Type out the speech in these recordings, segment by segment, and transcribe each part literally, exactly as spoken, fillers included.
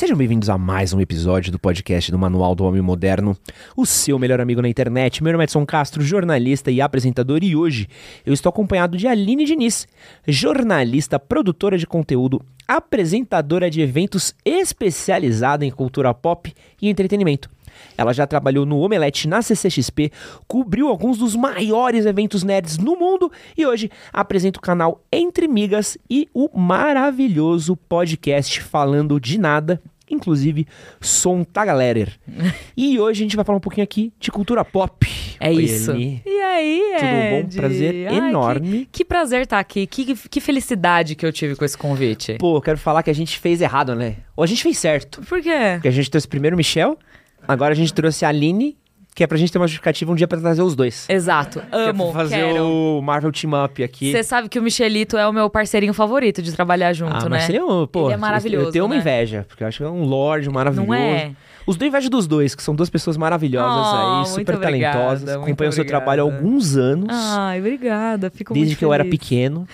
Sejam bem-vindos a mais um episódio do podcast do Manual do Homem Moderno, o seu melhor amigo na internet. Meu nome é Edson Castro, jornalista e apresentador, e hoje eu estou acompanhado de Aline Diniz, jornalista, produtora de conteúdo, apresentadora de eventos especializada em cultura pop e entretenimento. Ela já trabalhou no Omelete, na C C X P, cobriu alguns dos maiores eventos nerds no mundo e hoje apresenta o canal Entre Migas e o maravilhoso podcast Falando de Nada, inclusive Som Tagalerer. E hoje a gente vai falar um pouquinho aqui de cultura pop. É Oi, isso. Aline. E aí, Tudo Ed? bom? Prazer Ai, enorme. Que, que prazer estar aqui. Que, que felicidade que eu tive com esse convite. Pô, eu quero falar que a gente fez errado, né? Ou a gente fez certo. Por quê? Porque a gente trouxe primeiro o Michel, agora a gente trouxe a Aline, que é pra gente ter uma justificativa um dia pra trazer os dois. Exato. Amo, que é pra fazer quero. o Marvel Team Up aqui. Você sabe que o Michelito é o meu parceirinho favorito de trabalhar junto, ah, né? mas seria um, pô, Ele é maravilhoso, eu tenho uma né? inveja, porque eu acho que é um lorde maravilhoso. Não é? Os dois inveja dos dois, que são duas pessoas maravilhosas Oh, aí, muito super obrigada, talentosas, muito acompanham o seu obrigada. trabalho há alguns anos, Ai, obrigada. Fico desde muito que eu era feliz. pequeno.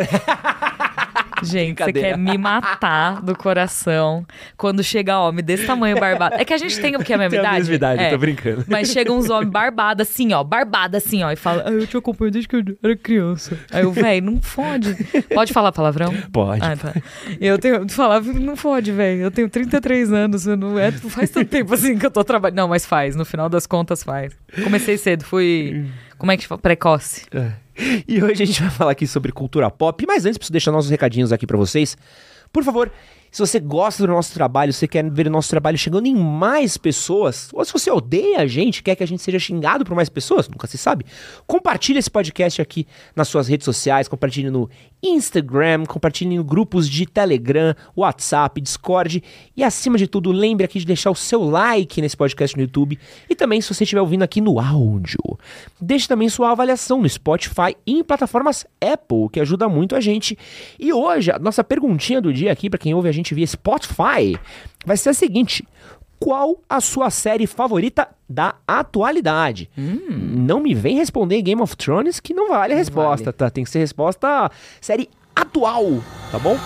Gente, você Brincadeira. quer me matar do coração quando chega homem desse tamanho barbado. É que a gente tem o que? A mesma Tem a idade? mesma idade, é. eu tô brincando. Mas chegam uns homens barbados assim, ó, barbada assim, ó, e fala, ah, eu te acompanho desde que eu era criança. Aí eu, véi, não fode. Pode falar palavrão? Pode. Ah, tá. Eu tenho, falar, não fode, velho. Eu tenho trinta e três anos, eu não é, faz tanto tempo assim que eu tô trabalhando. Não, mas faz, no final das contas faz. Comecei cedo, fui, como é que fala? Precoce. É. E hoje a gente vai falar aqui sobre cultura pop, mas antes preciso deixar nossos recadinhos aqui pra vocês. Por favor, se você gosta do nosso trabalho, se você quer ver o nosso trabalho chegando em mais pessoas, ou se você odeia a gente, quer que a gente seja xingado por mais pessoas, nunca se sabe, compartilhe esse podcast aqui nas suas redes sociais, compartilhe no Instagram, compartilhe em grupos de Telegram, WhatsApp, Discord, e acima de tudo, lembre aqui de deixar o seu like nesse podcast no YouTube, e também se você estiver ouvindo aqui no áudio, deixe também sua avaliação no Spotify e em plataformas Apple, que ajuda muito a gente. E hoje, a nossa perguntinha do dia aqui, pra quem ouve a gente via Spotify, vai ser a seguinte: qual a sua série favorita da atualidade? Hum. Não me vem responder Game of Thrones, que não vale a não resposta, vale. Tá? Tem que ser resposta série atual, tá bom?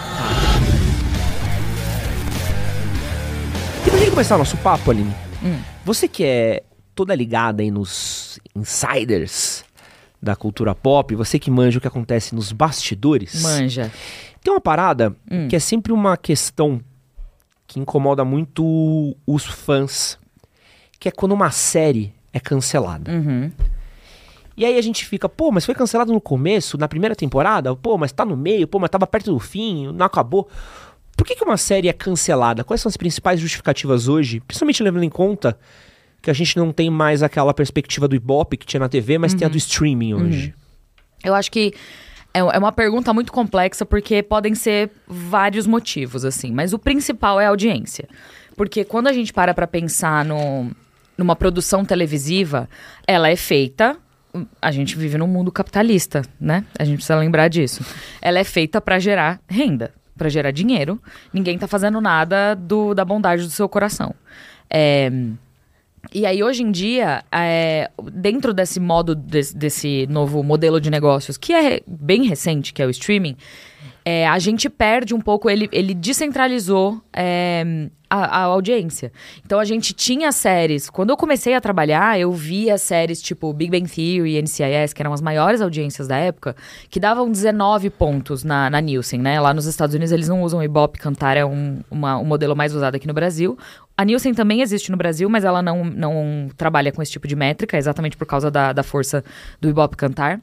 E pra gente começar o nosso papo, Aline, hum. você que é toda ligada aí nos insiders da cultura pop, você que manja o que acontece nos bastidores. Manja. Tem uma parada hum. que é sempre uma questão que incomoda muito os fãs, que é quando uma série é cancelada. Uhum. E aí a gente fica, pô, mas foi cancelado no começo, na primeira temporada? Pô, mas tá no meio, pô, mas tava perto do fim, não acabou. Por que que uma série é cancelada? Quais são as principais justificativas hoje? Principalmente levando em conta que a gente não tem mais aquela perspectiva do Ibope que tinha na T V, mas uhum. tem a do streaming hoje. Uhum. Eu acho que é uma pergunta muito complexa, porque podem ser vários motivos, assim. Mas o principal é a audiência. Porque quando a gente para pra pensar no, numa produção televisiva, ela é feita... A gente vive num mundo capitalista, né? A gente precisa lembrar disso. Ela é feita pra gerar renda, pra gerar dinheiro. Ninguém tá fazendo nada do, da bondade do seu coração. É... E aí, hoje em dia, é, dentro desse modo, desse, desse novo modelo de negócios, que é bem recente, que é o streaming, é, a gente perde um pouco, ele, ele descentralizou é, a, a audiência. Então, a gente tinha séries... Quando eu comecei a trabalhar, eu via séries tipo Big Bang Theory e N C I S, que eram as maiores audiências da época, que davam dezenove pontos na, na Nielsen, né? Lá nos Estados Unidos, eles não usam o Ibope, Kantar é um, uma, um modelo mais usado aqui no Brasil. A Nielsen também existe no Brasil, mas ela não, não trabalha com esse tipo de métrica, exatamente por causa da, da força do Ibope Kantar.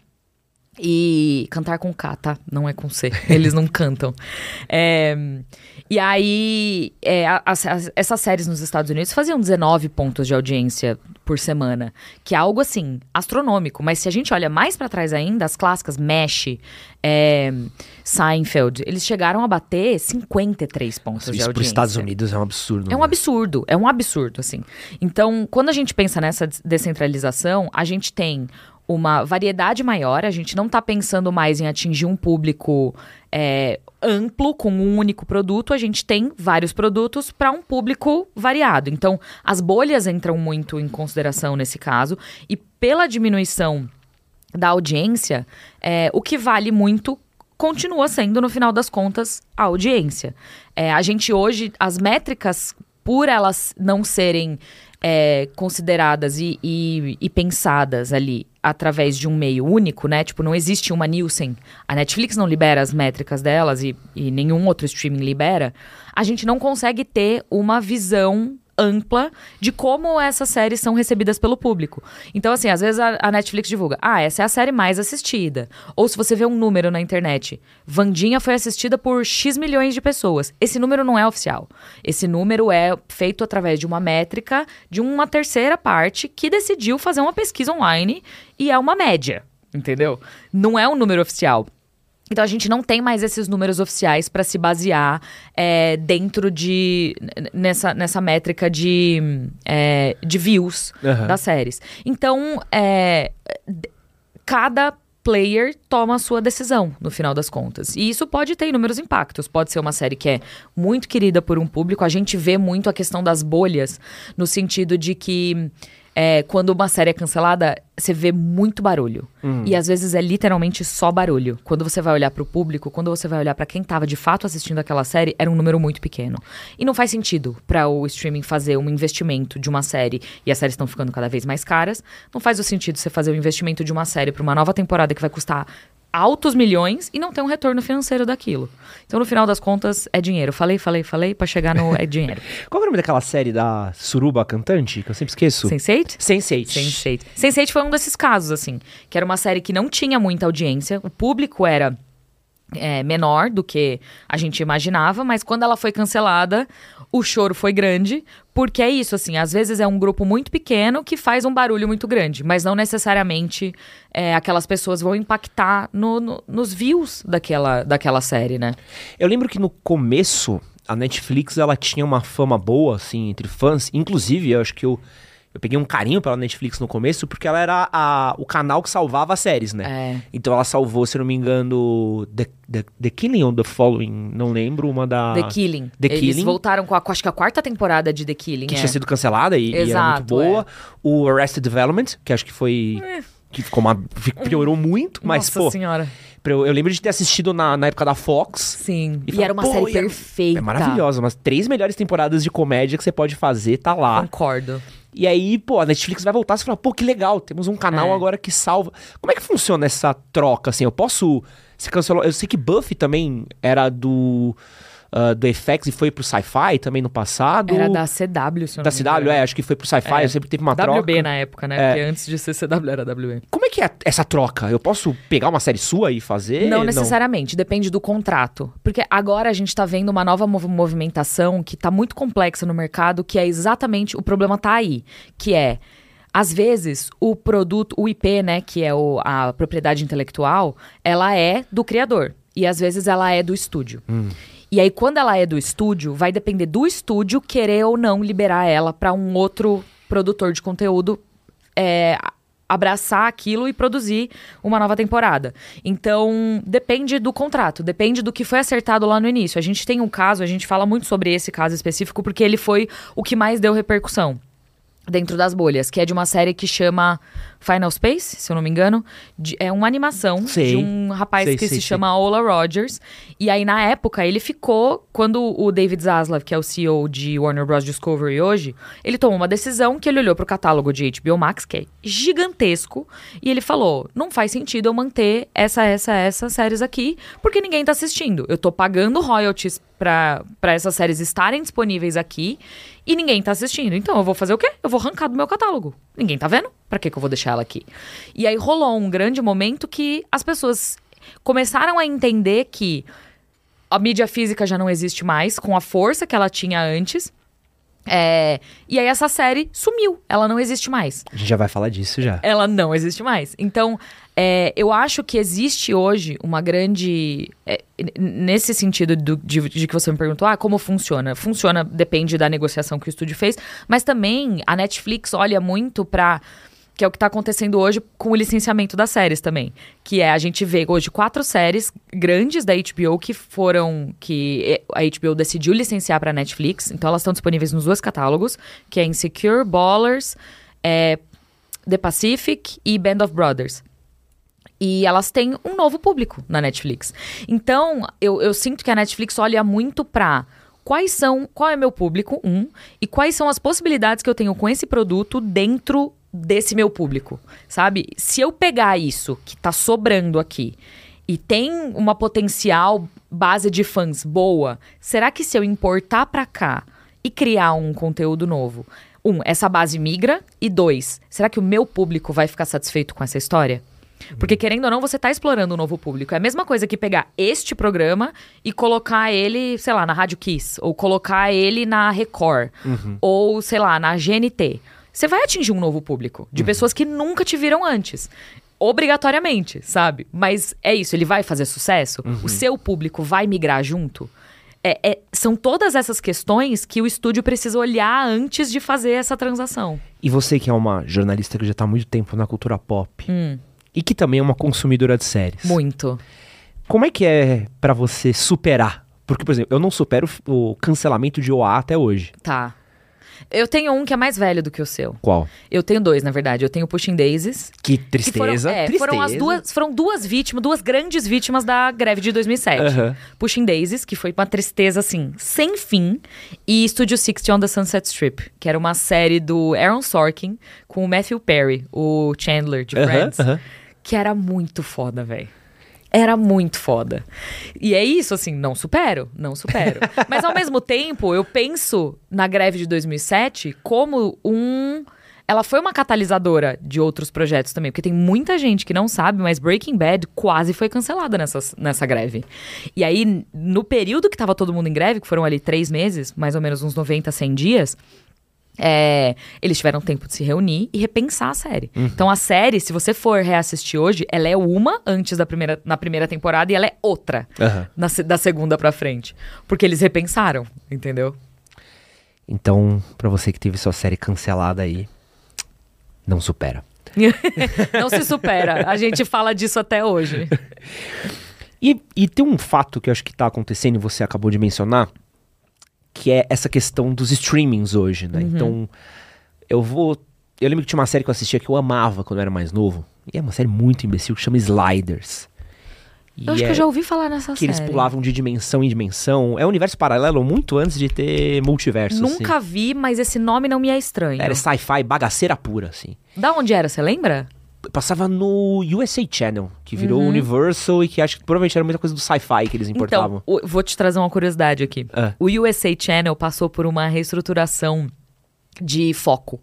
E cantar com K, tá? Não é com C. Eles não cantam. É, e aí, é, as, as, essas séries nos Estados Unidos faziam dezenove pontos de audiência por semana, que é algo, assim, astronômico. Mas se a gente olha mais pra trás ainda, as clássicas MASH, é, Seinfeld, eles chegaram a bater cinquenta e três pontos Nossa, de isso audiência. Isso para os Estados Unidos é um absurdo. É um absurdo, é um absurdo, assim. Então, quando a gente pensa nessa descentralização, a gente tem uma variedade maior, a gente não está pensando mais em atingir um público é, amplo com um único produto, a gente tem vários produtos para um público variado. Então, as bolhas entram muito em consideração nesse caso, e pela diminuição da audiência, é, o que vale muito continua sendo, no final das contas, a audiência. É, a gente hoje, as métricas, por elas não serem é, consideradas e, e, e pensadas ali através de um meio único, né? Tipo, não existe uma Nielsen. A Netflix não libera as métricas delas e, e nenhum outro streaming libera. A gente não consegue ter uma visão ampla de como essas séries são recebidas pelo público. Então, assim, às vezes a, a Netflix divulga, ah, essa é a série mais assistida. Ou se você vê um número na internet, Wandinha foi assistida por X milhões de pessoas. Esse número não é oficial. Esse número é feito através de uma métrica de uma terceira parte que decidiu fazer uma pesquisa online e é uma média, entendeu? Não é um número oficial. Então, a gente não tem mais esses números oficiais para se basear é, dentro de... Nessa, nessa métrica de, é, de views uhum. das séries. Então, é, cada player toma a sua decisão, no final das contas. E isso pode ter inúmeros impactos. Pode ser uma série que é muito querida por um público. A gente vê muito a questão das bolhas, no sentido de que... É, quando uma série é cancelada, você vê muito barulho. Uhum. E às vezes é literalmente só barulho. Quando você vai olhar pro público, quando você vai olhar pra quem tava de fato assistindo aquela série, era um número muito pequeno. E não faz sentido pra o streaming fazer um investimento de uma série, e as séries estão ficando cada vez mais caras. Não faz o sentido você fazer o investimento de uma série pra uma nova temporada que vai custar altos milhões e não ter um retorno financeiro daquilo. Então, no final das contas, é dinheiro. Falei, falei, falei, pra chegar no é dinheiro. Qual é o nome daquela série da Suruba cantante? Que eu sempre esqueço. sense eight? sense eight. sense eight. sense eight foi um desses casos, assim. Que era uma série que não tinha muita audiência. O público era é, menor do que a gente imaginava. Mas quando ela foi cancelada, o choro foi grande. Porque é isso, assim. Às vezes é um grupo muito pequeno que faz um barulho muito grande. Mas não necessariamente é, aquelas pessoas vão impactar no, no, nos views daquela, daquela série, né? Eu lembro que no começo, a Netflix, ela tinha uma fama boa, assim, entre fãs. Inclusive, eu acho que eu, eu peguei um carinho pela Netflix no começo, porque ela era a, o canal que salvava as séries, né? É. Então ela salvou, se não me engano, The, The, The Killing ou The Following, não lembro, uma da... The Killing. The Eles Killing. voltaram com a, acho que a quarta temporada de The Killing. Que é. tinha sido cancelada e, Exato, e era muito boa. É. O Arrested Development, que acho que foi... É. Que ficou uma, piorou muito, mas, Nossa pô... senhora. Eu, eu lembro de ter assistido na, na época da Fox. Sim. E, e falar, era uma série é, perfeita. É maravilhosa. Umas três melhores temporadas de comédia que você pode fazer, tá lá. Concordo. E aí, pô, a Netflix vai voltar e você fala, pô, que legal, temos um canal É. agora que salva. Como é que funciona essa troca, assim? Eu posso... Você cancelou... Eu sei que Buffy também era do... Uh, do F X e foi pro Sci-Fi também no passado. Era da C W, se eu não Da me C W, engano. é, acho que foi pro Sci-Fi, É. eu sempre teve uma W B troca. na época, né? É. Porque antes de ser C W era W B. Como é que é essa troca? Eu posso pegar uma série sua e fazer? Não necessariamente, depende do contrato. Porque agora a gente tá vendo uma nova mov- movimentação que tá muito complexa no mercado, que é exatamente, o problema tá aí, que é, às vezes, o produto, o I P, né, que é o, a propriedade intelectual, ela é do criador. E às vezes ela é do estúdio. Hum. E aí, quando ela é do estúdio, vai depender do estúdio querer ou não liberar ela para um outro produtor de conteúdo é, abraçar aquilo e produzir uma nova temporada. Então, depende do contrato, depende do que foi acertado lá no início. A gente tem um caso, a gente fala muito sobre esse caso específico, porque ele foi o que mais deu repercussão dentro das bolhas, que é de uma série que chama Final Space, se eu não me engano. De, é uma animação sei. de um rapaz sei, que sei, se sei. chama Ola Rogers. E aí, na época, ele ficou... Quando o David Zaslav, que é o C E O de Warner Bros. Discovery hoje, ele tomou uma decisão que ele olhou pro catálogo de H B O Max, que é gigantesco, e ele falou, não faz sentido eu manter essa, essa, essas séries aqui, porque ninguém tá assistindo. Eu tô pagando royalties pra, pra essas séries estarem disponíveis aqui, e ninguém tá assistindo. Então, eu vou fazer o quê? Eu vou arrancar do meu catálogo. Ninguém tá vendo? Pra que que eu vou deixar ela aqui? E aí rolou um grande momento que as pessoas começaram a entender que a mídia física já não existe mais, com a força que ela tinha antes. É, e aí essa série sumiu. Ela não existe mais. A gente já vai falar disso já. Ela não existe mais. Então, é, eu acho que existe hoje uma grande... É, nesse sentido do, de, de que você me perguntou, ah, como funciona? Funciona, depende da negociação que o estúdio fez. Mas também a Netflix olha muito pra... Que é o que tá acontecendo hoje com o licenciamento das séries também. Que é, a gente vê hoje quatro séries grandes da H B O que foram... Que a H B O decidiu licenciar pra Netflix. Então, elas estão disponíveis nos dois catálogos. Que é Insecure, Ballers, é, The Pacific e Band of Brothers. E elas têm um novo público na Netflix. Então, eu, eu sinto que a Netflix olha muito pra quais são, qual é meu público, um, e quais são as possibilidades que eu tenho com esse produto dentro desse meu público, sabe? Se eu pegar isso que tá sobrando aqui e tem uma potencial base de fãs boa, será que se eu importar pra cá e criar um conteúdo novo, um, essa base migra, e dois, será que o meu público vai ficar satisfeito com essa história? Porque, querendo ou não, você tá explorando um novo público. É a mesma coisa que pegar este programa e colocar ele, sei lá, na Rádio Kiss. Ou colocar ele na Record. Uhum. Ou, sei lá, na G N T. Você vai atingir um novo público. De uhum. pessoas que nunca te viram antes. Obrigatoriamente, sabe? Mas é isso, ele vai fazer sucesso? Uhum. O seu público vai migrar junto? É, é, são todas essas questões que o estúdio precisa olhar antes de fazer essa transação. E você que é uma jornalista que já tá há muito tempo na cultura pop... Hum. E que também é uma consumidora de séries. Muito. Como é que é pra você superar? Porque, por exemplo, eu não supero o cancelamento de O A até hoje. Tá. Eu tenho um que é mais velho do que o seu. Qual? Eu tenho dois, na verdade. Eu tenho Pushing Daisies. Que tristeza. Que foram, é, tristeza. Foram, as duas, foram duas vítimas, duas grandes vítimas da greve de dois mil e sete. Uhum. Pushing Daisies, que foi uma tristeza, assim, sem fim. E Studio sessenta on the Sunset Strip, que era uma série do Aaron Sorkin com o Matthew Perry, o Chandler de Friends. Uhum, uhum. Que era muito foda, velho. Era muito foda. E é isso, assim, não supero, não supero. Mas, ao mesmo tempo, eu penso na greve de dois mil e sete como um... Ela foi uma catalisadora de outros projetos também. Porque tem muita gente que não sabe, mas Breaking Bad quase foi cancelada nessa, nessa greve. E aí, no período que tava todo mundo em greve, que foram ali três meses, mais ou menos uns noventa, cem dias... É, eles tiveram tempo de se reunir e repensar a série. Uhum. Então a série, se você for reassistir hoje, ela é uma antes da primeira, na primeira temporada e ela é outra uhum. na, da segunda pra frente. Porque eles repensaram, entendeu? Então, pra você que teve sua série cancelada aí, não supera. Não se supera. A gente fala disso até hoje. E, e tem um fato que eu acho que tá acontecendo e você acabou de mencionar, que é essa questão dos streamings hoje, né? Uhum. Então, eu vou... Eu lembro que tinha uma série que eu assistia que eu amava quando eu era mais novo. E é uma série muito imbecil que chama Sliders. E eu acho é que eu já ouvi falar nessa que série. Que eles pulavam de dimensão em dimensão. É um universo paralelo muito antes de ter multiverso, Nunca assim. vi, mas esse nome não me é estranho. Era sci-fi, bagaceira pura, assim. Da onde era, você lembra? Passava no U S A Channel, que virou uhum. Universal e que acho que provavelmente era muita coisa do sci-fi que eles importavam. Então, o, vou te trazer uma curiosidade aqui. Ah. O U S A Channel passou por uma reestruturação de foco.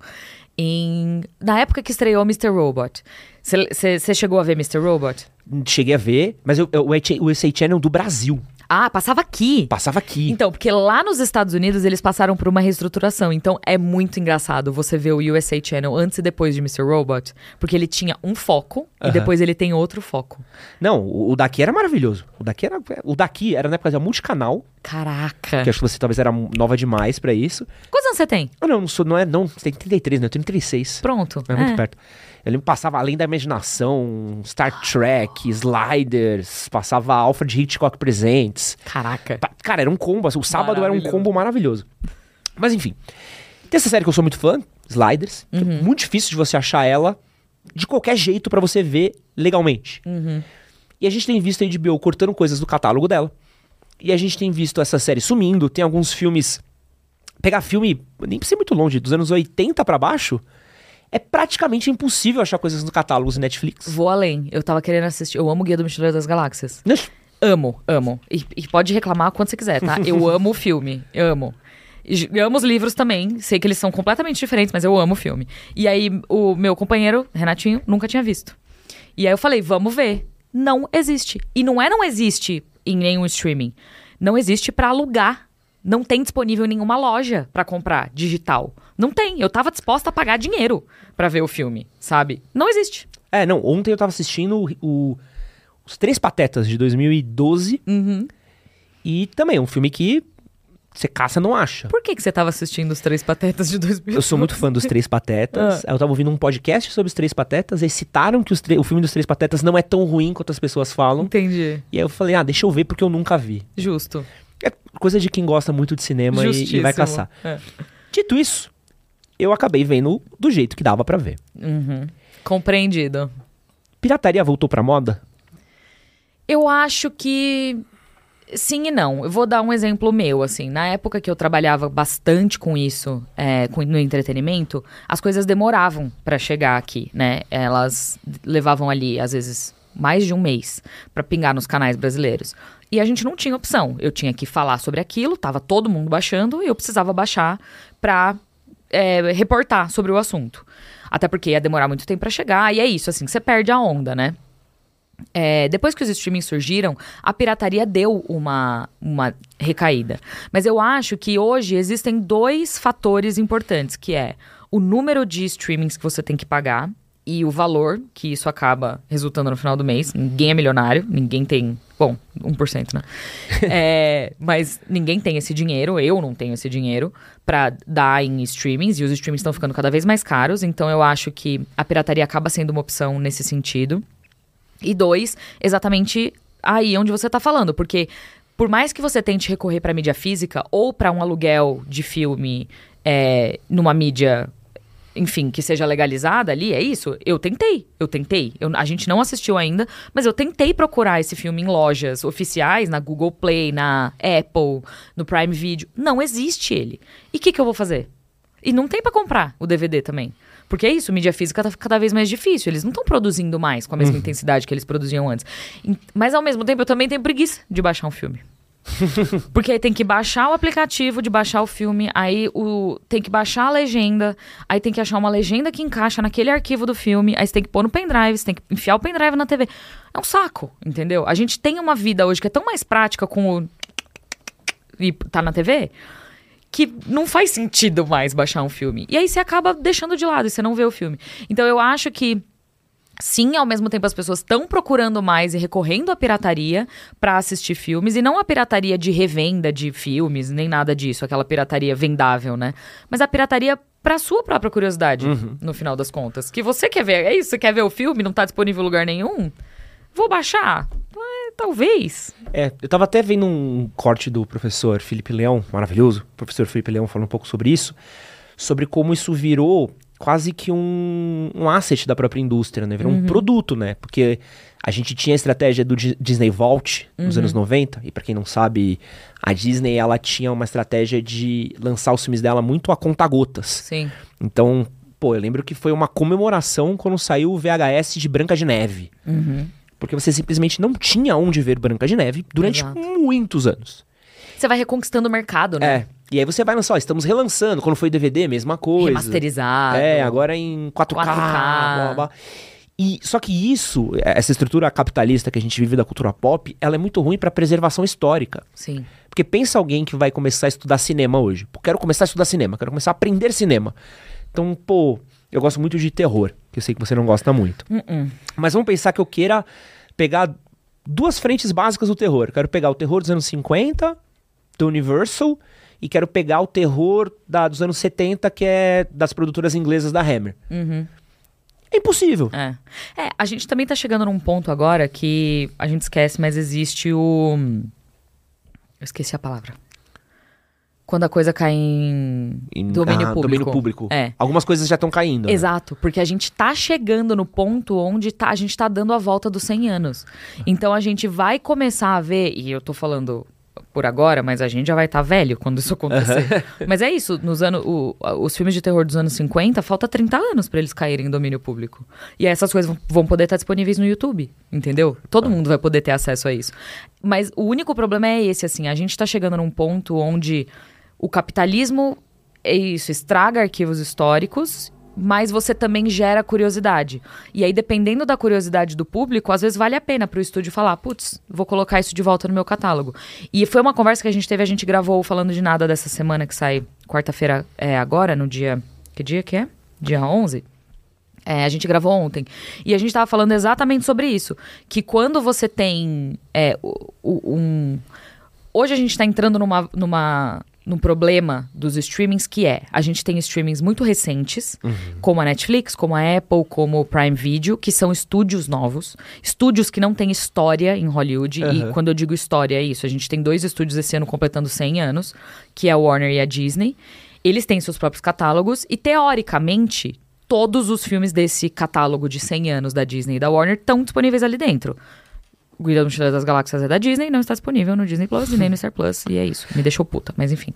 Em, na época que estreou mister Robot. Você chegou a ver mister Robot? Cheguei a ver, mas eu, eu, o U S A Channel do Brasil. Ah, passava aqui. Passava aqui. Então, porque lá nos Estados Unidos eles passaram por uma reestruturação. Então, é muito engraçado você ver o U S A Channel antes e depois de mister Robot. Porque ele tinha um foco uh-huh. e depois ele tem outro foco. Não, o, o daqui era maravilhoso. O daqui era, o daqui era na época de multicanal. Caraca. Que acho que você talvez era nova demais pra isso. Quantos anos você tem? Ah, não, não, sou, não é, não. Você tem trinta e três, né? Eu tenho trinta e seis. Pronto. É, é muito perto. Eu lembro que passava Além da Imaginação, Star Trek, Sliders, passava Alfred Hitchcock Presents. Caraca. Cara, era um combo, assim, o sábado era um combo maravilhoso. Mas enfim, tem essa série que eu sou muito fã, Sliders, uhum. que é muito difícil de você achar ela de qualquer jeito pra você ver legalmente. Uhum. E a gente tem visto a H B O cortando coisas do catálogo dela. E a gente tem visto essa série sumindo, tem alguns filmes... Pegar filme, nem precisa ir muito longe, dos anos oitenta pra baixo... É praticamente impossível achar coisas no catálogo do Netflix. Vou além. Eu tava querendo assistir. Eu amo o Guia do Mochileiro das Galáxias. Ixi. Amo, amo. E, e pode reclamar quando você quiser, tá? Eu amo o filme. Eu amo. E, eu amo os livros também. Sei que eles são completamente diferentes, mas eu amo o filme. E aí, o meu companheiro, Renatinho, nunca tinha visto. E aí eu falei, vamos ver. Não existe. E não é não existe em nenhum streaming. Não existe pra alugar. Não tem disponível em nenhuma loja pra comprar digital. Não tem. Eu tava disposta a pagar dinheiro pra ver o filme, sabe? Não existe. É, não. Ontem eu tava assistindo o, o, Os Três Patetas de dois mil e doze. Uhum. E também é um filme que você caça não acha. Por que que você tava assistindo Os Três Patetas de dois mil e doze? Eu sou muito fã dos Três Patetas. ah. Eu tava ouvindo um podcast sobre Os Três Patetas e citaram que os o filme dos Três Patetas não é tão ruim quanto as pessoas falam. Entendi. E aí eu falei, ah, deixa eu ver porque eu nunca vi. Justo. É coisa de quem gosta muito de cinema e, e vai caçar. É. Dito isso, eu acabei vendo do jeito que dava pra ver. Uhum. Compreendido. Pirataria voltou pra moda? Eu acho que sim e não. Eu vou dar um exemplo meu, assim. Na época que eu trabalhava bastante com isso, é, com, no entretenimento, as coisas demoravam pra chegar aqui, né? Elas levavam ali, às vezes, mais de um mês pra pingar nos canais brasileiros. E a gente não tinha opção. Eu tinha que falar sobre aquilo, tava todo mundo baixando, e eu precisava baixar pra é, reportar sobre o assunto. Até porque ia demorar muito tempo pra chegar, e é isso, assim, você perde a onda, né? É, depois que os streamings surgiram, a pirataria deu uma, uma recaída. Mas eu acho que hoje existem dois fatores importantes, que é o número de streamings que você tem que pagar e o valor que isso acaba resultando no final do mês. Ninguém é milionário, ninguém tem... Bom, um por cento, né? é, mas ninguém tem esse dinheiro, eu não tenho esse dinheiro pra dar em streamings, e os streamings estão ficando cada vez mais caros, então eu acho que a pirataria acaba sendo uma opção nesse sentido. E dois, exatamente aí onde você tá falando, porque por mais que você tente recorrer pra mídia física ou pra um aluguel de filme é, numa mídia, enfim, que seja legalizada ali, é isso? Eu tentei, eu tentei. Eu, a gente não assistiu ainda, mas eu tentei procurar esse filme em lojas oficiais, na Google Play, na Apple, no Prime Video. Não existe ele. E o que, que eu vou fazer? E não tem pra comprar o D V D também. Porque é isso, mídia física tá cada vez mais difícil. Eles não estão produzindo mais com a mesma uhum. intensidade que eles produziam antes. Mas, ao mesmo tempo, eu também tenho preguiça de baixar um filme. Porque aí tem que baixar o aplicativo de baixar o filme, aí o, tem que baixar a legenda, aí tem que achar uma legenda que encaixa naquele arquivo do filme, aí você tem que pôr no pendrive, você tem que enfiar o pendrive na T V. É um saco, entendeu? A gente tem uma vida hoje que é tão mais prática com o... e tá na T V... que não faz sentido mais baixar um filme. E aí você acaba deixando de lado e você não vê o filme. Então eu acho que, sim, ao mesmo tempo as pessoas estão procurando mais e recorrendo à pirataria pra assistir filmes. E não a pirataria de revenda de filmes, nem nada disso. Aquela pirataria vendável, né? Mas a pirataria pra sua própria curiosidade, uhum. no final das contas. Que você quer ver, é isso? Você quer ver o filme, não tá disponível em lugar nenhum? Vou baixar? É, talvez. É, eu tava até vendo um corte do professor Felipe Leão, maravilhoso, o professor Felipe Leão falando um pouco sobre isso, sobre como isso virou quase que um, um asset da própria indústria, né? Virou uhum. um produto, né? Porque a gente tinha a estratégia do D- Disney Vault nos uhum. anos noventa, e pra quem não sabe, a Disney, ela tinha uma estratégia de lançar os filmes dela muito a conta-gotas. Sim. Então, pô, eu lembro que foi uma comemoração quando saiu o V H S de Branca de Neve. Uhum. Porque você simplesmente não tinha onde ver Branca de Neve durante Exato. muitos anos. Você vai reconquistando o mercado, né? É. E aí você vai lançar, ó, estamos relançando. Quando foi D V D, mesma coisa. Remasterizado. É, agora em quatro K. quatro K. Blá, blá, blá. E, só que isso, essa estrutura capitalista que a gente vive da cultura pop, ela é muito ruim pra preservação histórica. Sim. Porque pensa alguém que vai começar a estudar cinema hoje. Pô, quero começar a estudar cinema, quero começar a aprender cinema. Então, pô, eu gosto muito de terror, que eu sei que você não gosta muito. Uh-uh. Mas vamos pensar que eu queira pegar duas frentes básicas do terror. Quero pegar o terror dos anos cinquenta, do Universal, e quero pegar o terror da, dos anos setenta, que é das produtoras inglesas da Hammer. Uhum. É impossível. É. é, a gente também tá chegando num ponto agora que a gente esquece, mas existe o... Eu esqueci a palavra. Quando a coisa cai em, em domínio ah, público. Domínio público. É. Algumas coisas já estão caindo. Exato, né? Porque a gente tá chegando no ponto onde tá, a gente tá dando a volta dos cem anos. Então a gente vai começar a ver, e eu tô falando por agora, mas a gente já vai estar tá velho quando isso acontecer. Mas é isso, nos anos, o, os filmes de terror dos anos cinquenta, falta trinta anos pra eles caírem em domínio público. E essas coisas vão, vão poder estar disponíveis no YouTube, entendeu? Todo mundo vai poder ter acesso a isso. Mas o único problema é esse, assim, a gente tá chegando num ponto onde o capitalismo, é isso, estraga arquivos históricos, mas você também gera curiosidade. E aí, dependendo da curiosidade do público, às vezes vale a pena pro estúdio falar, putz, vou colocar isso de volta no meu catálogo. E foi uma conversa que a gente teve, a gente gravou Falando de Nada dessa semana, que sai quarta-feira é, agora, no dia... Que dia que é? Dia onze? É, a gente gravou ontem. E a gente tava falando exatamente sobre isso. Que quando você tem é, um... Hoje a gente tá entrando numa... numa num problema dos streamings, que é, a gente tem streamings muito recentes, uhum. como a Netflix, como a Apple, como o Prime Video, que são estúdios novos, estúdios que não têm história em Hollywood, uhum. e quando eu digo história é isso, a gente tem dois estúdios esse ano completando cem anos, que é a Warner e a Disney, eles têm seus próprios catálogos, e teoricamente, todos os filmes desse catálogo de cem anos da Disney e da Warner estão disponíveis ali dentro. O Guia do Mochileiro das Galáxias é da Disney, não está disponível no Disney Plus e nem no Star Plus, e é isso. Me deixou puta, mas enfim.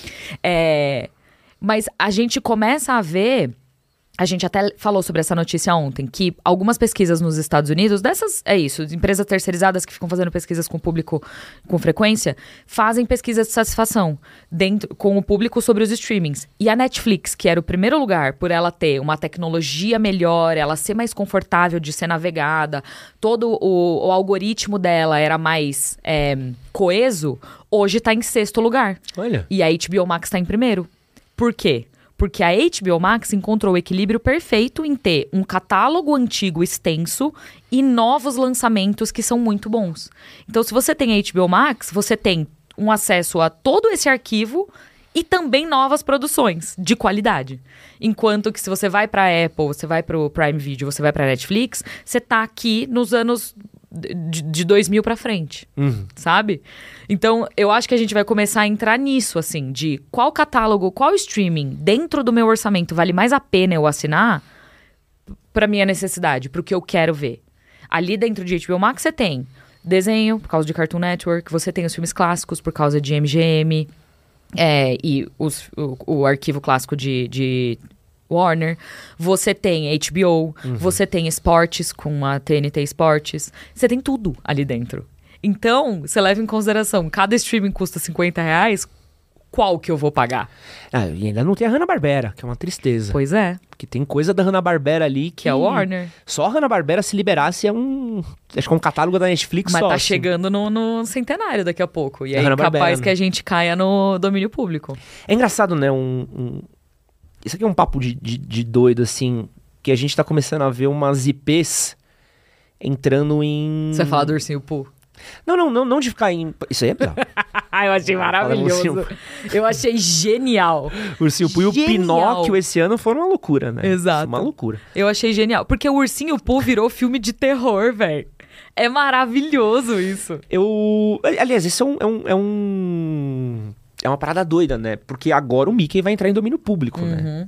É, mas a gente começa a ver... A gente até falou sobre essa notícia ontem, que algumas pesquisas nos Estados Unidos, dessas, é isso, empresas terceirizadas que ficam fazendo pesquisas com o público com frequência, fazem pesquisas de satisfação dentro, com o público sobre os streamings. E a Netflix, que era o primeiro lugar por ela ter uma tecnologia melhor, ela ser mais confortável de ser navegada, todo o, o algoritmo dela era mais é, coeso, hoje está em sexto lugar. Olha. E a H B O Max está em primeiro. Por quê? Porque a H B O Max encontrou o equilíbrio perfeito em ter um catálogo antigo extenso e novos lançamentos que são muito bons. Então, se você tem a H B O Max, você tem um acesso a todo esse arquivo e também novas produções de qualidade. Enquanto que se você vai para a Apple, você vai para o Prime Video, você vai para a Netflix, você tá aqui nos anos de, de dois mil para frente, Uhum. sabe? Então, eu acho que a gente vai começar a entrar nisso, assim, de qual catálogo, qual streaming dentro do meu orçamento vale mais a pena eu assinar pra minha necessidade, pro que eu quero ver. Ali dentro de H B O Max você tem desenho, por causa de Cartoon Network, você tem os filmes clássicos por causa de M G M, é, e os, o, o arquivo clássico de, de Warner, você tem H B O, uhum. você tem esportes com a T N T Esportes, você tem tudo ali dentro. Então, você leva em consideração, cada streaming custa cinquenta reais, qual que eu vou pagar? Ah, e ainda não tem a Hanna-Barbera, que é uma tristeza. Pois é. Porque tem coisa da Hanna-Barbera ali que... Que é a Warner. Só a Hanna-Barbera se liberasse é um... Acho que é um catálogo da Netflix Mas só. tá assim. chegando no, no centenário daqui a pouco. E Da aí Hanna-Barbera, capaz né? que a gente caia no domínio público. É engraçado, né? Um, um... Isso aqui é um papo de, de, de doido, assim, que a gente tá começando a ver umas I Ps entrando em... Você vai falar do Ursinho Pooh? Não, não, não, não de ficar em... Isso aí é legal. Eu achei maravilhoso. Eu achei genial. O Ursinho Pooh e o Pinóquio esse ano foram uma loucura, né? Exato. Uma loucura. Eu achei genial. Porque o Ursinho Pooh virou filme de terror, velho. É maravilhoso isso. Eu... Aliás, isso é um... É, um, é, um... é uma parada doida, né? Porque agora o Mickey vai entrar em domínio público, Uhum. né?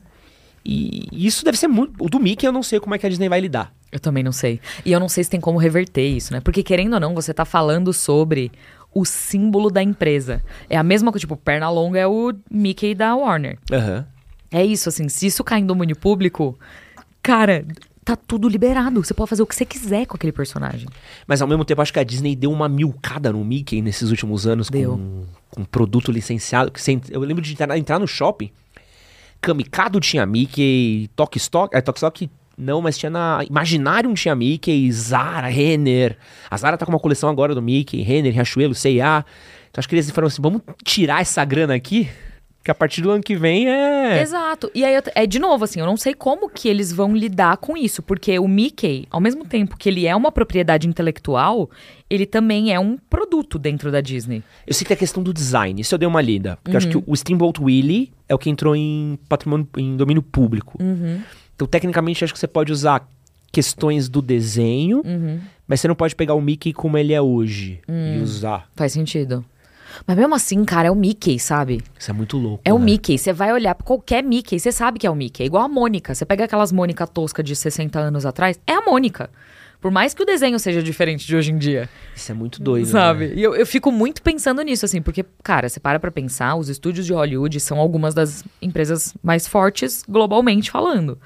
E isso deve ser muito... O do Mickey eu não sei como é que a Disney vai lidar. Eu também não sei. E eu não sei se tem como reverter isso, né? Porque, querendo ou não, você tá falando sobre o símbolo da empresa. É a mesma coisa, tipo, Pernalonga é o Mickey da Warner. Aham. Uhum. É isso, assim, se isso cair em domínio público, cara, tá tudo liberado. Você pode fazer o que você quiser com aquele personagem. Mas ao mesmo tempo, acho que a Disney deu uma milcada no Mickey nesses últimos anos Deu. com, com produto licenciado. Que você, eu lembro de entrar, entrar no shopping, Kamikado tinha Mickey, Tok Stock, é, Tok Stock não, mas tinha na Imaginarium tinha Mickey, Zara, Renner. A Zara tá com uma coleção agora do Mickey, Renner, Riachuelo, C e A. Então acho que eles falaram assim, vamos tirar essa grana aqui, que a partir do ano que vem é... Exato. E aí, eu, é de novo, assim, eu não sei como que eles vão lidar com isso, porque o Mickey, ao mesmo tempo que ele é uma propriedade intelectual, ele também é um produto dentro da Disney. Eu sei que tem a questão do design, isso eu dei uma lida. Porque eu acho que o Steamboat Willie é o que entrou em patrimônio, em domínio público. Uhum. Então, tecnicamente, acho que você pode usar questões do desenho, Uhum. mas você não pode pegar o Mickey como ele é hoje Hum. e usar. Faz sentido. Mas mesmo assim, cara, é o Mickey, sabe? Isso é muito louco, É o né? Mickey. Você vai olhar pra qualquer Mickey, você sabe que é o Mickey. É igual a Mônica. Você pega aquelas Mônica tosca de sessenta anos atrás, é a Mônica. Por mais que o desenho seja diferente de hoje em dia. Isso é muito doido, Sabe? né? E eu, eu fico muito pensando nisso, assim, porque, cara, você para pra pensar, os estúdios de Hollywood são algumas das empresas mais fortes globalmente falando.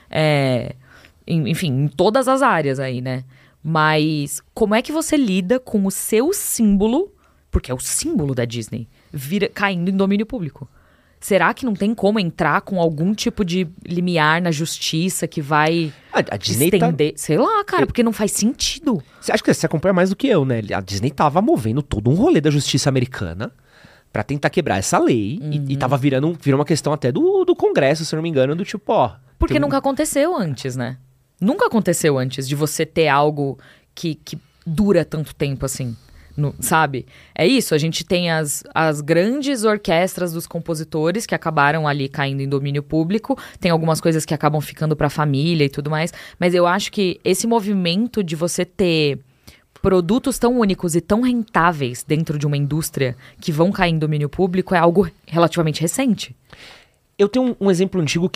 É, em- enfim, em todas as áreas aí, né? Mas como é que você lida com o seu símbolo, porque é o símbolo da Disney, vira, caindo em domínio público? Será que não tem como entrar com algum tipo de limiar na justiça que vai A, a Disney tá... estender? Sei lá, cara, Eu- porque não faz sentido. Você acha que você acompanha mais do que eu, né? A Disney tava movendo todo um rolê da justiça americana pra tentar quebrar essa lei. E, e tava virando virou uma questão até do, do Congresso, se eu não me engano, do tipo, ó... Porque tem um- nunca aconteceu antes, né? Nunca aconteceu antes de você ter algo que, que dura tanto tempo assim, no- sabe? É isso, a gente tem as, as grandes orquestras dos compositores que acabaram ali caindo em domínio público, tem algumas coisas que acabam ficando pra família e tudo mais, mas eu acho que esse movimento de você ter produtos tão únicos e tão rentáveis dentro de uma indústria que vão cair em domínio público é algo relativamente recente. Eu tenho um, um exemplo antigo que f-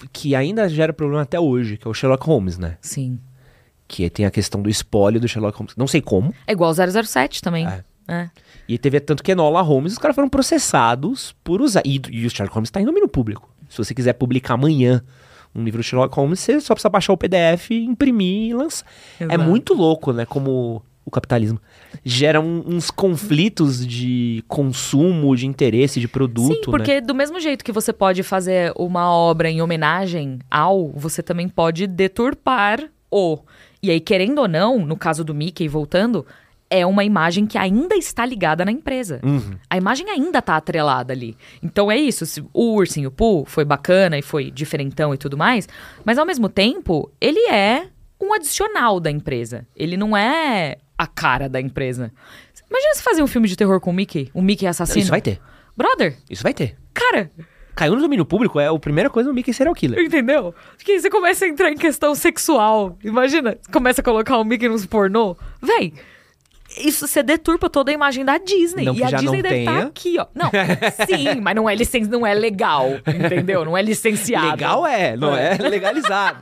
que ainda gera problema até hoje, que é o Sherlock Holmes, né? Sim. Que tem a questão do espólio do Sherlock Holmes. Não sei como. É igual zero zero sete também. É. É. E teve tanto que Enola Holmes, os caras foram processados por usar. E, e o Sherlock Holmes tá em domínio público. Se você quiser publicar amanhã um livro do Sherlock Holmes, você só precisa baixar o P D F, imprimir e lançar. Exato. É muito louco, né? Como o capitalismo gera um, uns conflitos de consumo, de interesse, de produto. Sim, porque né? do mesmo jeito que você pode fazer uma obra em homenagem ao, você também pode deturpar o. E aí, querendo ou não, no caso do Mickey, voltando, é uma imagem que ainda está ligada na empresa. Uhum. A imagem ainda está atrelada ali. Então é isso, se o Ursinho Pooh foi bacana e foi diferentão e tudo mais, mas ao mesmo tempo, ele é um adicional da empresa. Ele não é a cara da empresa. Imagina se fazer um filme de terror com o Mickey, o Mickey assassino. Isso vai ter. Brother, Isso vai ter. cara, Caiu no domínio público, é a primeira coisa do Mickey serial killer. entendeu? Porque aí você começa a entrar em questão sexual. Imagina, começa a colocar o Mickey nos pornô. Véi, isso você deturpa toda a imagem da Disney. Não e que a já Disney não deve estar tenha. aqui, ó. Não, sim, mas não é, licen... não é legal, entendeu? Não é licenciado. Legal é, não é legalizado.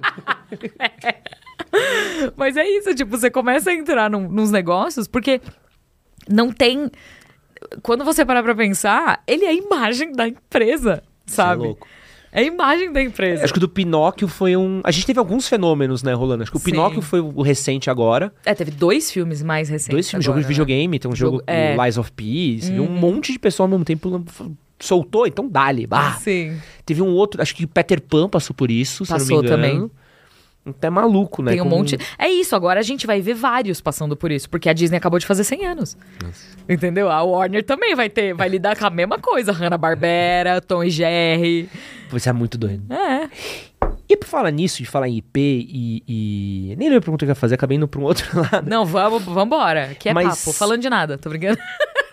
Mas é isso, tipo, você começa a entrar num, nos negócios, porque não tem... Quando você parar pra pensar, ele é a imagem da empresa, sabe? Isso é louco. É a imagem da empresa. Acho que o do Pinóquio foi um... A gente teve alguns fenômenos, né, rolando. Acho que o Sim. Pinóquio foi o recente agora. É, teve dois filmes mais recentes. Dois filmes, agora, jogo de né? videogame, tem um jogo, Jogo- é. o Lies of P. Você viu um monte de pessoa ao mesmo tempo soltou, então dá-lhe. Bah. Sim. Teve um outro, acho que o Peter Pan passou por isso, se eu Passou não me engano. também. Então é maluco, né? Tem um Como- monte... É isso, agora a gente vai ver vários passando por isso, porque a Disney acabou de fazer cem anos. Entendeu? A Warner também vai ter, vai lidar com a mesma coisa. Hanna-Barbera, Tom e Jerry. Isso é muito doido. É. E por falar nisso, de falar em I P e... e... Nem lembro a pergunta que eu ia fazer, acabei indo pra um outro lado. Não, vamos, vambora. Que é Mas- papo, falando de nada, tô brincando.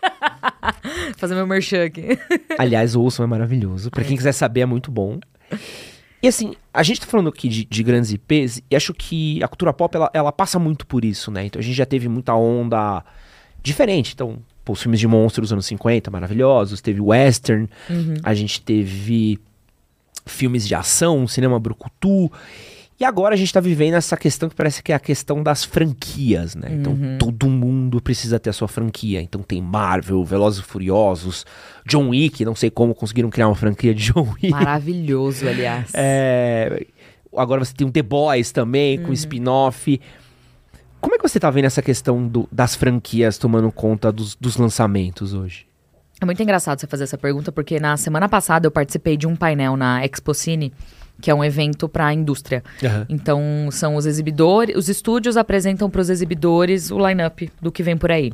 Fazer meu merchan aqui. Aliás, o Ouçam é maravilhoso. Pra quem quiser saber, é muito bom. E assim, a gente tá falando aqui de, de grandes I Ps e acho que a cultura pop, ela, ela passa muito por isso, né? Então a gente já teve muita onda diferente. Então, pô, os filmes de monstros dos anos cinquenta, maravilhosos. Teve western, a gente teve filmes de ação, cinema brucutu. E agora a gente tá vivendo essa questão que parece que é a questão das franquias, né? Então todo mundo precisa ter a sua franquia. Então tem Marvel, Velozes e Furiosos, John Wick, não sei como conseguiram criar uma franquia de John Wick. Maravilhoso, aliás. É, agora você tem o The Boys também, com spin-off. Como é que você tá vendo essa questão do- das franquias tomando conta dos, dos lançamentos hoje? É muito engraçado você fazer essa pergunta, porque na semana passada eu participei de um painel na ExpoCine, que é um evento para a indústria. Aham. Então, são os exibidores, os estúdios apresentam para os exibidores o line-up do que vem por aí.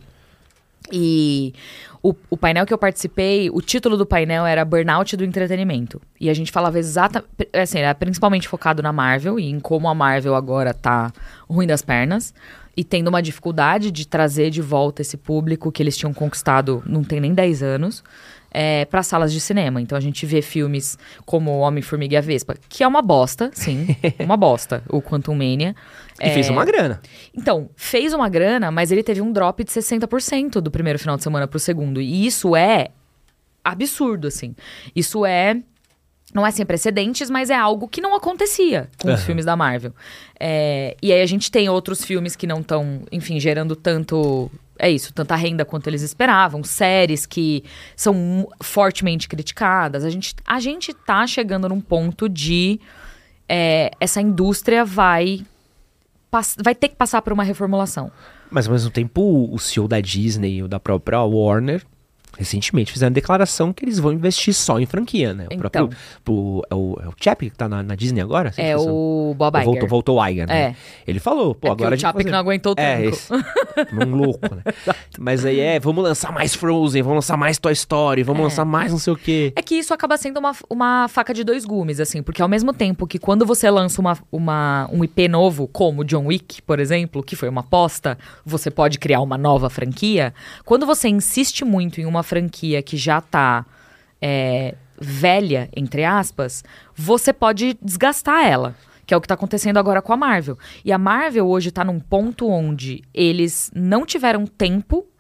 E o, o painel que eu participei, o título do painel era Burnout do Entretenimento. E a gente falava exatamente, assim, era principalmente focado na Marvel e em como a Marvel agora tá ruim das pernas. E tendo uma dificuldade de trazer de volta esse público que eles tinham conquistado não tem nem dez anos, é, para salas de cinema. Então a gente vê filmes como Homem-Formiga e a Vespa, que é uma bosta, sim, uma bosta, o Quantum Mania. E fez uma grana. Então, fez uma grana, mas ele teve um drop de sessenta por cento do primeiro final de semana pro segundo. E isso é absurdo, assim. Isso é... Não é sem precedentes, mas é algo que não acontecia com os Aham. filmes da Marvel. É, e aí a gente tem outros filmes que não estão, enfim, gerando tanto... É isso, tanta renda quanto eles esperavam. Séries que são mu- fortemente criticadas. A gente, a gente tá chegando num ponto de... é, essa indústria vai... pass- vai ter que passar por uma reformulação. Mas ao mesmo tempo, o C E O da Disney e o da própria Warner recentemente fizeram a declaração que eles vão investir só em franquia, né? O Então. próprio, pro- é, o, é o Chapek que tá na, na Disney agora? Sempre É faz- o Bob Ou Iger. Voltou, voltou o Iger, né? É. Ele falou, pô, É porque agora o a gente Chapek vai não aguentou o É, tranco. esse, um louco, né? Mas aí é, vamos lançar mais Frozen, vamos lançar mais Toy Story, vamos É. lançar mais não sei o quê. É que isso acaba sendo uma, uma faca de dois gumes, assim, porque ao mesmo tempo que quando você lança uma, uma, um I P novo, como John Wick, por exemplo, que foi uma aposta, você pode criar uma nova franquia. Quando você insiste muito em uma franquia que já tá é, velha, entre aspas, você pode desgastar ela. Que é o que tá acontecendo agora com a Marvel. E a Marvel hoje tá num ponto onde eles não tiveram tempo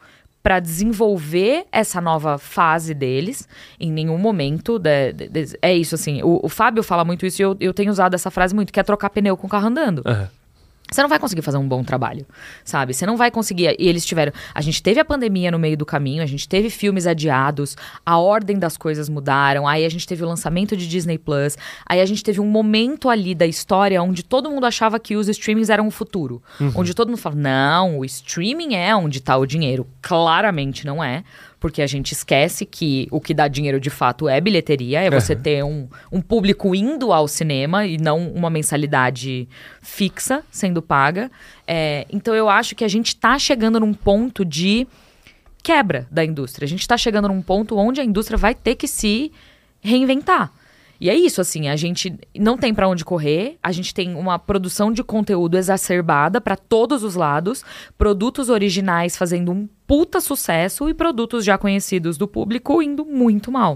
para desenvolver essa nova fase deles. Em nenhum momento... De, de, de, é isso, assim. O, o Fábio fala muito isso e eu, eu tenho usado essa frase muito, que é trocar pneu com o carro andando. Uhum. Você não vai conseguir fazer um bom trabalho, sabe? Você não vai conseguir... E eles tiveram... A gente teve a pandemia no meio do caminho, a gente teve filmes adiados, a ordem das coisas mudaram, aí a gente teve o lançamento de Disney Plus, aí a gente teve um momento ali da história onde todo mundo achava que os streamings eram o futuro. Uhum. Onde todo mundo fala, não, o streaming é onde tá o dinheiro. Claramente não é. Porque a gente esquece que o que dá dinheiro de fato é bilheteria, é você uhum. ter um, um público indo ao cinema e não uma mensalidade fixa sendo paga. É, então eu acho que a gente está chegando num ponto de quebra da indústria. A gente está chegando num ponto onde a indústria vai ter que se reinventar. E é isso, assim, a gente não tem pra onde correr, a gente tem uma produção de conteúdo exacerbada pra todos os lados, produtos originais fazendo um puta sucesso e produtos já conhecidos do público indo muito mal.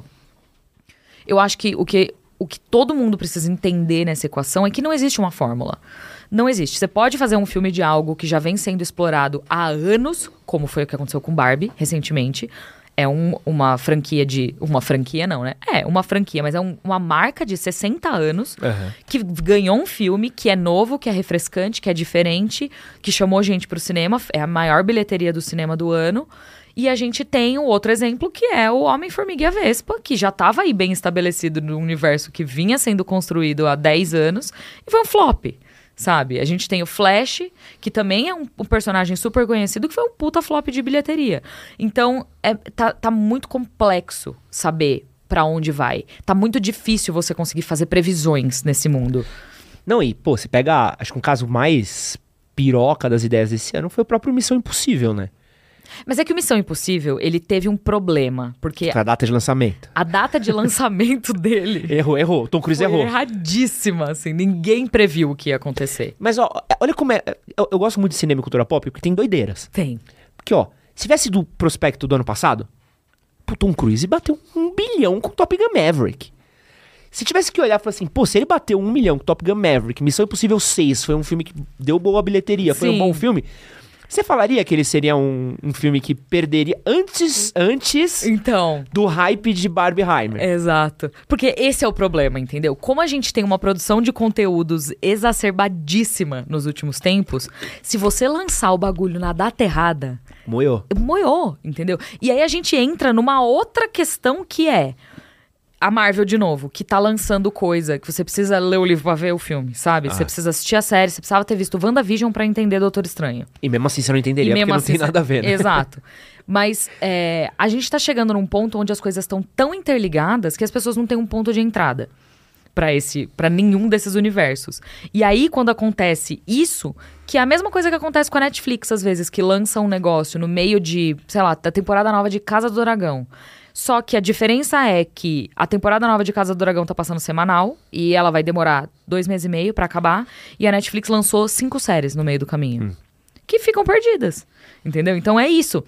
Eu acho que o que, o que todo mundo precisa entender nessa equação é que não existe uma fórmula. Não existe. Você pode fazer um filme de algo que já vem sendo explorado há anos, como foi o que aconteceu com Barbie, recentemente. É um, uma franquia de... Uma franquia não, né? É, uma franquia, mas é um, uma marca de sessenta anos uhum. que ganhou um filme que é novo, que é refrescante, que é diferente, que chamou gente pro cinema. É a maior bilheteria do cinema do ano. E a gente tem o outro exemplo, que é o Homem-Formiga e a Vespa, que já estava aí bem estabelecido no universo que vinha sendo construído há dez anos. E foi um flop. Sabe? A gente tem o Flash, que também é um, um personagem super conhecido, que foi um puta flop de bilheteria. Então, é, tá, tá muito complexo saber pra onde vai. Tá muito difícil você conseguir fazer previsões nesse mundo. Não, e, pô, você pega, acho que um caso mais piroca das ideias desse ano foi o próprio Missão Impossível, né? Mas é que o Missão Impossível, ele teve um problema, porque... Foi a data de lançamento. A data de lançamento dele... Errou, errou. Tom Cruise foi errou. erradíssima, assim. Ninguém previu o que ia acontecer. Mas, ó, olha como é... Eu, eu gosto muito de cinema e cultura pop, porque tem doideiras. Tem. Porque, ó, se tivesse do prospecto do ano passado, o Tom Cruise bateu um bilhão com Top Gun Maverick. Se tivesse que olhar e falar assim, pô, se ele bateu um milhão com Top Gun Maverick, Missão Impossível seis foi um filme que deu boa bilheteria, foi Sim. um bom filme... Você falaria que ele seria um, um filme que perderia antes, antes então, do hype de Barbieheimer? Exato. Porque esse é o problema, entendeu? Como a gente tem uma produção de conteúdos exacerbadíssima nos últimos tempos, se você lançar o bagulho na data errada... Moiou. Moiou, entendeu? E aí a gente entra numa outra questão que é... A Marvel, de novo, que tá lançando coisa que você precisa ler o livro pra ver o filme, sabe? Ah. Você precisa assistir a série, você precisava ter visto WandaVision pra entender Doutor Estranho. E mesmo assim você não entenderia, porque não assim, tem nada a ver, né? Exato. Mas é, a gente tá chegando num ponto onde as coisas estão tão interligadas que as pessoas não têm um ponto de entrada pra esse, para nenhum desses universos. E aí, quando acontece isso, que é a mesma coisa que acontece com a Netflix, às vezes, que lança um negócio no meio de, sei lá, da temporada nova de Casa do Dragão. Só que a diferença é que a temporada nova de Casa do Dragão tá passando semanal e ela vai demorar dois meses e meio pra acabar. E a Netflix lançou cinco séries no meio do caminho. Hum. Que ficam perdidas, entendeu? Então é isso.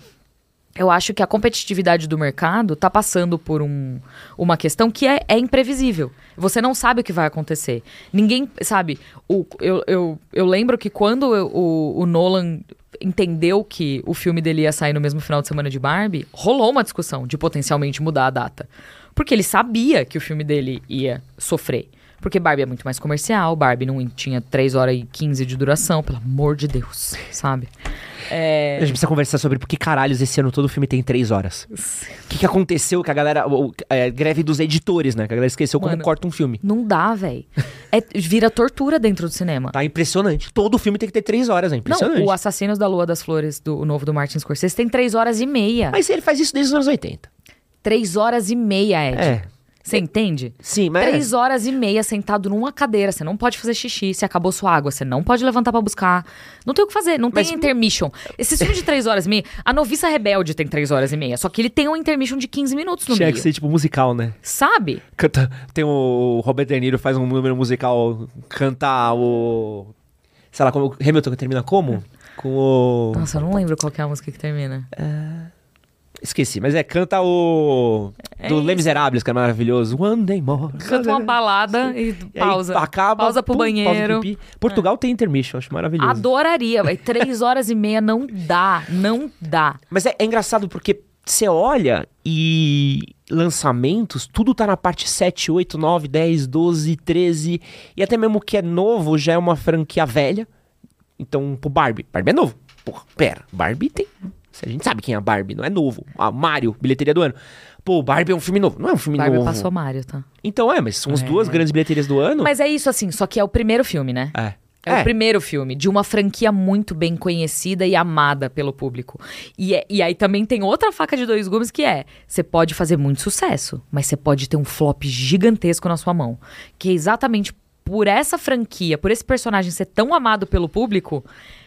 Eu acho que a competitividade do mercado tá passando por um, uma questão que é, é imprevisível. Você não sabe o que vai acontecer. Ninguém, sabe, o, eu, eu, eu lembro que quando eu, o, o Nolan... entendeu que o filme dele ia sair no mesmo final de semana de Barbie, rolou uma discussão de potencialmente mudar a data. Porque ele sabia que o filme dele ia sofrer. Porque Barbie é muito mais comercial, Barbie não tinha três horas e quinze de duração, pelo amor de Deus, sabe? É... A gente precisa conversar sobre por que caralhos esse ano todo o filme tem três horas. O que, que aconteceu que a galera... O, é, greve dos editores, né? Que a galera esqueceu Mano, como corta um filme. Não dá, velho. É, vira tortura dentro do cinema. Tá impressionante. Todo filme tem que ter três horas, é impressionante. Não, o Assassinos da Lua das Flores, do o novo do Martin Scorsese, tem três horas e meia. Mas ele faz isso desde os anos oitenta. Três horas e meia, Ed. É. Você entende? Sim, mas... Três horas e meia sentado numa cadeira. Você não pode fazer xixi. Se acabou sua água, você não pode levantar pra buscar. Não tem o que fazer. Não tem mas... intermission. Esse filme de três horas e meia... A Noviça Rebelde tem três horas e meia. Só que ele tem um intermission de quinze minutos no Tinha meio. que ser tipo musical, né? Sabe? Canta... Tem o Robert De Niro faz um número musical. Canta o... Sei lá, como... Hamilton termina como? Com o... Nossa, eu não lembro qual que é a música que termina. É... Esqueci, mas é, canta o... É do isso. Les Miserables, que é maravilhoso. One day more. Canta uma balada e E aí pausa. acaba, pausa pro pum, banheiro. Pausa pro pipi. Portugal tem intermission, acho maravilhoso. Adoraria, vai. Três horas e meia não dá, não dá. Mas é, é engraçado porque você olha e lançamentos, tudo tá na parte sete, oito, nove, dez, doze, treze. E até mesmo o que é novo já é uma franquia velha. Então, pro Barbie. Barbie é novo. Porra, pera. Barbie tem... A gente sabe quem é a Barbie, não é novo. A Mario, bilheteria do ano. Pô, Barbie é um filme novo. Não é um filme Barbie novo. passou Mario, tá? Então é, mas são as É. duas grandes bilheterias do ano. Mas é isso, assim, só que é o primeiro filme, né? É. É, o primeiro filme de uma franquia muito bem conhecida e amada pelo público. E, é- e aí também tem outra faca de dois gumes que é... Você pode fazer muito sucesso, mas você pode ter um flop gigantesco na sua mão. Que é exatamente por essa franquia, por esse personagem ser tão amado pelo público...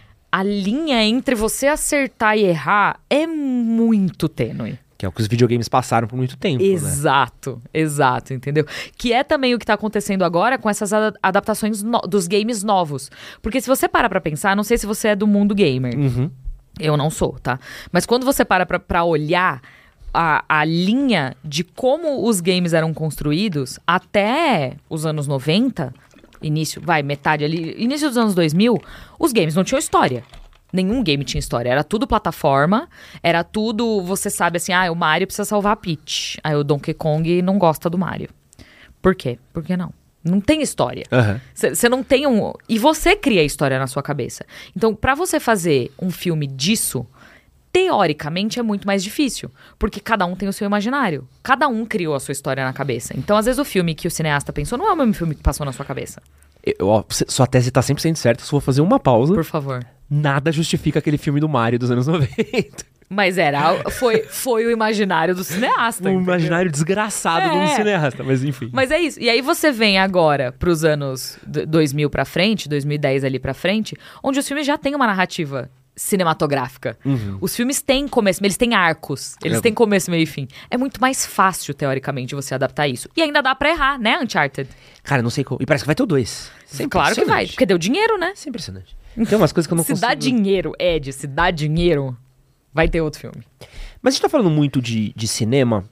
A linha entre você acertar e errar é muito tênue. Que é o que os videogames passaram por muito tempo, né? Exato, exato, entendeu? Que é também o que tá acontecendo agora com essas ada- adaptações no- dos games novos. Porque se você para pra pensar, não sei se você é do mundo gamer. Uhum. Eu não sou, tá? Mas quando você para pra, pra olhar a, a linha de como os games eram construídos até os anos noventa, início, vai, metade ali, início dos anos dois mil, os games não tinham história. Nenhum game tinha história. Era tudo plataforma, era tudo, você sabe assim, ah, o Mario precisa salvar a Peach. Aí o Donkey Kong não gosta do Mario. Por quê? Por que não? Não tem história. Aham. Você não tem um... E você cria a história na sua cabeça. Então, pra você fazer um filme disso, teoricamente é muito mais difícil. Porque cada um tem o seu imaginário. Cada um criou a sua história na cabeça. Então, às vezes, o filme que o cineasta pensou não é o mesmo filme que passou na sua cabeça. Eu- ó, cê- sua tese tá cem por cento certa, só vou fazer uma pausa. Por favor. Nada justifica aquele filme do Mario dos anos noventa. Mas era... Foi, foi o imaginário do cineasta. Um entendeu? imaginário desgraçado de um É. cineasta, mas enfim. Mas é isso. E aí você vem agora pros anos d- dois mil pra frente, dois mil e dez ali pra frente, onde os filmes já têm uma narrativa cinematográfica. Os filmes têm começo, eles têm arcos, eles É. têm começo, meio e fim. É muito mais fácil, teoricamente, você adaptar isso. E ainda dá pra errar, né, Uncharted? Cara, não sei como. E parece que vai ter o dois. Isso é Claro que vai, impressionante. porque deu dinheiro, né? Isso é impressionante. Tem umas coisas que eu não Se consigo... dá dinheiro, Ed, se dá dinheiro, vai ter outro filme. Mas a gente tá falando muito de, de cinema,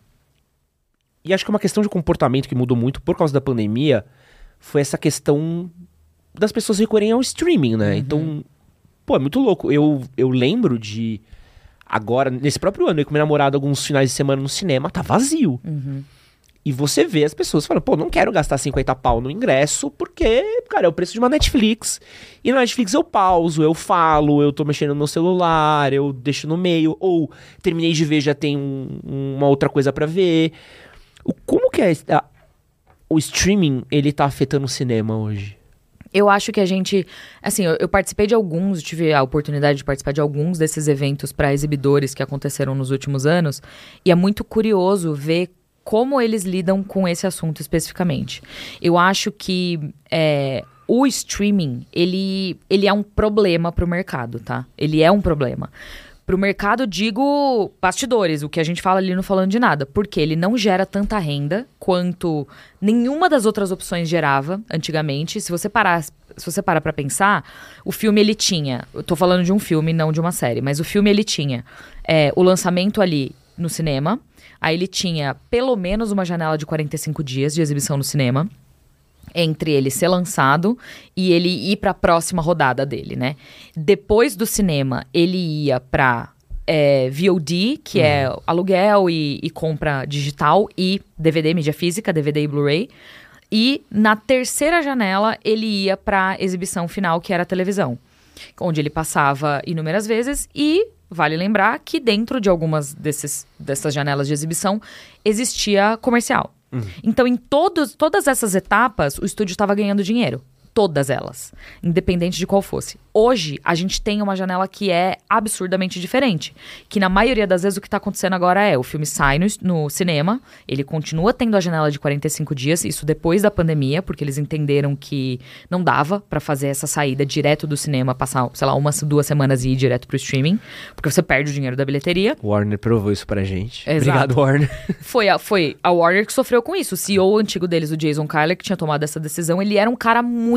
e acho que uma questão de comportamento que mudou muito por causa da pandemia foi essa questão das pessoas recorrerem ao streaming, né? Então, pô, é muito louco. Eu, eu lembro de, agora, nesse próprio ano, eu com minha namorada alguns finais de semana no cinema, tá vazio. E você vê as pessoas falando, pô, não quero gastar cinquenta pau no ingresso, porque, cara, é o preço de uma Netflix. E na Netflix eu pauso, eu falo, eu tô mexendo no meu celular, eu deixo no meio, ou terminei de ver, já tem um- uma outra coisa pra ver. O, como que é esse- a- o streaming, ele tá afetando o cinema hoje? Eu acho que a gente... Assim, eu, eu participei de alguns, tive a oportunidade de participar de alguns desses eventos para exibidores que aconteceram nos últimos anos. E é muito curioso ver como eles lidam com esse assunto especificamente. Eu acho que é, o streaming, ele, ele é um problema para o mercado, tá? Ele é um problema. Para o mercado, digo bastidores, o que a gente fala ali não falando de nada. Porque ele não gera tanta renda quanto nenhuma das outras opções gerava antigamente. Se você parar, se você parar para pensar, o filme ele tinha... Eu tô falando de um filme, não de uma série. Mas o filme ele tinha é, o lançamento ali no cinema. Aí ele tinha pelo menos uma janela de quarenta e cinco dias de exibição no cinema. Entre ele ser lançado e ele ir para a próxima rodada dele, né? Depois do cinema, ele ia para é, V O D, que é aluguel e, e compra digital, e D V D, mídia física, D V D e Blu-ray. E na terceira janela, ele ia para exibição final, que era a televisão, onde ele passava inúmeras vezes. E vale lembrar que dentro de algumas desses, dessas janelas de exibição existia comercial. Então, em todos, todas essas etapas, o estúdio estava ganhando dinheiro. Todas elas. Independente de qual fosse. Hoje, a gente tem uma janela que é absurdamente diferente. Que na maioria das vezes o que está acontecendo agora é, o filme sai no, no cinema, ele continua tendo a janela de quarenta e cinco dias, isso depois da pandemia, porque eles entenderam que não dava para fazer essa saída direto do cinema, passar, sei lá, umas duas semanas e ir direto pro streaming, porque você perde o dinheiro da bilheteria. Warner provou isso pra gente. Exato. Obrigado, Warner. Foi a, foi a Warner que sofreu com isso. O C E O antigo deles, o Jason Kilar, que tinha tomado essa decisão, ele era um cara muito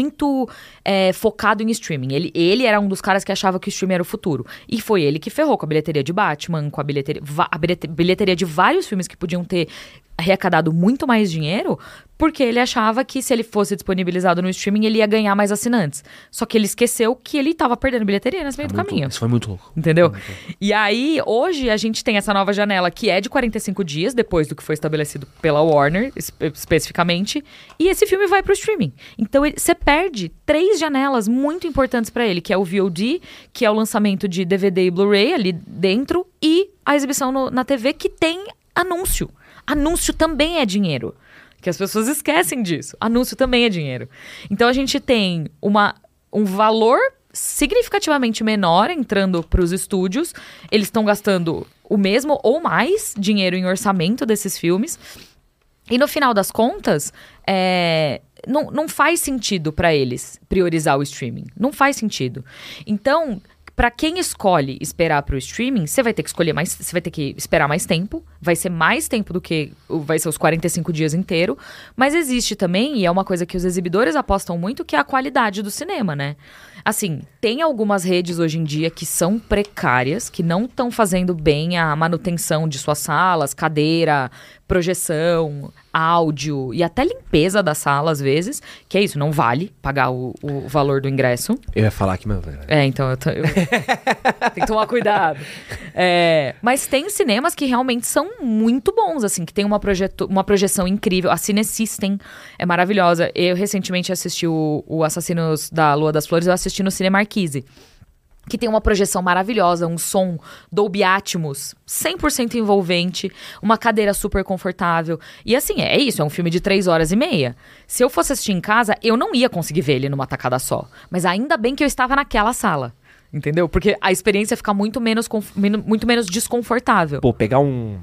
muito é, focado em streaming. Ele, ele era um dos caras que achava que o streaming era o futuro. E foi ele que ferrou com a bilheteria de Batman, com a bilheteria, a bilheteria de vários filmes que podiam ter arrecadado muito mais dinheiro, porque ele achava que se ele fosse disponibilizado no streaming, ele ia ganhar mais assinantes. Só que ele esqueceu que ele tava perdendo bilheteria nesse meio do caminho. Isso foi muito louco. Entendeu? Muito louco. E aí, hoje, a gente tem essa nova janela que é de quarenta e cinco dias, depois do que foi estabelecido pela Warner, espe- especificamente, e esse filme vai pro streaming. Então, você perde três janelas muito importantes pra ele, que é o V O D, que é o lançamento de D V D e Blu-ray ali dentro, e a exibição no, na T V, que tem anúncio. Anúncio também é dinheiro. Que as pessoas esquecem disso. Anúncio também é dinheiro. Então a gente tem uma, um valor significativamente menor entrando para os estúdios. Eles estão gastando o mesmo ou mais dinheiro em orçamento desses filmes. E no final das contas, é, não, não faz sentido para eles priorizar o streaming. Não faz sentido. Então, para quem escolhe esperar para o streaming, você vai ter que escolher mais, você vai ter que esperar mais tempo, vai ser mais tempo do que vai ser os quarenta e cinco dias inteiro, mas existe também, e é uma coisa que os exibidores apostam muito, que é a qualidade do cinema, né? Assim, tem algumas redes hoje em dia que são precárias, que não estão fazendo bem a manutenção de suas salas, cadeira, projeção, áudio e até limpeza da sala, às vezes, que é isso, não vale pagar o, o valor do ingresso. Eu ia falar que... Meu... É, então eu, tô, eu... tem que tomar cuidado. É, mas tem cinemas que realmente são muito bons, assim, que tem uma, projeto, uma projeção incrível. A Cine System é maravilhosa. Eu recentemente assisti o, o Assassinos da Lua das Flores, eu assisti no Cine Marquise, que tem uma projeção maravilhosa, um som Dolby Atmos, cem por cento envolvente, uma cadeira super confortável. E assim, é isso, é um filme de três horas e meia. Se eu fosse assistir em casa, eu não ia conseguir ver ele numa tacada só. Mas ainda bem que eu estava naquela sala, entendeu? Porque a experiência fica muito menos, conf... muito menos desconfortável. Pô, pegar um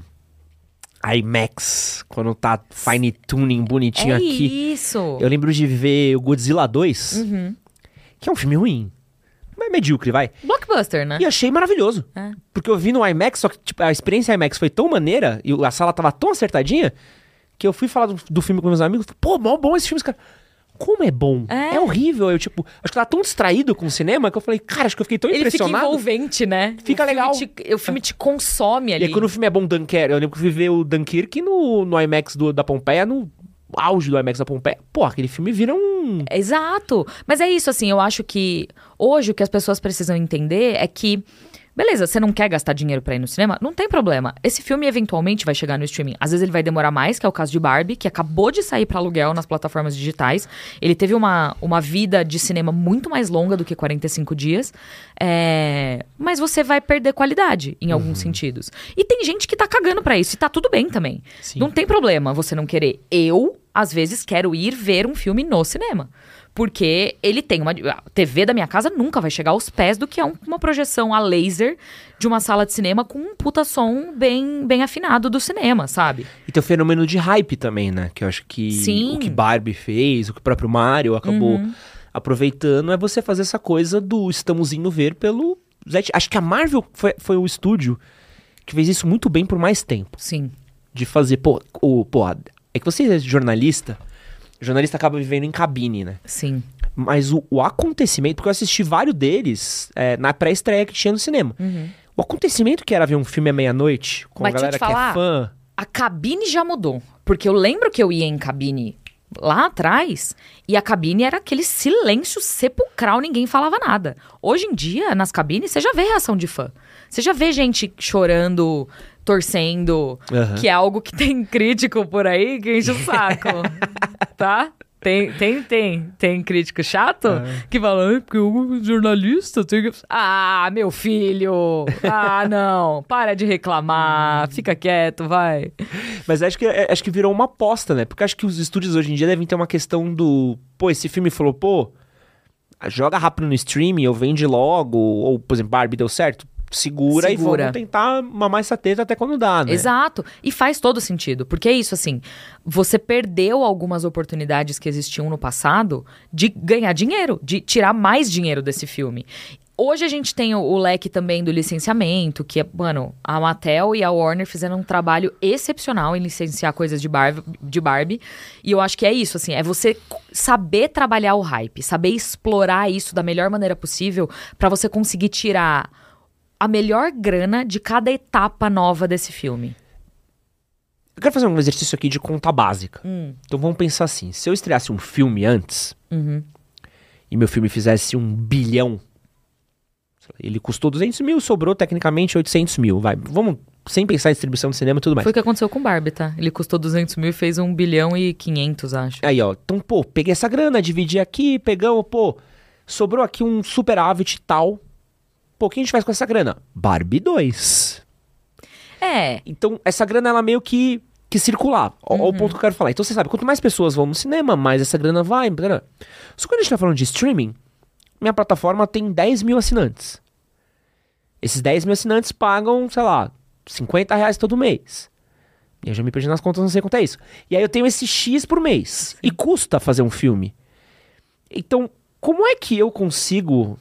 IMAX, quando tá fine tuning bonitinho é aqui. É isso. Eu lembro de ver o Godzilla dois, uhum. que é um filme ruim. É medíocre, vai. Blockbuster, né? E achei maravilhoso. É. Porque eu vi no IMAX, só que tipo, a experiência IMAX foi tão maneira, e a sala tava tão acertadinha, que eu fui falar do, do filme com meus amigos, pô, mó bom esse filme, cara. Como é bom. É. é horrível. Eu, tipo, acho que eu tava tão distraído com o cinema que eu falei, cara, acho que eu fiquei tão Ele impressionado. Ele fica envolvente, né? Fica o legal. Te, o filme te consome ali. E aí, quando o filme é bom, Dunkirk, eu lembro que eu fui ver o Dunkirk no, no IMAX do, da Pompeia, no auge do IMAX da Pompeia. Pô, aquele filme vira um... Exato. Mas é isso, assim, eu acho que hoje o que as pessoas precisam entender é que, beleza, você não quer gastar dinheiro pra ir no cinema? Não tem problema. Esse filme eventualmente vai chegar no streaming. Às vezes ele vai demorar mais, que é o caso de Barbie, que acabou de sair pra aluguel nas plataformas digitais. Ele teve uma, uma vida de cinema muito mais longa do que quarenta e cinco dias. É... Mas você vai perder qualidade, em alguns uhum. sentidos. E tem gente que tá cagando pra isso, e tá tudo bem também. Sim. Não tem problema você não querer. Eu, às vezes, quero ir ver um filme no cinema. Porque ele tem uma... A T V da minha casa nunca vai chegar aos pés do que é um, uma projeção a laser de uma sala de cinema com um puta som bem, bem afinado do cinema, sabe? E tem o fenômeno de hype também, né? Que eu acho que Sim. o que Barbie fez, o que o próprio Mario acabou uhum. aproveitando é você fazer essa coisa do estamos indo ver pelo... Acho que a Marvel foi, foi o estúdio que fez isso muito bem por mais tempo. Sim. De fazer... Pô, o, pô é que você é jornalista... O jornalista acaba vivendo em cabine, né? Sim. Mas o, o acontecimento... Porque eu assisti vários deles é, na pré-estreia que tinha no cinema. Uhum. O acontecimento que era ver um filme à meia-noite, com Mas a galera falar, que é fã... A cabine já mudou. Porque eu lembro que eu ia em cabine lá atrás e a cabine era aquele silêncio sepulcral, ninguém falava nada. Hoje em dia, nas cabines, você já vê reação de fã. Você já vê gente chorando... torcendo, uhum. que é algo que tem crítico por aí que enche o saco, tá? Tem, tem, tem. Tem crítico chato uhum. que fala, porque o jornalista tem que... Ah, meu filho! Ah, não! Para de reclamar, fica quieto, vai. Mas acho que, acho que virou uma aposta, né? Porque acho que os estúdios hoje em dia devem ter uma questão do... Pô, esse filme flopou, joga rápido no streaming, ou vende logo, ou, por exemplo, Barbie deu certo. Segura, Segura e vamos tentar mamar essa teta até quando dá, né? Exato. E faz todo sentido. Porque é isso, assim, você perdeu algumas oportunidades que existiam no passado de ganhar dinheiro, de tirar mais dinheiro desse filme. Hoje a gente tem o, o leque também do licenciamento, que é, mano, a Mattel e a Warner fizeram um trabalho excepcional em licenciar coisas de Barbie, de Barbie. E eu acho que é isso, assim, é você saber trabalhar o hype, saber explorar isso da melhor maneira possível pra você conseguir tirar a melhor grana de cada etapa nova desse filme. Eu quero fazer um exercício aqui de conta básica. Hum. Então vamos pensar assim, se eu estreasse um filme antes, Uhum. e meu filme fizesse um bilhão, ele custou duzentos mil, sobrou tecnicamente oitocentos mil, vai. Vamos, sem pensar em distribuição de cinema e tudo mais. Foi o que aconteceu com Barbie, tá? Ele custou duzentos mil e fez um bilhão e quinhentos, acho. Aí, ó, então, pô, peguei essa grana, dividi aqui, pegamos, pô, sobrou aqui um superávit tal. Pô, o que a gente faz com essa grana? Barbie dois. É. Então, essa grana, ela meio que, que circular. Ó, Uhum. ó o ponto que eu quero falar. Então, você sabe, quanto mais pessoas vão no cinema, mais essa grana vai. Só que quando a gente tá falando de streaming, minha plataforma tem dez mil assinantes. Esses dez mil assinantes pagam, sei lá, cinquenta reais todo mês. E eu já me perdi nas contas, não sei quanto é isso. E aí eu tenho esse X por mês. Sim. E custa fazer um filme. Então, como é que eu consigo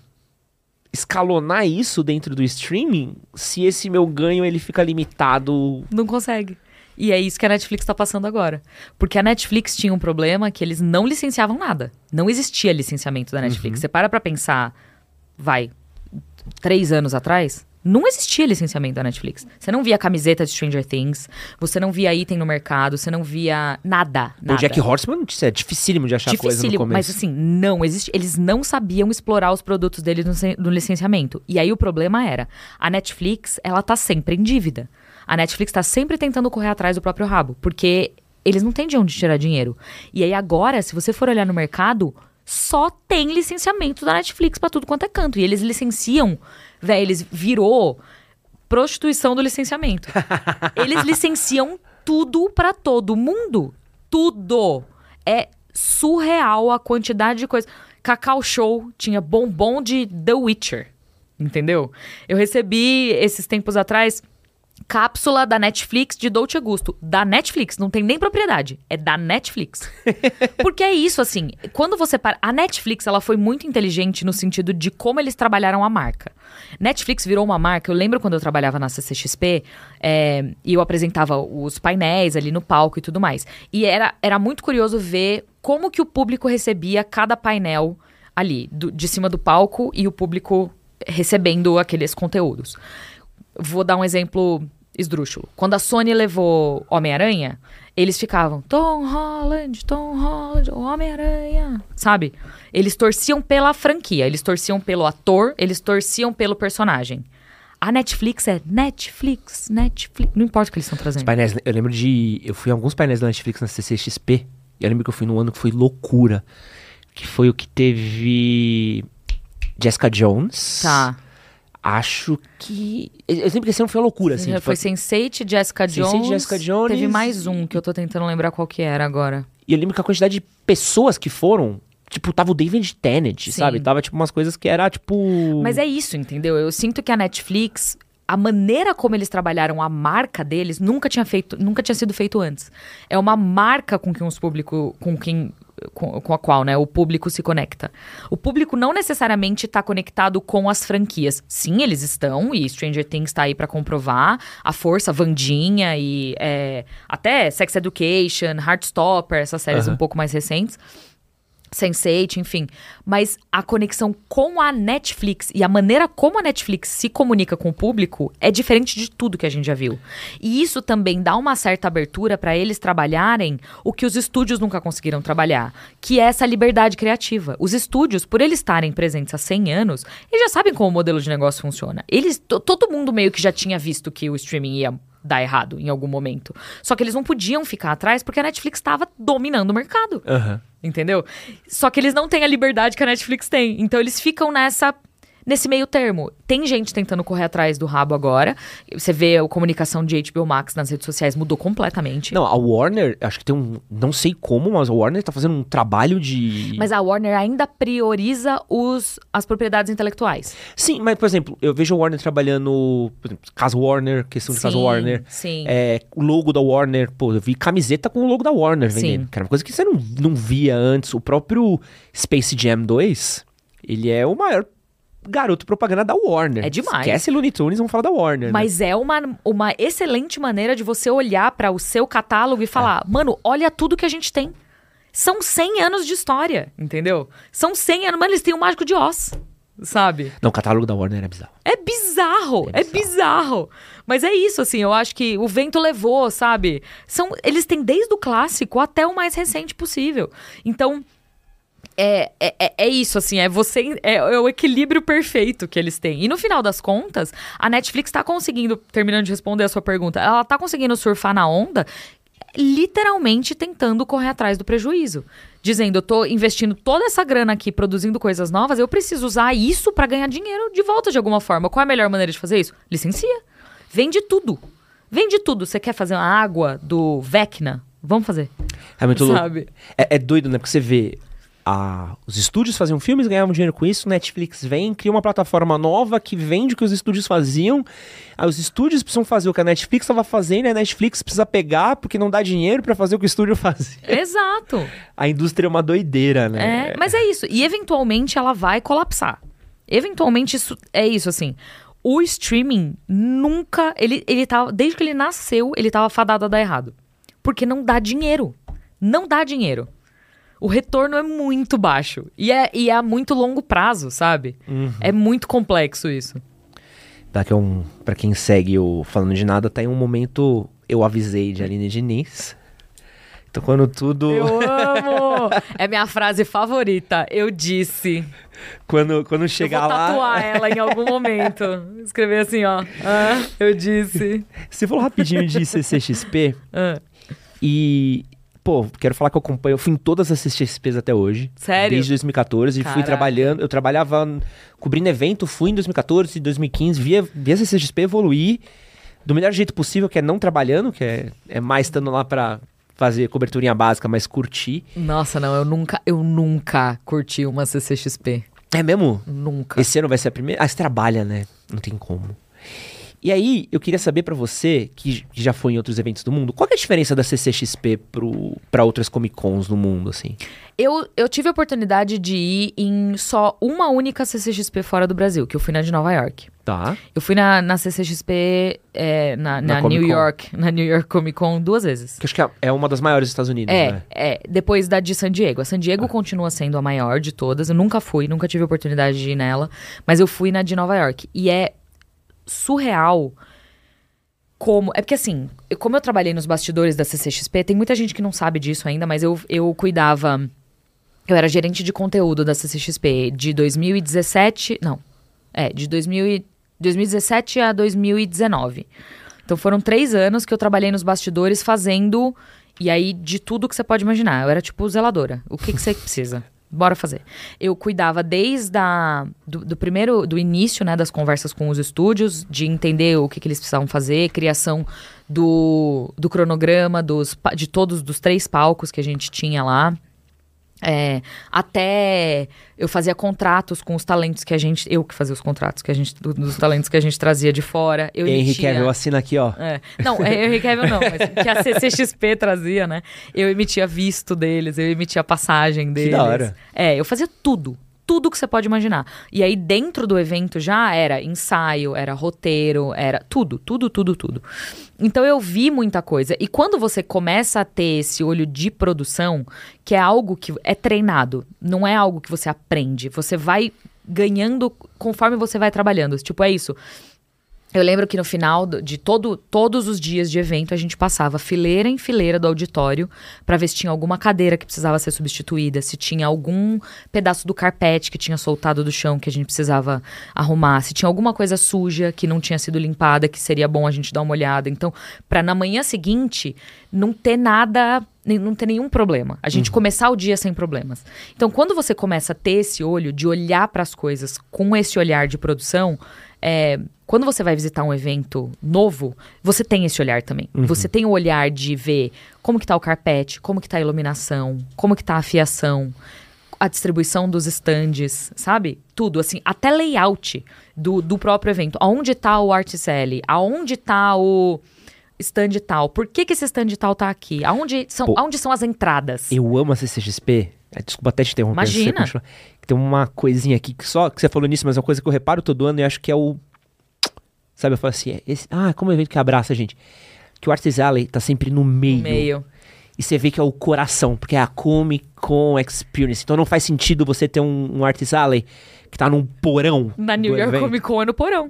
escalonar isso dentro do streaming se esse meu ganho ele fica limitado? Não consegue. E é isso que a Netflix tá passando agora. Porque a Netflix tinha um problema que eles não licenciavam nada. Não existia licenciamento da Netflix. Uhum. Você para pra pensar, vai, três anos atrás, não existia licenciamento da Netflix. Você não via camiseta de Stranger Things, você não via item no mercado, você não via nada, nada. O Jack Horseman é dificílimo de achar coisa no começo. Mas assim, não existe. Eles não sabiam explorar os produtos deles no, no licenciamento. E aí o problema era, a Netflix, ela tá sempre em dívida. A Netflix tá sempre tentando correr atrás do próprio rabo, porque eles não têm de onde tirar dinheiro. E aí agora, se você for olhar no mercado, só tem licenciamento da Netflix pra tudo quanto é canto. E eles licenciam, velho, eles virou prostituição do licenciamento. Eles licenciam tudo pra todo mundo. Tudo. É surreal a quantidade de coisa. Cacau Show tinha bombom de The Witcher, entendeu? Eu recebi, esses tempos atrás, cápsula da Netflix de Dolce Gusto. Da Netflix, não tem nem propriedade. É da Netflix. Porque é isso, assim, quando você para... A Netflix, ela foi muito inteligente no sentido de como eles trabalharam a marca. Netflix virou uma marca... Eu lembro quando eu trabalhava na C C X P, é, e eu apresentava os painéis ali no palco e tudo mais. E era, era muito curioso ver como que o público recebia cada painel ali, do, de cima do palco, e o público recebendo aqueles conteúdos. Vou dar um exemplo esdrúxulo. Quando a Sony levou Homem-Aranha, eles ficavam Tom Holland, Tom Holland, Homem-Aranha, sabe? Eles torciam pela franquia, eles torciam pelo ator, eles torciam pelo personagem. A Netflix é Netflix, Netflix, não importa o que eles estão trazendo. Os painéis, eu lembro de... Eu fui em alguns painéis da Netflix na C C X P, e eu lembro que eu fui num ano que foi loucura, que foi o que teve Jessica Jones. Tá. Acho que... Eu lembro que esse ano foi uma loucura, assim. Foi sense eight, Jessica Jones. sense eight, Jessica Jones. Teve mais um que eu tô tentando lembrar qual que era agora. E eu lembro que a quantidade de pessoas que foram... Tipo, tava o David Tennant, Sim. sabe? Tava, tipo, umas coisas que era, tipo... Mas é isso, entendeu? Eu sinto que a Netflix... A maneira como eles trabalharam a marca deles nunca tinha, feito, nunca tinha sido feito antes. É uma marca com quem os público... Com quem... Com, com a qual, né, o público se conecta. O público não necessariamente está conectado com as franquias. Sim, eles estão, e Stranger Things está aí para comprovar. A Força, Wandinha e é, até Sex Education, Heartstopper, essas séries Uhum. um pouco mais recentes. sense eight, enfim. Mas a conexão com a Netflix e a maneira como a Netflix se comunica com o público é diferente de tudo que a gente já viu. E isso também dá uma certa abertura para eles trabalharem o que os estúdios nunca conseguiram trabalhar, que é essa liberdade criativa. Os estúdios, por eles estarem presentes há cem anos, eles já sabem como o modelo de negócio funciona. Eles, t- todo mundo meio que já tinha visto que o streaming ia dar errado em algum momento. Só que eles não podiam ficar atrás porque a Netflix estava dominando o mercado. Aham. Entendeu? Só que eles não têm a liberdade que a Netflix tem. Então eles ficam nessa... Nesse meio termo. Tem gente tentando correr atrás do rabo agora. Você vê a comunicação de H B O Max nas redes sociais mudou completamente. Não, a Warner, acho que tem um... Não sei como, mas a Warner tá fazendo um trabalho de... Mas a Warner ainda prioriza os, as propriedades intelectuais. Sim, mas, por exemplo, eu vejo a Warner trabalhando... Por exemplo, Casa Warner, questão de Casa Warner. Sim, É, o logo da Warner. Pô, eu vi camiseta com o logo da Warner vendendo. Sim. Que era uma coisa que você não, não via antes. O próprio Space Jam dois, ele é o maior garoto propaganda da Warner. É demais. Esquece Looney Tunes, vamos falar da Warner. Mas né? é uma, uma excelente maneira de você olhar para o seu catálogo e falar, é. mano, olha tudo que a gente tem. São cem anos de história, entendeu? São cem anos, mas eles têm o Mágico de Oz, sabe? Não, o catálogo da Warner é bizarro. É bizarro, é bizarro, é bizarro. Mas é isso, assim, eu acho que o vento levou, sabe? São, eles têm desde o clássico até o mais recente possível. Então, é, é, é isso, assim, é você é, é o equilíbrio perfeito que eles têm. E no final das contas, a Netflix tá conseguindo, terminando de responder a sua pergunta, ela tá conseguindo surfar na onda, literalmente tentando correr atrás do prejuízo. Dizendo, eu tô investindo toda essa grana aqui, produzindo coisas novas, eu preciso usar isso pra ganhar dinheiro de volta de alguma forma. Qual é a melhor maneira de fazer isso? Licencia. Vende tudo. Vende tudo. Você quer fazer uma água do Vecna? Vamos fazer. É muito Sabe? louco. É, é doido, né? Porque você vê... Ah, os estúdios faziam filmes, ganhavam dinheiro com isso, Netflix vem, cria uma plataforma nova que vende o que os estúdios faziam, aí os estúdios precisam fazer o que a Netflix estava fazendo, e a Netflix precisa pegar porque não dá dinheiro para fazer o que o estúdio fazia. Exato. A indústria é uma doideira, né? É, mas é isso, e eventualmente ela vai colapsar. Eventualmente isso é isso, assim. O streaming nunca, ele, ele tava, desde que ele nasceu, ele tava fadado a dar errado. Porque não dá dinheiro. Não dá dinheiro. O retorno é muito baixo. E é, e é a muito longo prazo, sabe? Uhum. É muito complexo isso. Daqui a um... Pra quem segue o Falando de Nada, tá em um momento... Eu avisei de Aline Diniz. Então quando tudo... Eu amo! É minha frase favorita. Eu disse. Quando, quando chegar lá... Eu vou tatuar lá... ela em algum momento. Escrever assim, ó. Ah, eu disse. Você falou rapidinho de C C X P. Ah. E... Pô, quero falar que eu acompanho, eu fui em todas as C C X Ps até hoje. Sério? Desde dois mil e catorze, e fui trabalhando, eu trabalhava cobrindo evento, fui em dois mil e catorze, dois mil e quinze, via, via a C C X P evoluir do melhor jeito possível, que é não trabalhando, que é, é mais estando lá pra fazer coberturinha básica, mas curtir. Nossa, não, eu nunca, eu nunca curti uma C C X P. É mesmo? Nunca. Esse ano vai ser a primeira? Ah, você trabalha, né? Não tem como. E aí, eu queria saber pra você, que já foi em outros eventos do mundo, qual que é a diferença da C C X P pro, pra outras Comic Cons no mundo, assim? Eu, eu tive a oportunidade de ir em só uma única C C X P fora do Brasil, que eu fui na de Nova York. Tá. Eu fui na, na C C X P, é, na, na, na New York, na New York Comic Con duas vezes. Que acho que é uma das maiores dos Estados Unidos, é, né? É, depois da de San Diego. A San Diego ah. continua sendo a maior de todas. Eu nunca fui, nunca tive a oportunidade de ir nela, mas eu fui na de Nova York. E é surreal... Como, é porque assim, eu, como eu trabalhei nos bastidores da C C X P, tem muita gente que não sabe disso ainda, mas eu, eu cuidava, eu era gerente de conteúdo da C C X P de dois mil e dezessete, não, é, de dois mil e, dois mil e dezessete a dois mil e dezenove. Então foram três anos que eu trabalhei nos bastidores fazendo, e aí de tudo que você pode imaginar, eu era tipo zeladora, o que, que você precisa? Bora fazer. Eu cuidava desde a, do, do primeiro, do início, né, das conversas com os estúdios, de entender o que, que eles precisavam fazer, criação do, do cronograma, dos, de todos dos três palcos que a gente tinha lá. É, até eu fazia contratos com os talentos que a gente... Eu que fazia os contratos que a gente, dos talentos que a gente trazia de fora. Eu Henry Cavill assina aqui, ó. É, não, Henry Cavill não, mas que a C C X P trazia, né? Eu emitia visto deles, eu emitia passagem deles. Que da hora. É, eu fazia tudo. Tudo que você pode imaginar. E aí, dentro do evento já era ensaio, era roteiro, era tudo, tudo, tudo, tudo. Então, eu vi muita coisa. E quando você começa a ter esse olho de produção, que é algo que é treinado, não é algo que você aprende. Você vai ganhando conforme você vai trabalhando. Tipo, é isso. Eu lembro que no final de todo, todos os dias de evento, a gente passava fileira em fileira do auditório para ver se tinha alguma cadeira que precisava ser substituída, se tinha algum pedaço do carpete que tinha soltado do chão que a gente precisava arrumar, se tinha alguma coisa suja que não tinha sido limpada, que seria bom a gente dar uma olhada. Então, para na manhã seguinte não ter nada, não ter nenhum problema. A gente uhum. começar o dia sem problemas. Então, quando você começa a ter esse olho de olhar para as coisas com esse olhar de produção, é... Quando você vai visitar um evento novo, você tem esse olhar também. Uhum. Você tem o olhar de ver como que tá o carpete, como que tá a iluminação, como que tá a fiação, a distribuição dos estandes, sabe? Tudo, assim, até layout do, do próprio evento. Aonde tá o Articelli? Aonde tá o stand tal? Por que que esse stand tal tá aqui? Aonde são, Pô, aonde são as entradas? Eu amo a C C X P É, desculpa até te interromper. Imagina. Você tem uma coisinha aqui que só que você falou nisso, mas é uma coisa que eu reparo todo ano e acho que é o... Sabe, eu falo assim, é esse... ah, como é o evento que abraça a gente. Que o Artist Alley tá sempre no meio. No meio. E você vê que é o coração, porque é a Comic Con Experience. Então não faz sentido você ter um, um Artist Alley que tá num porão. Na New York evento. Comic Con é no porão.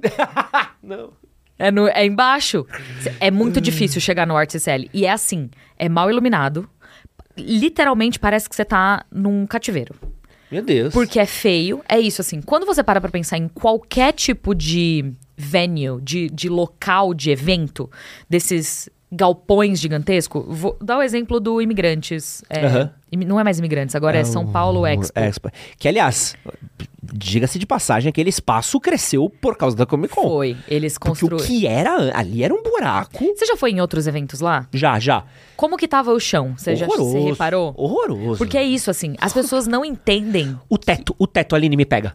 Não. É, no, é embaixo. É muito difícil chegar no Artist Alley. E é assim, é mal iluminado. Literalmente parece que você tá num cativeiro. Meu Deus. Porque é feio. É isso, assim. Quando você para pra pensar em qualquer tipo de venue, de, de local de evento, desses galpões gigantescos, vou dar o exemplo do Imigrantes. É, Uhum. imi- Não é mais Imigrantes, agora é, É São o- Paulo Expo. Expo. Que, aliás, diga-se de passagem, aquele espaço cresceu por causa da Comic Con. Foi. Eles Porque o construíram. que era ali era um buraco. Você já foi em outros eventos lá? Já, já. Como que tava o chão? Você já Horroroso. você reparou? Horroroso. Porque é isso, assim, as pessoas não entendem. O teto, o teto, Aline, me pega.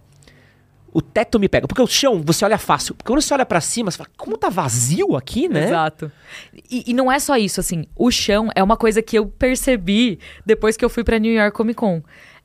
O teto me pega. Porque o chão, você olha fácil. Porque quando você olha pra cima, você fala, como tá vazio aqui, né? Exato. E, e não é só isso, assim, o chão é uma coisa que eu percebi depois que eu fui pra New York Comic Con.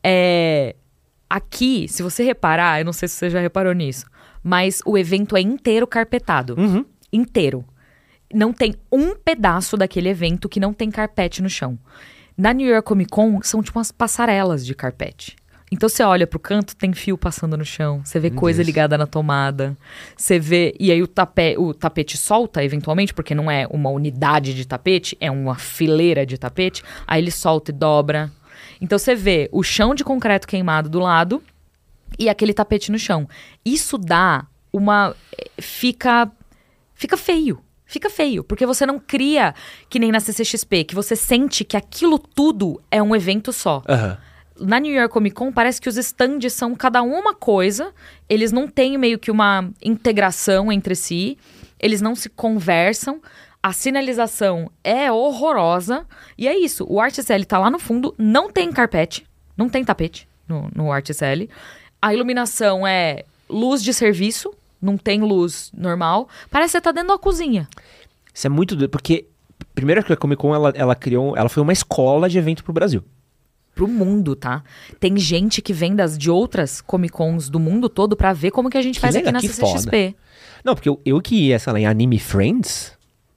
É... Aqui, se você reparar, eu não sei se você já reparou nisso, mas o evento é inteiro carpetado. Uhum. Inteiro. Não tem um pedaço daquele evento que não tem carpete no chão. Na New York Comic Con, são tipo umas passarelas de carpete. Então você olha pro canto, tem fio passando no chão, você vê Meu coisa Deus. ligada na tomada, você vê... E aí o, tapé, o tapete solta, eventualmente, porque não é uma unidade de tapete, é uma fileira de tapete, aí ele solta e dobra. Então você vê o chão de concreto queimado do lado e aquele tapete no chão. Isso dá uma... Fica... Fica feio. Fica feio, porque você não cria, que nem na C C X P, que você sente que aquilo tudo é um evento só. Aham. Na New York Comic Con, parece que os stands são cada um uma coisa. Eles não têm meio que uma integração entre si. Eles não se conversam. A sinalização é horrorosa. E é isso. O Artist Alley tá lá no fundo. Não tem carpete. Não tem tapete no, no Artist Alley. A iluminação é luz de serviço. Não tem luz normal. Parece que você tá dentro da cozinha. Isso é muito doido, porque primeiro que a Comic Con, ela, ela criou, ela foi uma escola de evento pro Brasil. Pro mundo, tá? Tem gente que vem das, de outras Comic Cons do mundo todo pra ver como que a gente Que faz legal, aqui na que C C X P. Não, porque eu, eu que ia, sei lá, em Anime Friends,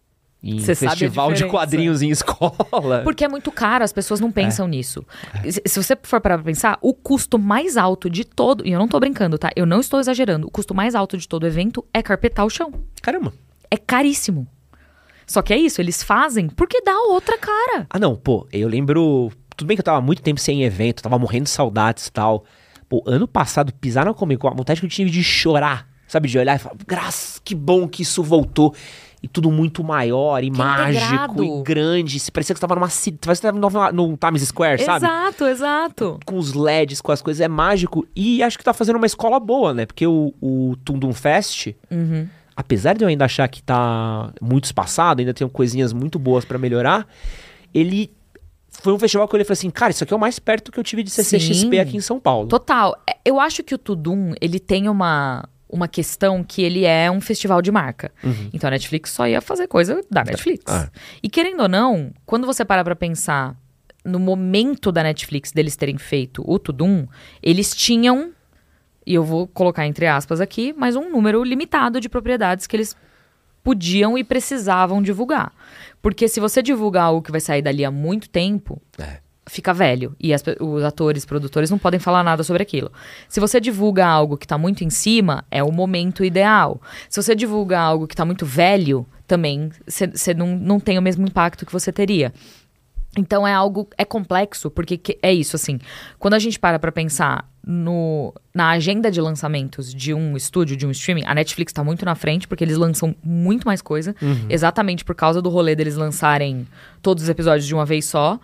em Cê sabe a festival de diferença. quadrinhos em escola. Porque é muito caro, as pessoas não pensam nisso. Se, se você for parar pra pensar, o custo mais alto de todo... E eu não tô brincando, tá? Eu não estou exagerando. O custo mais alto de todo evento é carpetar o chão. Caramba. É caríssimo. Só que é isso, eles fazem porque dá outra cara. Ah, não, pô, eu lembro... Tudo bem que eu tava há muito tempo sem evento, tava morrendo de saudades e tal. Pô, ano passado, pisar na Comic Con, a vontade que eu tive de chorar, sabe? De olhar e falar, graças, que bom que isso voltou. E tudo muito maior e Que mágico integrado. e grande. Se parecia que você tava numa cidade, parecia que você tava no, no Times Square, sabe? Exato, exato. Com os L E Ds, com as coisas, é mágico. E acho que tá fazendo uma escola boa, né? Porque o, o Tundum Fest, Uhum. apesar de eu ainda achar que tá muito espaçado, ainda tem coisinhas muito boas pra melhorar, ele foi um festival que eu olhei e falei assim, cara, isso aqui é o mais perto que eu tive de C C X P Sim. aqui em São Paulo. Total. É, Eu acho que o Tudum, ele tem uma, uma questão que ele é um festival de marca. Uhum. Então a Netflix só ia fazer coisa da Netflix. Ah. E querendo ou não, quando você para pra pensar no momento da Netflix deles terem feito o Tudum, eles tinham, e eu vou colocar entre aspas aqui, mas um número limitado de propriedades que eles podiam e precisavam divulgar. Porque se você divulgar algo que vai sair dali há muito tempo, É. fica velho. E as pe- os atores, produtores não podem falar nada sobre aquilo. Se você divulga algo que tá muito em cima, é o momento ideal. Se você divulga algo que tá muito velho, também você não, não tem o mesmo impacto que você teria. Então é algo, é complexo, porque que- é isso, assim, quando a gente para pra pensar no, na agenda de lançamentos de um estúdio, de um streaming, a Netflix tá muito na frente, porque eles lançam muito mais coisa, exatamente por causa do rolê deles lançarem todos os episódios de uma vez só,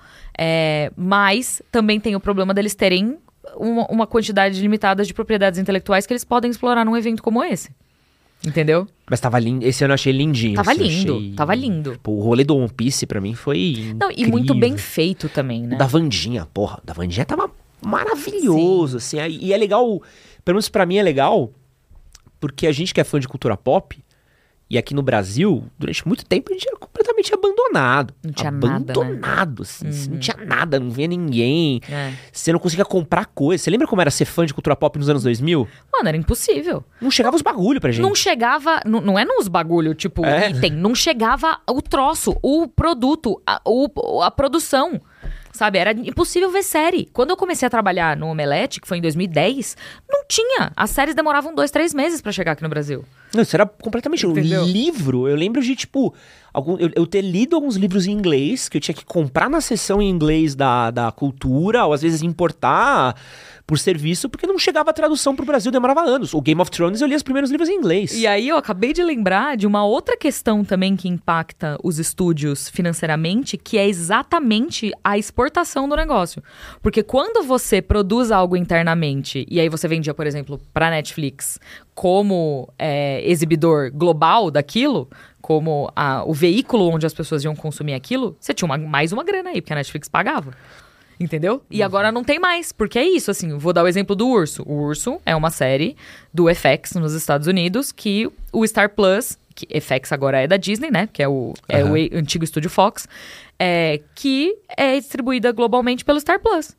é, mas também tem o problema deles terem uma, uma quantidade limitada de propriedades intelectuais que eles podem explorar num evento como esse. Entendeu? Mas tava lindo, esse ano eu achei lindinho. Tava assim, eu lindo, achei- tava lindo. Tipo, o rolê do One Piece pra mim foi Não, e muito incrível. bem feito também, né? Da Vandinha, porra. Da Vandinha tava maravilhoso, assim. aí- E é legal, pelo menos pra mim é legal, porque a gente que é fã de cultura pop, E aqui no Brasil, durante muito tempo, a gente era completamente abandonado. Não tinha abandonado, nada, né? assim. Uhum. Não tinha nada, não via ninguém. É. Você não conseguia comprar coisa. Você lembra como era ser fã de cultura pop nos anos dois mil? Mano, era impossível. Não chegava os bagulho pra gente. Não chegava, não, não é nos bagulho, tipo, É. item. Não chegava o troço, o produto, a, o, a produção. Sabe, era impossível ver série. Quando eu comecei a trabalhar no Omelete, que foi em dois mil e dez, não tinha. As séries demoravam dois, três meses pra chegar aqui no Brasil. Não, isso era completamente... Entendeu? Um livro, eu lembro de, tipo... Algum, eu, eu ter lido alguns livros em inglês, que eu tinha que comprar na seção em inglês da, da cultura, ou às vezes importar por serviço, porque não chegava a tradução pro Brasil, demorava anos. O Game of Thrones, eu li os primeiros livros em inglês. E aí eu acabei de lembrar de uma outra questão também que impacta os estúdios financeiramente, que é exatamente a exportação do negócio. Porque quando você produz algo internamente, e aí você vendia, por exemplo, pra Netflix como é, exibidor global daquilo, como a, o veículo onde as pessoas iam consumir aquilo, você tinha uma, mais uma grana aí, porque a Netflix pagava. Entendeu? E agora não tem mais, porque é isso, assim, vou dar o exemplo do Urso. O Urso é uma série do F X nos Estados Unidos que o Star Plus, que F X agora é da Disney, né, que é o, é Uhum. o antigo estúdio Fox, é, que é distribuída globalmente pelo Star Plus.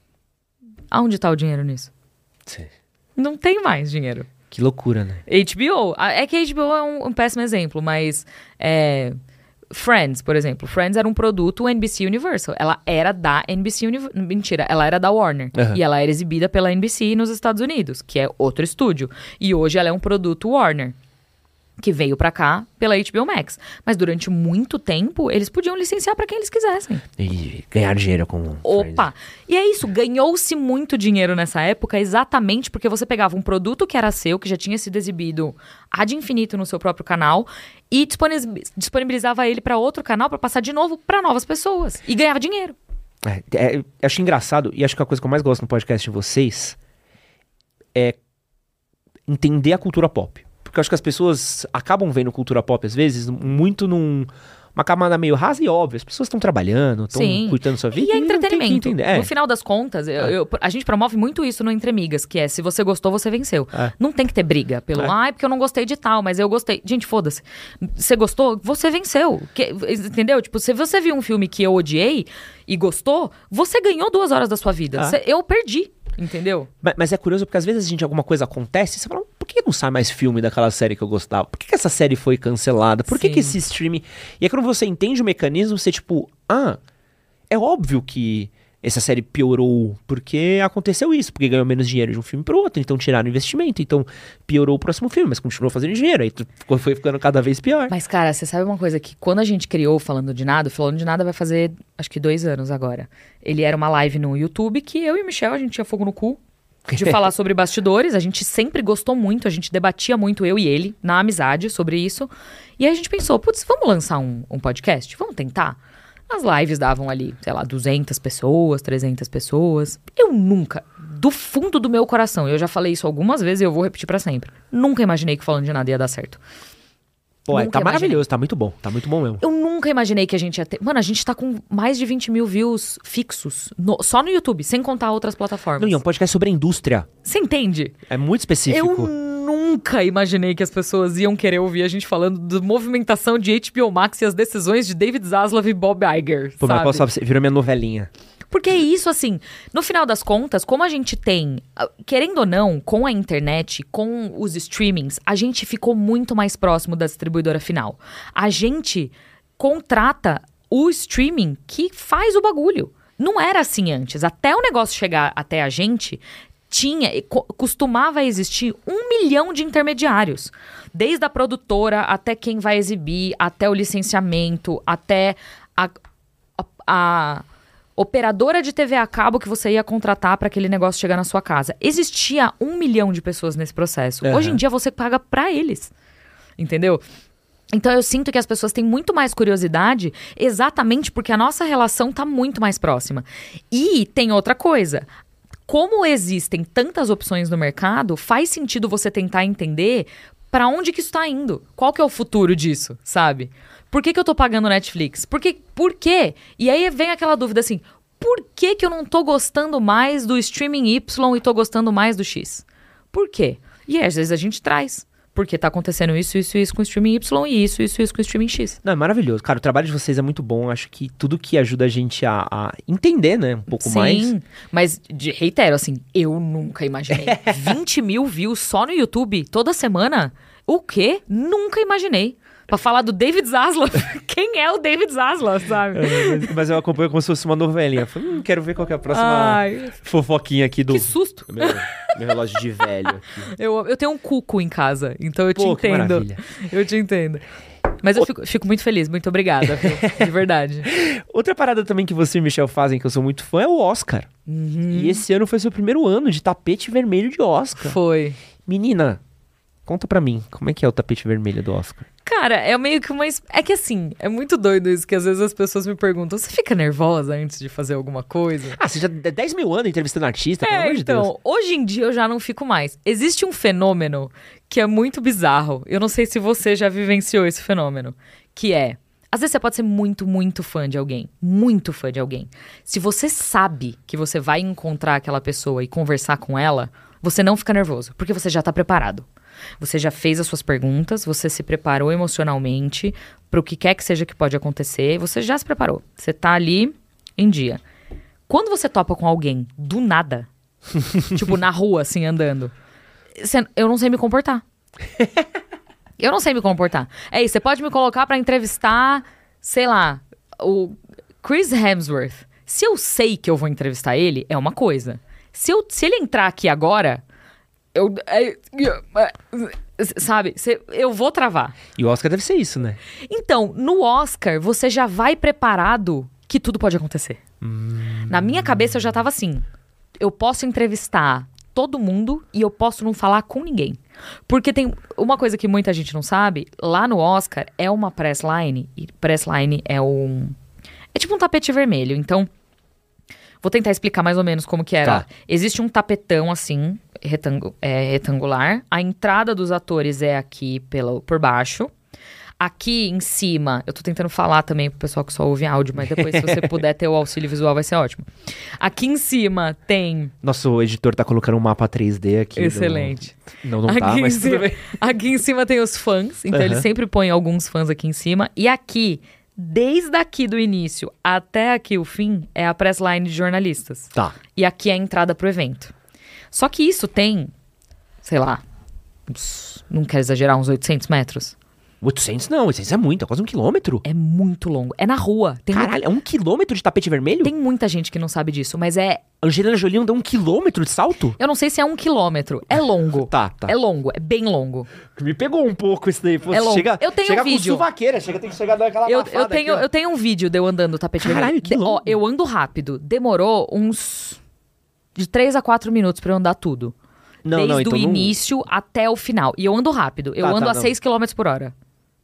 Aonde tá o dinheiro nisso? Sim. Não tem mais dinheiro. Que loucura, né? H B O, a- é que a H B O é um, um péssimo exemplo, mas é, Friends, por exemplo. Friends era um produto N B C Universal. Ela era da N B C Universal. Mentira, ela era da Warner. Uhum. E ela era exibida pela N B C nos Estados Unidos, que é outro estúdio. E hoje ela é um produto Warner, que veio pra cá pela H B O Max. Mas durante muito tempo, eles podiam licenciar pra quem eles quisessem. E ganhar dinheiro com... Opa! E é isso, ganhou-se muito dinheiro nessa época exatamente porque você pegava um produto que era seu, que já tinha sido exibido ad infinito no seu próprio canal e disponibiliz- disponibilizava ele pra outro canal pra passar de novo pra novas pessoas. E ganhava dinheiro. É, é, eu acho engraçado, e acho que a coisa que eu mais gosto no podcast de vocês é entender a cultura pop. Porque eu acho que as pessoas acabam vendo cultura pop, às vezes, muito num... Uma camada meio rasa e óbvia. As pessoas estão trabalhando, estão Sim. cuidando da sua vida. E é não tem que entretenimento. entender. É. No final das contas, eu- eu- a gente promove muito isso no Entre Amigas, que é se você gostou, você venceu. É. Não tem que ter briga pelo, É. ai, porque eu não gostei de tal, mas eu gostei. Gente, foda-se. Você gostou, você venceu. Que- entendeu? Tipo, se você viu um filme que eu odiei e gostou, você ganhou duas horas da sua vida. É. Cê- eu perdi. Entendeu? Mas, mas é curioso porque às vezes a gente, alguma coisa acontece e você fala, por que não sai mais filme daquela série que eu gostava? Por que, que essa série foi cancelada? Por que, Sim. que esse streaming... E aí quando você entende o mecanismo, você tipo, ah, é óbvio que essa série piorou porque aconteceu isso, porque ganhou menos dinheiro de um filme pro outro, então tiraram o investimento, então piorou o próximo filme, mas continuou fazendo dinheiro, aí tu- ficou- foi ficando cada vez pior. Mas, cara, você sabe uma coisa que quando a gente criou Falando de Nada, o Falando de Nada vai fazer, acho que dois anos agora. Ele era uma live no YouTube que eu e o Michel, a gente tinha fogo no cu de falar sobre bastidores. A gente sempre gostou muito, a gente debatia muito, eu e ele, na amizade, sobre isso. E aí a gente pensou, putz, vamos lançar um, um podcast? Vamos tentar? As lives davam ali, sei lá, duzentas pessoas, trezentas pessoas. Eu nunca, do fundo do meu coração, eu já falei isso algumas vezes e eu vou repetir pra sempre, nunca imaginei que Falando de Nada ia dar certo. Pô, é, nunca tá imaginei. maravilhoso, tá muito bom, tá muito bom mesmo. Eu nunca imaginei que a gente ia ter... Mano, a gente tá com mais de vinte mil views fixos, no- só no YouTube, sem contar outras plataformas. Não, e é um podcast sobre a indústria, Você entende? é muito específico. Eu nunca imaginei que as pessoas iam querer ouvir a gente falando da movimentação de H B O Max e as decisões de David Zaslav e Bob Iger, Pô, mas sabe? posso falar pra você, virou minha novelinha. Porque é isso, assim, no final das contas, como a gente tem, ah, querendo ou não, com a internet, com os streamings, a gente ficou muito mais próximo da distribuidora final. A gente contrata o streaming que faz o bagulho. Não era assim antes. Até o negócio chegar até a gente, tinha, co- costumava existir um milhão de intermediários. Desde a produtora, até quem vai exibir, até o licenciamento, até a- a- a operadora de T V a cabo que você ia contratar para aquele negócio chegar na sua casa. Existia um milhão de pessoas nesse processo. Uhum. Hoje em dia você paga para eles. Entendeu? Então eu sinto que as pessoas têm muito mais curiosidade exatamente porque a nossa relação tá muito mais próxima. E tem outra coisa. Como existem tantas opções no mercado, faz sentido você tentar entender para onde que isso tá indo. Qual que é o futuro disso, sabe? Por que que eu tô pagando Netflix? Por que? Por quê? E aí vem aquela dúvida assim, por que que eu não tô gostando mais do streaming Y e tô gostando mais do X? Por quê? E aí, às vezes a gente traz Porque tá acontecendo isso, isso, isso com o streaming Y e isso, isso, isso com o streaming X. Não, é maravilhoso. Cara, o trabalho de vocês é muito bom. Acho que tudo que ajuda a gente a, a entender, né? Um pouco Sim, mais. Sim, mas de, reitero, assim, eu nunca imaginei. vinte mil views só no YouTube toda semana? O quê? Nunca imaginei. Pra falar do David Zaslav. Quem é o David Zaslav, sabe? É, mas, mas eu acompanho como se fosse uma novelinha. Falei, hum, quero ver qual que é a próxima Ai, fofoquinha aqui do... que susto. Meu, meu relógio de velho aqui. Eu, eu tenho um cuco em casa, então eu Pô, te que entendo. maravilha. Eu te entendo. Mas eu fico, fico muito feliz, muito obrigada, viu? De verdade. Outra parada também que você e o Michel fazem, que eu sou muito fã, é o Oscar. Uhum. E esse ano foi seu primeiro ano de tapete vermelho de Oscar. Foi. Menina, conta pra mim, como é que é o tapete vermelho do Oscar? Cara, é meio que uma... es- É que assim, é muito doido isso, que às vezes as pessoas me perguntam, você fica nervosa antes de fazer alguma coisa? Ah, você já é dez mil anos entrevistando artista, pelo É, amor de Deus. então, hoje em dia eu já não fico mais. Existe um fenômeno que é muito bizarro. Eu não sei se você já vivenciou esse fenômeno. Que é, às vezes você pode ser muito, muito fã de alguém. Muito fã de alguém. Se você sabe que você vai encontrar aquela pessoa e conversar com ela, você não fica nervoso, porque você já tá preparado. Você já fez as suas perguntas, você se preparou emocionalmente pro que quer que seja que pode acontecer, você já se preparou. Você tá ali em dia. Quando você topa com alguém do nada, tipo na rua, assim, andando, você- eu não sei me comportar. Eu não sei me comportar. É isso, você pode me colocar pra entrevistar, sei lá, o Chris Hemsworth. Se eu sei que eu vou entrevistar ele, é uma coisa. Se, eu, se ele entrar aqui agora, eu... é, é, sabe? Se- eu vou travar. E o Oscar deve ser isso, né? Então, no Oscar, você já vai preparado que tudo pode acontecer. Na minha cabeça, eu já tava assim. Eu posso entrevistar todo mundo e eu posso não falar com ninguém. Porque tem uma coisa que muita gente não sabe. Lá no Oscar, é uma press line. E press line é um... É tipo um tapete vermelho. Então, vou tentar explicar mais ou menos como que era. Tá. Existe um tapetão, assim, retangu- é, retangular. A entrada dos atores é aqui pelo, por baixo. Aqui em cima, eu tô tentando falar também pro pessoal que só ouve áudio, mas depois, se você puder ter o auxílio visual, vai ser ótimo. Aqui em cima tem... Nosso editor tá colocando um mapa três D aqui. do- Excelente. Não, não tá, aqui, em mas tudo cima, bem. aqui em cima tem os fãs, então Aham. eles sempre põem alguns fãs aqui em cima. E aqui, desde aqui do início até aqui o fim, é a press line de jornalistas. Tá. E aqui é a entrada pro evento. Só que isso tem, sei lá, uns- não quero exagerar, uns oitocentos metros. oitocentos não, oitocentos é muito, é quase um quilômetro. É muito longo. É na rua. Tem, mu- Caralho, é um quilômetro de tapete vermelho? tem muita gente que não sabe disso, mas é... Angelina Jolie anda um quilômetro de salto? Eu não sei se é um quilômetro. É longo. Tá, tá. É longo, é bem longo. Me pegou um pouco isso daí. Pô, É longo. Chega, Eu tenho chega um vídeo. com suvaqueira, chega, tem que chegar daquela Eu, abafada eu, tenho, aqui, ó. eu tenho um vídeo de eu andando no tapete Caralho, vermelho. que De- ó, longo. eu ando rápido. Demorou uns... de três a quatro minutos pra eu andar tudo. Não, Desde não, então o não- início até o final. E eu ando rápido. Eu Tá, ando tá, a não. seis quilômetros por hora.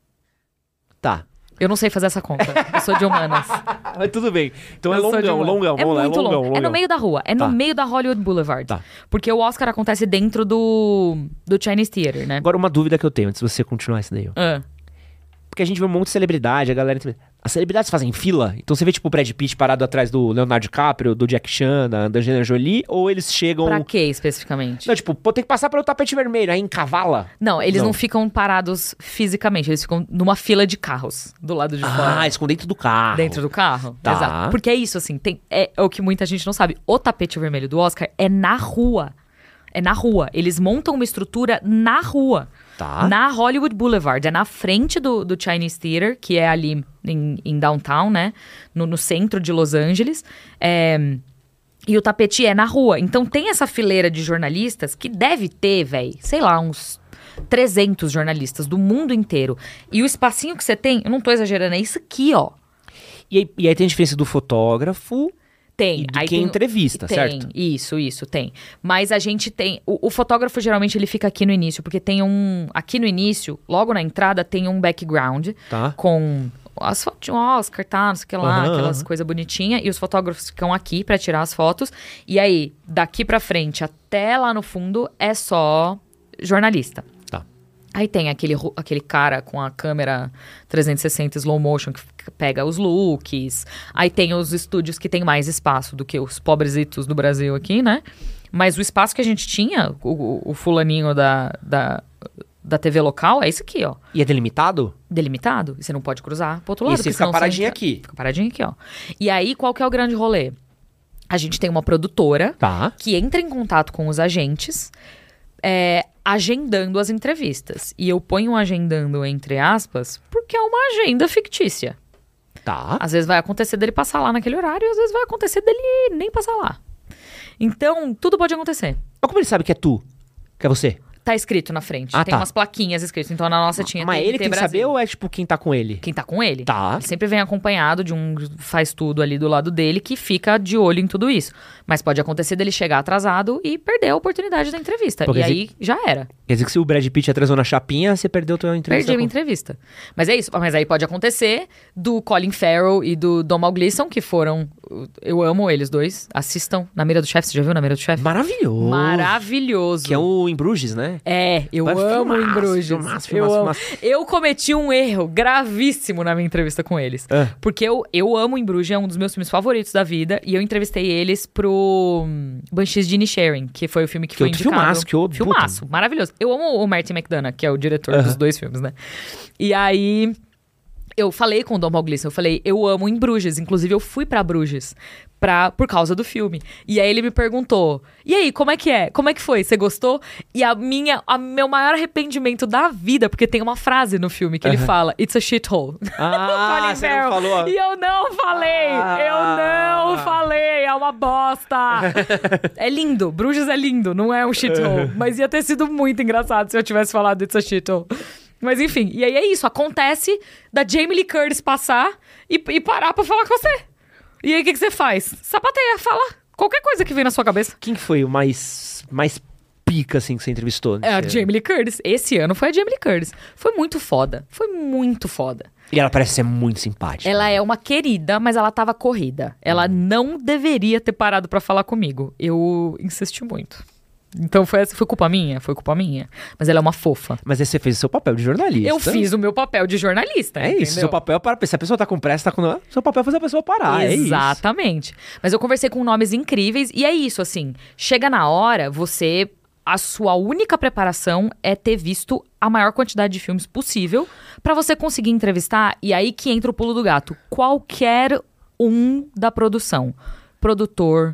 Tá. Eu não sei fazer essa conta. Eu sou de humanas. Mas tudo bem. Então é Eu sou de longão, humanas. longão. É Vamos lá, é muito longão, longo. É longão. no meio da rua. É Tá. no meio da Hollywood Boulevard. Tá. Porque o Oscar acontece dentro do, do Chinese Theater, né? Agora uma dúvida que eu tenho, antes de você continuar isso daí. Ó. Ah. Porque a gente vê um monte de celebridade, a galera... As celebridades fazem fila? Então você vê tipo o Brad Pitt parado atrás do Leonardo DiCaprio, do Jack Chan, da da Angelina Jolie, ou eles chegam... Pra quê, especificamente? Não, tipo, pô, tem que passar pelo tapete vermelho, aí encavala. Não, eles não. Não. ficam parados fisicamente. Eles ficam numa fila de carros do lado de fora. Ah, eles ficam dentro do carro. Dentro do carro? Tá. Exato. Porque é isso, assim, tem, é, é o que muita gente não sabe. O tapete vermelho do Oscar é na rua. É na rua. Eles montam uma estrutura na rua. Tá. Na Hollywood Boulevard. É na frente do, do Chinese Theater, que é ali em, em downtown, né? No, no centro de Los Angeles. É, e o tapete é na rua. Então tem essa fileira de jornalistas que deve ter, velho, sei lá, uns trezentos jornalistas do mundo inteiro. E o espacinho que você tem, eu não tô exagerando, é isso aqui, ó. E aí, e aí tem a diferença do fotógrafo Tem. e de Aí quem tem- entrevista, tem, certo? Isso, isso, tem. Mas a gente tem... O, o fotógrafo, geralmente, ele fica aqui no início, porque tem um... Aqui no início, logo na entrada, tem um background Tá. com as fotos de um Oscar, tá? Não sei o que lá, Aham, aquelas aham. coisas bonitinhas. E os fotógrafos ficam aqui pra tirar as fotos. E aí, daqui pra frente até lá no fundo, é só jornalista. Tá. Aí tem aquele, ru- aquele cara com a câmera trezentos e sessenta slow motion que f- pega os looks. Aí tem os estúdios que tem mais espaço do que os pobresitos do Brasil aqui, né? Mas o espaço que a gente tinha, o, o- o fulaninho da, da, da T V local é esse aqui, ó. E é delimitado? Delimitado. E você não pode cruzar pro outro E lado. você porque fica senão paradinho entra- aqui. Fica paradinho aqui, ó. E aí, qual que é o grande rolê? A gente tem uma produtora Tá. que entra em contato com os agentes, é, agendando as entrevistas. E eu ponho um agendando entre aspas, porque é uma agenda fictícia. Tá. Às vezes vai acontecer dele passar lá naquele horário e às vezes vai acontecer dele nem passar lá. Então, tudo pode acontecer. Mas como ele sabe que é tu? Que é você? Tá escrito na frente. Ah, tem tá. umas plaquinhas escritas. Então, na nossa tinha Mas T N T ele tem que Brasil. saber ou é tipo quem tá com ele? Quem tá com ele. Tá. Ele sempre vem acompanhado de um faz tudo ali do lado dele que fica de olho em tudo isso. Mas pode acontecer dele chegar atrasado e perder a oportunidade da entrevista. Porque e se- aí já era. Quer dizer que se o Brad Pitt atrasou na chapinha, você perdeu a tua entrevista. Perdi a minha com- entrevista. Mas é isso. Mas aí pode acontecer do Colin Farrell e do Domhnall Gleeson, que foram... Eu amo eles dois. Assistam Na Mira do Chefe. Você já viu Na Mira do Chefe? Maravilhoso. Maravilhoso. Que é o em Bruges, né? É, eu Mas amo filmaço, em Bruges. filmaço, eu, filmaço, amo. filmaço. eu cometi um erro gravíssimo na minha entrevista com eles. É. Porque eu, eu amo em Bruges, é um dos meus filmes favoritos da vida. E eu entrevistei eles pro hum, Banshees de Inisherin, que foi o filme que, Que foi outro indicado. filmaço, que outro- Filmaço, maravilhoso. Eu amo o Martin McDonagh, que é o diretor Aham. dos dois filmes, né? E aí... Eu falei com o Domhnall Gleeson, eu falei, eu amo em Bruges. Inclusive, eu fui pra Bruges pra, por causa do filme. E aí ele me perguntou, e aí, como é que é? Como é que foi? Você gostou? E a minha, a meu maior arrependimento da vida, porque tem uma frase no filme que ele Aham. fala, it's a shithole. Ah, Colin você não Farrell. falou. E eu não falei, Ah. eu não falei, é uma bosta. É lindo, Bruges é lindo, não é um shithole. Mas ia ter sido muito engraçado se eu tivesse falado it's a shithole. Mas enfim, e aí é isso, acontece da Jamie Lee Curtis passar e, e parar pra falar com você. E aí o que, que você faz? Sapateia, fala qualquer coisa que vem na sua cabeça. Quem que foi o mais, mais pica, assim, que você entrevistou? É a Você- Jamie Lee Curtis. Esse ano foi a Jamie Lee Curtis. Foi muito foda, foi muito foda. E ela parece ser muito simpática. Ela é uma querida, mas ela tava corrida. Ela não deveria ter parado pra falar comigo. Eu insisti muito. Então foi, foi culpa minha? Foi culpa minha. Mas ela é uma fofa. Mas aí você fez o seu papel de jornalista. Eu fiz o meu papel de jornalista. É isso, entendeu? seu papel é para... Se a pessoa tá com pressa, tá com... Seu papel é fazer a pessoa parar, é isso. Exatamente. Mas eu conversei com nomes incríveis e é isso, assim. Chega na hora, você... A sua única preparação é ter visto a maior quantidade de filmes possível pra você conseguir entrevistar. E aí que entra o pulo do gato. Qualquer um da produção. Produtor,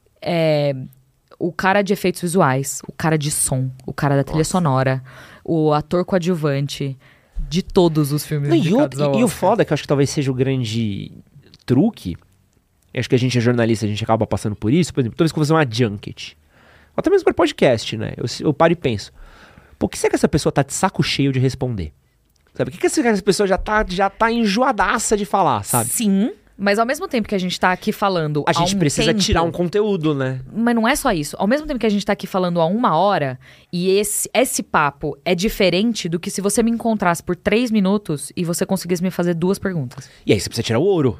é, o cara de efeitos visuais, o cara de som, o cara da trilha sonora, o ator coadjuvante de todos os filmes Não, e, indicados o, ao e, e o Oscar. foda, que eu acho que talvez seja o grande truque, eu acho que a gente é jornalista, a gente acaba passando por isso, por exemplo, toda vez que eu vou fazer uma junket, ou até mesmo para podcast, né, eu, eu paro e penso, por que será que essa pessoa tá de saco cheio de responder? Sabe, por que, que essa essa pessoa já tá, já tá enjoadaça de falar, sabe? Sim, mas ao mesmo tempo que a gente tá aqui falando A há gente um precisa tempo, tirar um conteúdo, né? Mas não é só isso. Ao mesmo tempo que a gente tá aqui falando há uma hora, e esse, esse papo é diferente do que se você me encontrasse por três minutos e você conseguisse me fazer duas perguntas. E aí você precisa tirar o ouro.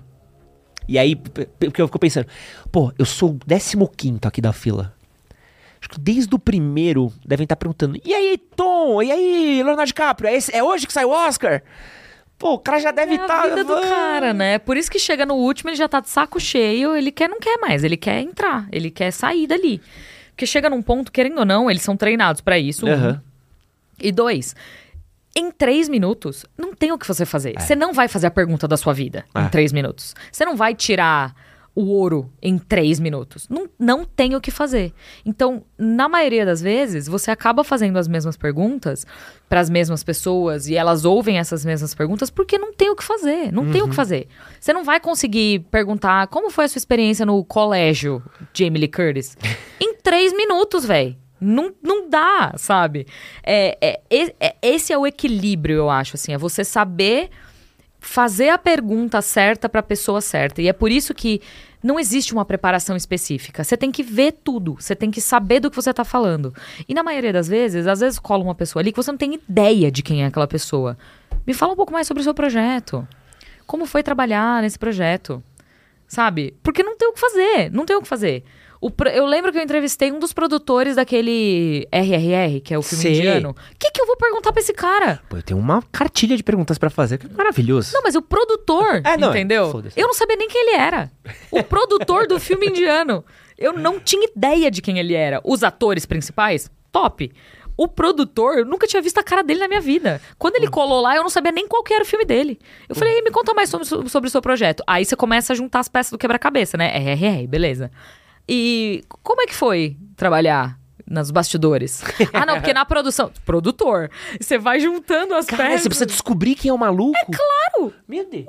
E aí, p- p- porque eu fico pensando, pô, eu sou o décimo quinto aqui da fila. Acho que desde o primeiro devem estar perguntando, e aí, Tom? E aí, Leonardo DiCaprio? É, esse- é hoje que sai o Oscar? Pô, o cara já deve É estar... a vida do cara, né? Por isso que chega no último, ele já tá de saco cheio, ele quer, não quer mais, ele quer entrar, ele quer sair dali. Porque chega num ponto, querendo ou não, eles são treinados pra isso. um. Aham. E dois, em três minutos, não tem o que você fazer. Você não vai fazer a pergunta da sua vida É. em três minutos. Você não vai tirar o ouro em três minutos. Não, não tem o que fazer. Então, na maioria das vezes, você acaba fazendo as mesmas perguntas para as mesmas pessoas e elas ouvem essas mesmas perguntas porque não tem o que fazer. Não tem o que fazer. Você não vai conseguir perguntar como foi a sua experiência no colégio, Jamie Lee Curtis, em três minutos, velho. Não, não dá, sabe? É, é, é- é- esse é o equilíbrio, eu acho, assim. É você saber fazer a pergunta certa para a pessoa certa. E é por isso que não existe uma preparação específica. Você tem que ver tudo. Você tem que saber do que você está falando. E na maioria das vezes, às vezes cola uma pessoa ali que você não tem ideia de quem é aquela pessoa. Me fala um pouco mais sobre o seu projeto. Como foi trabalhar nesse projeto? Sabe? Porque não tem o que fazer. Não tem o que fazer. O pro- eu lembro que eu entrevistei um dos produtores daquele R R R, que é o filme Sei. indiano. O que, que eu vou perguntar pra esse cara? Pô, eu tenho uma cartilha de perguntas pra fazer, que é maravilhoso. Não, mas o produtor, É, não, entendeu? foda-se. Eu não sabia nem quem ele era. O produtor do filme indiano. Eu não tinha ideia de quem ele era. Os atores principais, top. O produtor, eu nunca tinha visto a cara dele na minha vida. Quando ele colou lá, eu não sabia nem qual que era o filme dele. Eu falei, "Ei, me conta mais sobre, sobre o seu projeto." Aí você começa a juntar as peças do quebra-cabeça, né? R R R, beleza. E como é que foi trabalhar nos bastidores? Ah, não, porque na produção... Produtor. Você vai juntando as Cara, peças. você precisa descobrir quem é o maluco. É claro! Meu Deus.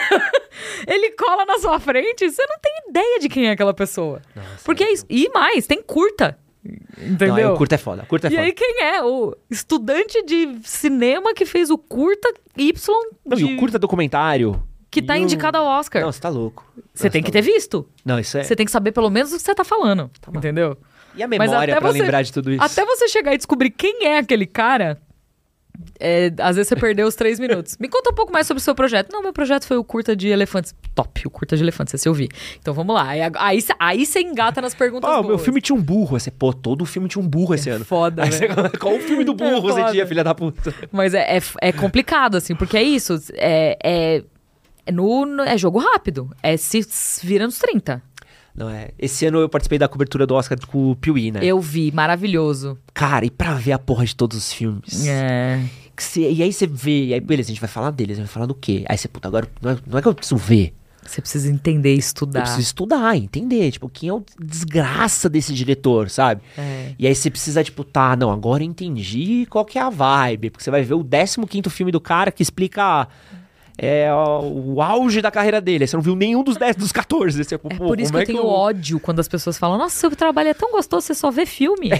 Ele cola na sua frente, você não tem ideia de quem é aquela pessoa. Nossa, porque é isso. E mais, tem curta. Entendeu? Não, é, o curta é foda. O curta é E foda. aí quem é? O estudante de cinema que fez o curta Y Não, de... e o curta documentário. que tá e o- indicado ao Oscar. Não, você tá louco. Você Não, tem tá que ter louco. visto. Não, isso é... Você tem que saber pelo menos o que você tá falando. Entendeu? E a Mas memória até pra você- lembrar de tudo isso? Até você chegar e descobrir quem é aquele cara, é, às vezes você perdeu os três minutos. Me conta um pouco mais sobre o seu projeto. Não, meu projeto foi o curta de elefantes. Top, o curta de elefantes, esse eu vi. Então vamos lá. Aí, aí, cê- aí você engata nas perguntas Pô, o boas. meu filme tinha um burro. Aí você, pô, todo o filme tinha um burro esse ano. Foda, Aí você, velho. qual o filme do burro É você foda. tinha, filha da puta? Mas é, é, é complicado, assim, porque é isso. É, é, é no, no- é jogo rápido. É se vira nos trinta. Não, é. Esse ano eu participei da cobertura do Oscar com o Piuí, né? Eu vi, maravilhoso. Cara, e pra ver a porra de todos os filmes. É. Que cê- e aí você vê, e aí beleza, a gente vai falar deles, a gente vai falar do quê? Aí você, puta, agora não é, não é que eu preciso ver. Você precisa entender e estudar. Eu preciso estudar, entender, tipo, quem é o desgraça desse diretor, sabe? É. E aí você precisa, tipo, tá, não, agora eu entendi qual que é a vibe. Porque você vai ver o décimo quinto filme do cara que explica é, o, o auge da carreira dele. Aí você não viu nenhum dos dez, dos quatorze. Você, pô, É por isso que como eu é tenho eu... ódio quando as pessoas falam: "Nossa, seu trabalho é tão gostoso, você só vê filme."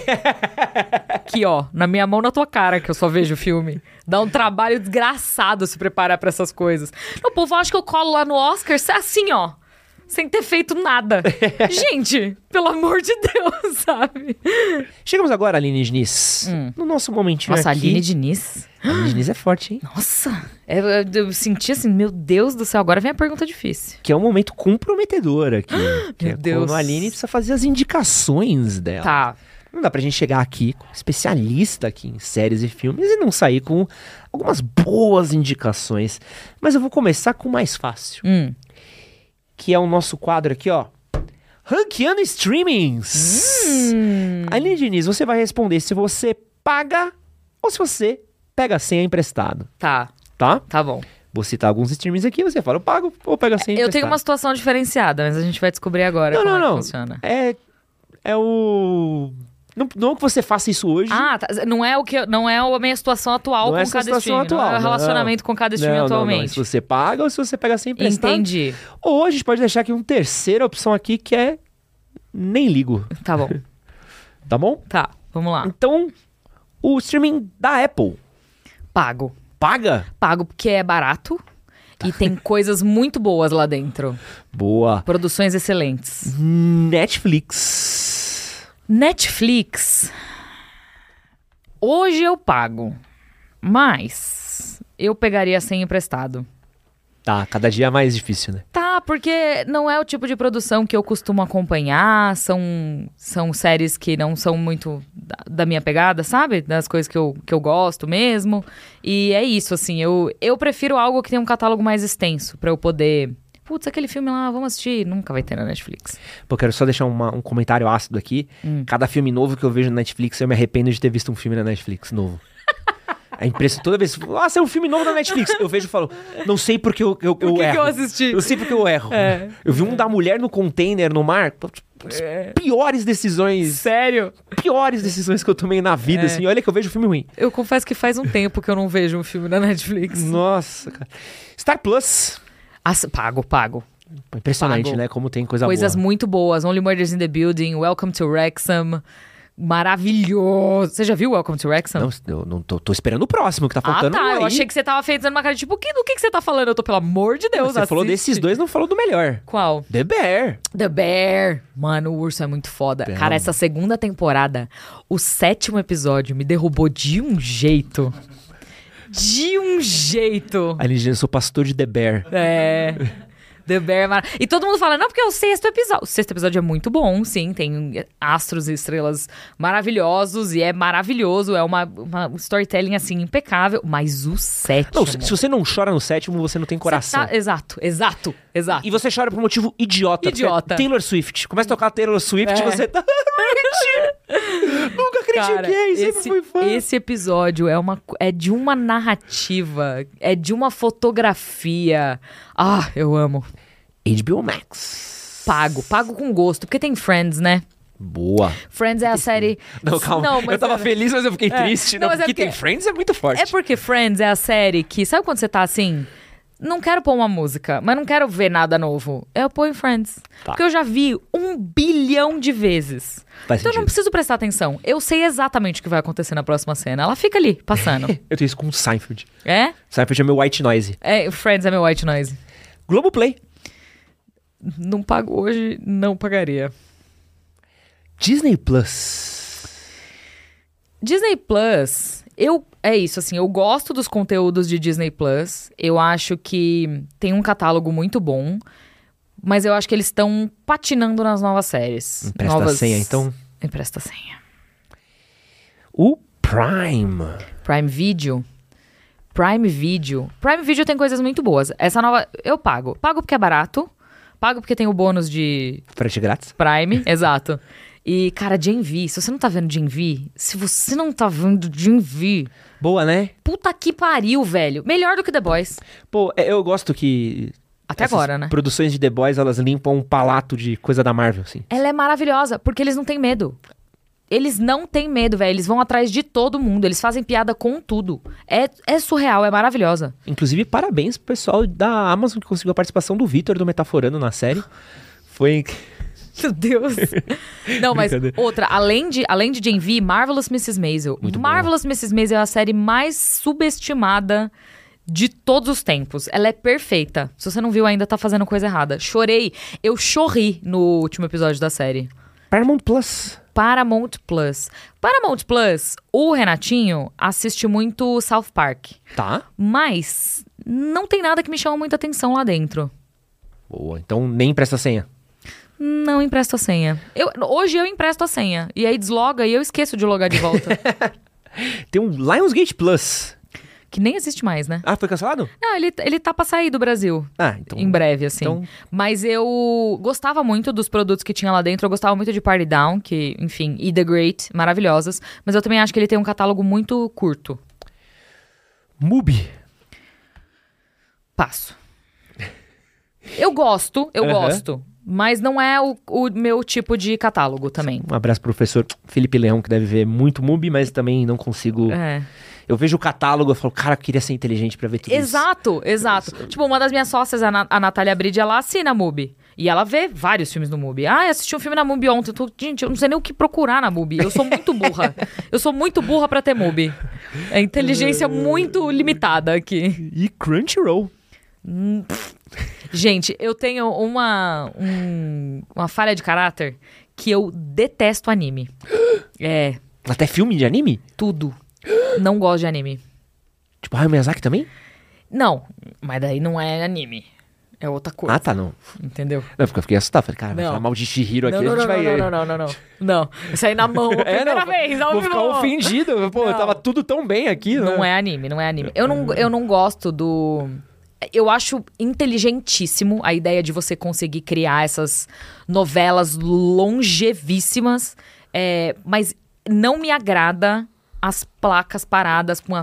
Aqui, ó, na minha mão, na tua cara, que eu só vejo filme. Dá um trabalho desgraçado se preparar pra essas coisas. O povo acha que eu colo lá no Oscar assim, ó, sem ter feito nada. Gente, pelo amor de Deus, sabe? Chegamos agora, Aline Diniz, no nosso momentinho Nossa, aqui. Aline Diniz. A Aline Diniz é forte, hein? Nossa, é, eu, eu senti assim, meu Deus do céu, agora vem a pergunta difícil. Que é um momento comprometedor aqui. que Meu é Deus. quando a Aline precisa fazer as indicações dela. Tá. Não dá pra gente chegar aqui, com um especialista aqui em séries e filmes, e não sair com algumas boas indicações. Mas eu vou começar com o mais fácil. Hum. Que é o nosso quadro aqui, ó. Ranqueando Streamings. Hum. Aline Diniz, você vai responder se você paga ou se você pega a senha emprestado, Tá, tá? tá bom. Vou citar alguns streamings aqui, você fala, eu pago ou pego a senha Eu emprestada. tenho uma situação diferenciada, mas a gente vai descobrir agora Não, como não, é que não. funciona. É, é o... Não, não que você faça isso hoje. Ah, tá. Não é o que eu- não é a minha situação atual Não com é essa cada situação stream. Não é atual, o relacionamento com cada stream não, atualmente. Não, não. Se você paga ou se você pega sem emprestado. Entendi. Ou a gente pode deixar aqui uma terceira opção aqui que é nem ligo, Tá bom. tá bom? Tá, vamos lá. Então, o streaming da Apple Pago. paga? Pago porque é barato e tem coisas muito boas lá dentro. Boa. Produções excelentes. Netflix. Netflix. Hoje eu pago, mas eu pegaria sem emprestado. Tá, cada dia é mais difícil, né? Tá, porque não é o tipo de produção que eu costumo acompanhar, são, são séries que não são muito da, da minha pegada, sabe? Das coisas que eu, que eu gosto mesmo. E é isso, assim, eu, eu prefiro algo que tenha um catálogo mais extenso, pra eu poder... Putz, aquele filme lá, vamos assistir. Nunca vai ter na Netflix. Pô, quero só deixar uma- um comentário ácido aqui. Cada filme novo que eu vejo na Netflix, eu me arrependo de ter visto um filme na Netflix novo. É impressionante. Toda vez, ah, saiu um filme novo na Netflix. Eu vejo e falo, não sei porque eu, eu, eu que erro. que eu assisti? Eu sei porque eu erro. É. Eu vi um da mulher no container, no mar. As piores decisões. Sério? Piores decisões que eu tomei na vida, É. assim. Olha que eu vejo filme ruim. Eu confesso que faz um tempo que eu não vejo um filme na Netflix. Nossa, cara. Star Plus. Ass- pago, pago. Impressionante, Pago. né? Como tem coisa Coisas boa. muito boas. Only Murders in the Building, Welcome to Wrexham. Maravilhoso. Você já viu Welcome to Wrexham? Não, eu não tô, tô esperando o próximo que tá Ah, faltando. tá. um Eu aí. achei que você tava fazendo uma cara de tipo, "Que- do que, que você tá falando?" Eu tô, pelo amor de Deus, Você falou assiste. desses dois, não falou do melhor. Qual? The Bear. The Bear. Mano, o urso é muito foda. Belo. Cara, essa segunda temporada, o sétimo episódio me derrubou de um jeito. De um jeito. Alienígena, eu sou pastor de The Bear. É. The Bear é mar... E todo mundo fala, não, porque é o sexto episódio. O sexto episódio é muito bom, sim. Tem astros e estrelas maravilhosos. E é maravilhoso. É uma, uma storytelling, assim, impecável. Mas o sétimo... Não, se, se você não chora no sétimo, você não tem coração. Tá- Exato, exato, exato. E você chora por um motivo idiota. Idiota. porque Taylor Swift. Começa a tocar Taylor Swift É. e você tá... Gente! Nunca critiquei, sempre esse, fui fã. Esse episódio é, uma, é de uma narrativa, é de uma fotografia. Ah, eu amo. H B O Max. Pago, pago com gosto, porque tem Friends, né? Boa. Friends é a série... Não, calma. Não, mas eu tava é... feliz, mas eu fiquei É. triste. Não, Não, mas é porque, porque- tem Friends é muito forte. É porque Friends é a série que... Sabe quando você tá assim... Não quero pôr uma música, mas não quero ver nada novo. Eu ponho Friends. Tá. Porque eu já vi um bilhão de vezes. Faz Então eu não sentido. preciso prestar atenção. Eu sei exatamente o que vai acontecer na próxima cena. Ela fica ali, passando. Eu tenho isso com Seinfeld. É? Seinfeld é meu white noise. É, Friends é meu white noise. Globoplay. Não pago hoje, não pagaria. Disney Plus. Disney Plus, eu é isso, assim, eu gosto dos conteúdos de Disney Plus. Eu acho que tem um catálogo muito bom, mas eu acho que eles estão patinando nas novas séries. Empresta novas... a senha, então. Empresta a senha. O Prime. Prime Video. Prime Video. Prime Video tem coisas muito boas. Essa nova, eu pago. Pago porque é barato. Pago porque tem o bônus de Frete grátis. Prime, exato. E, cara, Gen V, se você não tá vendo Gen V, se você não tá vendo Gen V, Boa, né? puta que pariu, velho. Melhor do que The Boys. Pô, é, eu gosto que... Até essas agora, né? produções de The Boys, elas limpam um palato de coisa da Marvel, assim. Ela é maravilhosa, porque eles não têm medo. Eles não têm medo, velho. Eles vão atrás de todo mundo. Eles fazem piada com tudo. É, é surreal, é maravilhosa. Inclusive, parabéns pro pessoal da Amazon que conseguiu a participação do Vitor do Metaforando na série. Foi... Meu Deus. Não, mas Brincadeira. outra, além de, além de Gen V, Marvelous missus Maisel. Muito Marvelous missus Maisel é a série mais subestimada de todos os tempos. Ela é perfeita. Se você não viu ainda, tá fazendo coisa errada. Chorei. Eu chorri no último episódio da série. Paramount Plus. Paramount Plus. Paramount Plus, o Renatinho assiste muito South Park. Tá. Mas não tem nada que me chama muita atenção lá dentro. Boa, então nem presta senha. Não empresto a senha. Eu, hoje eu empresto a senha. E aí desloga e eu esqueço de logar de volta. Tem um Lionsgate Plus. Que nem existe mais, né? Ah, foi cancelado? Não, ele, ele tá pra sair do Brasil. Ah, então... Em breve, assim. então- Mas eu gostava muito dos produtos que tinha lá dentro. Eu gostava muito de Party Down, que, enfim, e The Great, maravilhosas. Mas eu também acho que ele tem um catálogo muito curto. Mubi. Passo. Eu gosto, eu Aham. gosto. Mas não é o, o meu tipo de catálogo também. Um abraço pro professor Felipe Leão, que deve ver muito Mubi, mas também não consigo... É. Eu vejo o catálogo e falo, cara, eu queria ser inteligente pra ver tudo isso. Exato, exato. Tipo, uma das minhas sócias, a, Na a Natália Bride, ela assina a Mubi. E ela vê vários filmes no Mubi. Ah, eu assisti um filme na Mubi ontem. Eu tô... Gente, eu não sei nem o que procurar na Mubi. Eu sou muito burra. Eu sou muito burra pra ter Mubi. É inteligência muito limitada aqui. E Crunchyroll. Gente, eu tenho uma, um- uma falha de caráter que eu detesto anime. É, Até filme de anime? tudo. Não gosto de anime. Tipo, Hayao Miyazaki também? Não, mas daí não é anime. É outra coisa. Ah, tá, não. Entendeu? Não, porque eu fiquei assustado. Falei, cara, vai Não. falar mal de Shihiro aqui, Não, não, a gente não, vai... não, não, não, não, não, não. Isso aí na mão, a É, primeira não, vez, ao vou vivo. ficar ofendido. Pô, Não. tava tudo tão bem aqui, né? Não é anime, não é anime. Eu não, eu não gosto do... Eu acho inteligentíssimo a ideia de você conseguir criar essas novelas longevíssimas, é, mas não me agrada as placas paradas com a...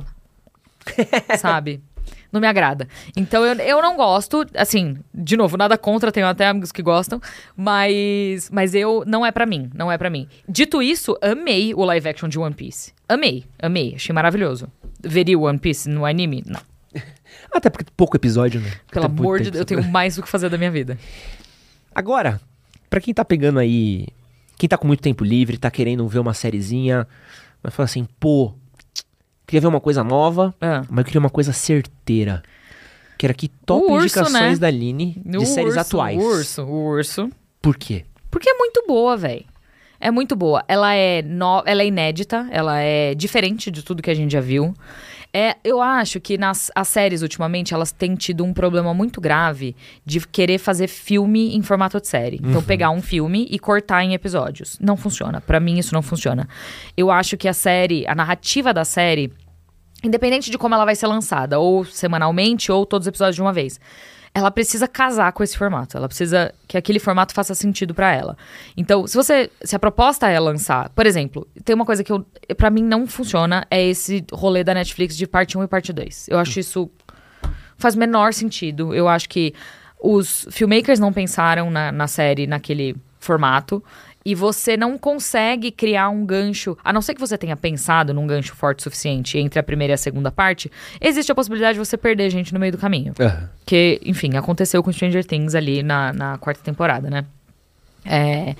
Sabe? Não me agrada. Então eu, eu não gosto, assim, de novo, nada contra, tenho até amigos que gostam, mas, mas eu, não é pra mim, não é pra mim. Dito isso, amei o live action de One Piece. Amei, amei, achei maravilhoso. Veria o One Piece no anime? Não. Até porque pouco episódio, né? Pelo Tem muito amor de tempo. Deus, eu tenho mais o que fazer da minha vida. Agora, pra quem tá pegando aí... Quem tá com muito tempo livre, tá querendo ver uma sériezinha... Vai falar assim, pô... Queria ver uma coisa nova, Ah. mas eu queria uma coisa certeira. Que era aqui top O urso, indicações né? da Aline de O séries urso, atuais. O urso, o urso. Por quê? Porque é muito boa, velho. É muito boa. Ela é, no... ela é inédita, ela é diferente de tudo que a gente já viu. É, eu acho que nas as séries, ultimamente, elas têm tido um problema muito grave de querer fazer filme em formato de série. Então, pegar um filme e cortar em episódios. Não funciona. Pra mim, isso não funciona. Eu acho que a série, a narrativa da série, independente de como ela vai ser lançada, ou semanalmente, ou todos os episódios de uma vez, ela precisa casar com esse formato. Ela precisa que aquele formato faça sentido pra ela. Então, se você... Se a proposta é lançar... Por exemplo, tem uma coisa que eu, pra mim não funciona, é esse rolê da Netflix de parte um e parte dois. Eu acho isso... Faz o menor sentido. Eu acho que os filmmakers não pensaram na, na série naquele formato. E você não consegue criar um gancho... A não ser que você tenha pensado num gancho forte o suficiente entre a primeira e a segunda parte, existe a possibilidade de você perder gente no meio do caminho. Uhum. Que, enfim, aconteceu com Stranger Things ali na, na quarta temporada, né? É...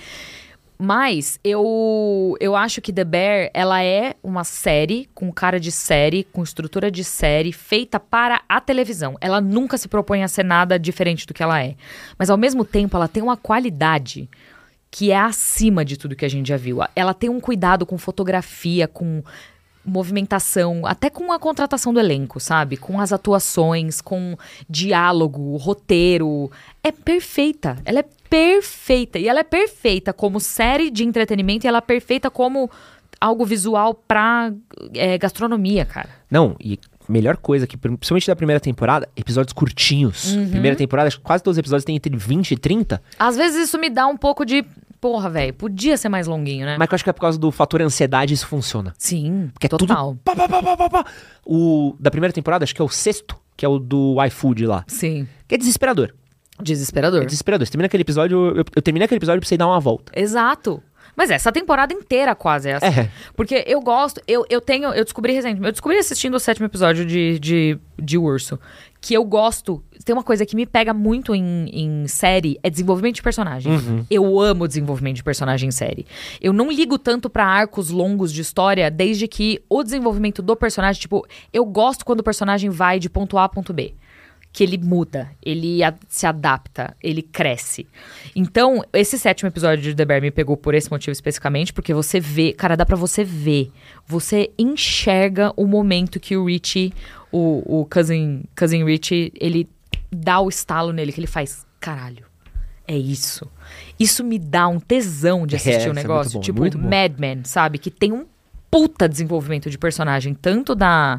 Mas eu, eu acho que The Bear, ela é uma série com cara de série, com estrutura de série, feita para a televisão. Ela nunca se propõe a ser nada diferente do que ela é. Mas, ao mesmo tempo, ela tem uma qualidade que é acima de tudo que a gente já viu. Ela tem um cuidado com fotografia, com movimentação, até com a contratação do elenco, sabe? Com as atuações, com diálogo, roteiro. É perfeita. Ela é perfeita. E ela é perfeita como série de entretenimento e ela é perfeita como algo visual pra é, gastronomia, cara. Não, e melhor coisa que, principalmente da primeira temporada, episódios curtinhos. Uhum. Primeira temporada, quase todos os episódios têm entre vinte e trinta. Às vezes isso me dá um pouco de... Porra, velho, podia ser mais longuinho, né? Mas eu acho que é por causa do fator ansiedade isso funciona. Sim, porque é total. Tudo pá, pá, pá, pá, pá, pá. O da primeira temporada, acho que é o sexto, que é o do iFood lá. Sim. Que é desesperador. Desesperador. É desesperador. Você termina aquele episódio... Eu, eu terminei aquele episódio pra você dar uma volta. Exato. Mas essa temporada inteira quase é assim. É. Porque eu gosto... Eu, eu tenho... Eu descobri recentemente... Eu descobri assistindo o sétimo episódio de, de, de Urso. Que eu gosto... Tem uma coisa que me pega muito em, em série. É desenvolvimento de personagem. Uhum. Eu amo desenvolvimento de personagem em série. Eu não ligo tanto pra arcos longos de história. Desde que o desenvolvimento do personagem... Tipo, eu gosto quando o personagem vai de ponto A a ponto B. Que ele muda, ele a, se adapta, ele cresce. Então, esse sétimo episódio de The Bear me pegou por esse motivo especificamente, porque você vê, cara, dá pra você ver, você enxerga o momento que o Richie, o, o cousin, cousin Richie, ele dá o estalo nele, que ele faz, caralho, é isso. Isso me dá um tesão de assistir o é, um negócio, é tipo Mad Men, sabe? Que tem um puta desenvolvimento de personagem, tanto da...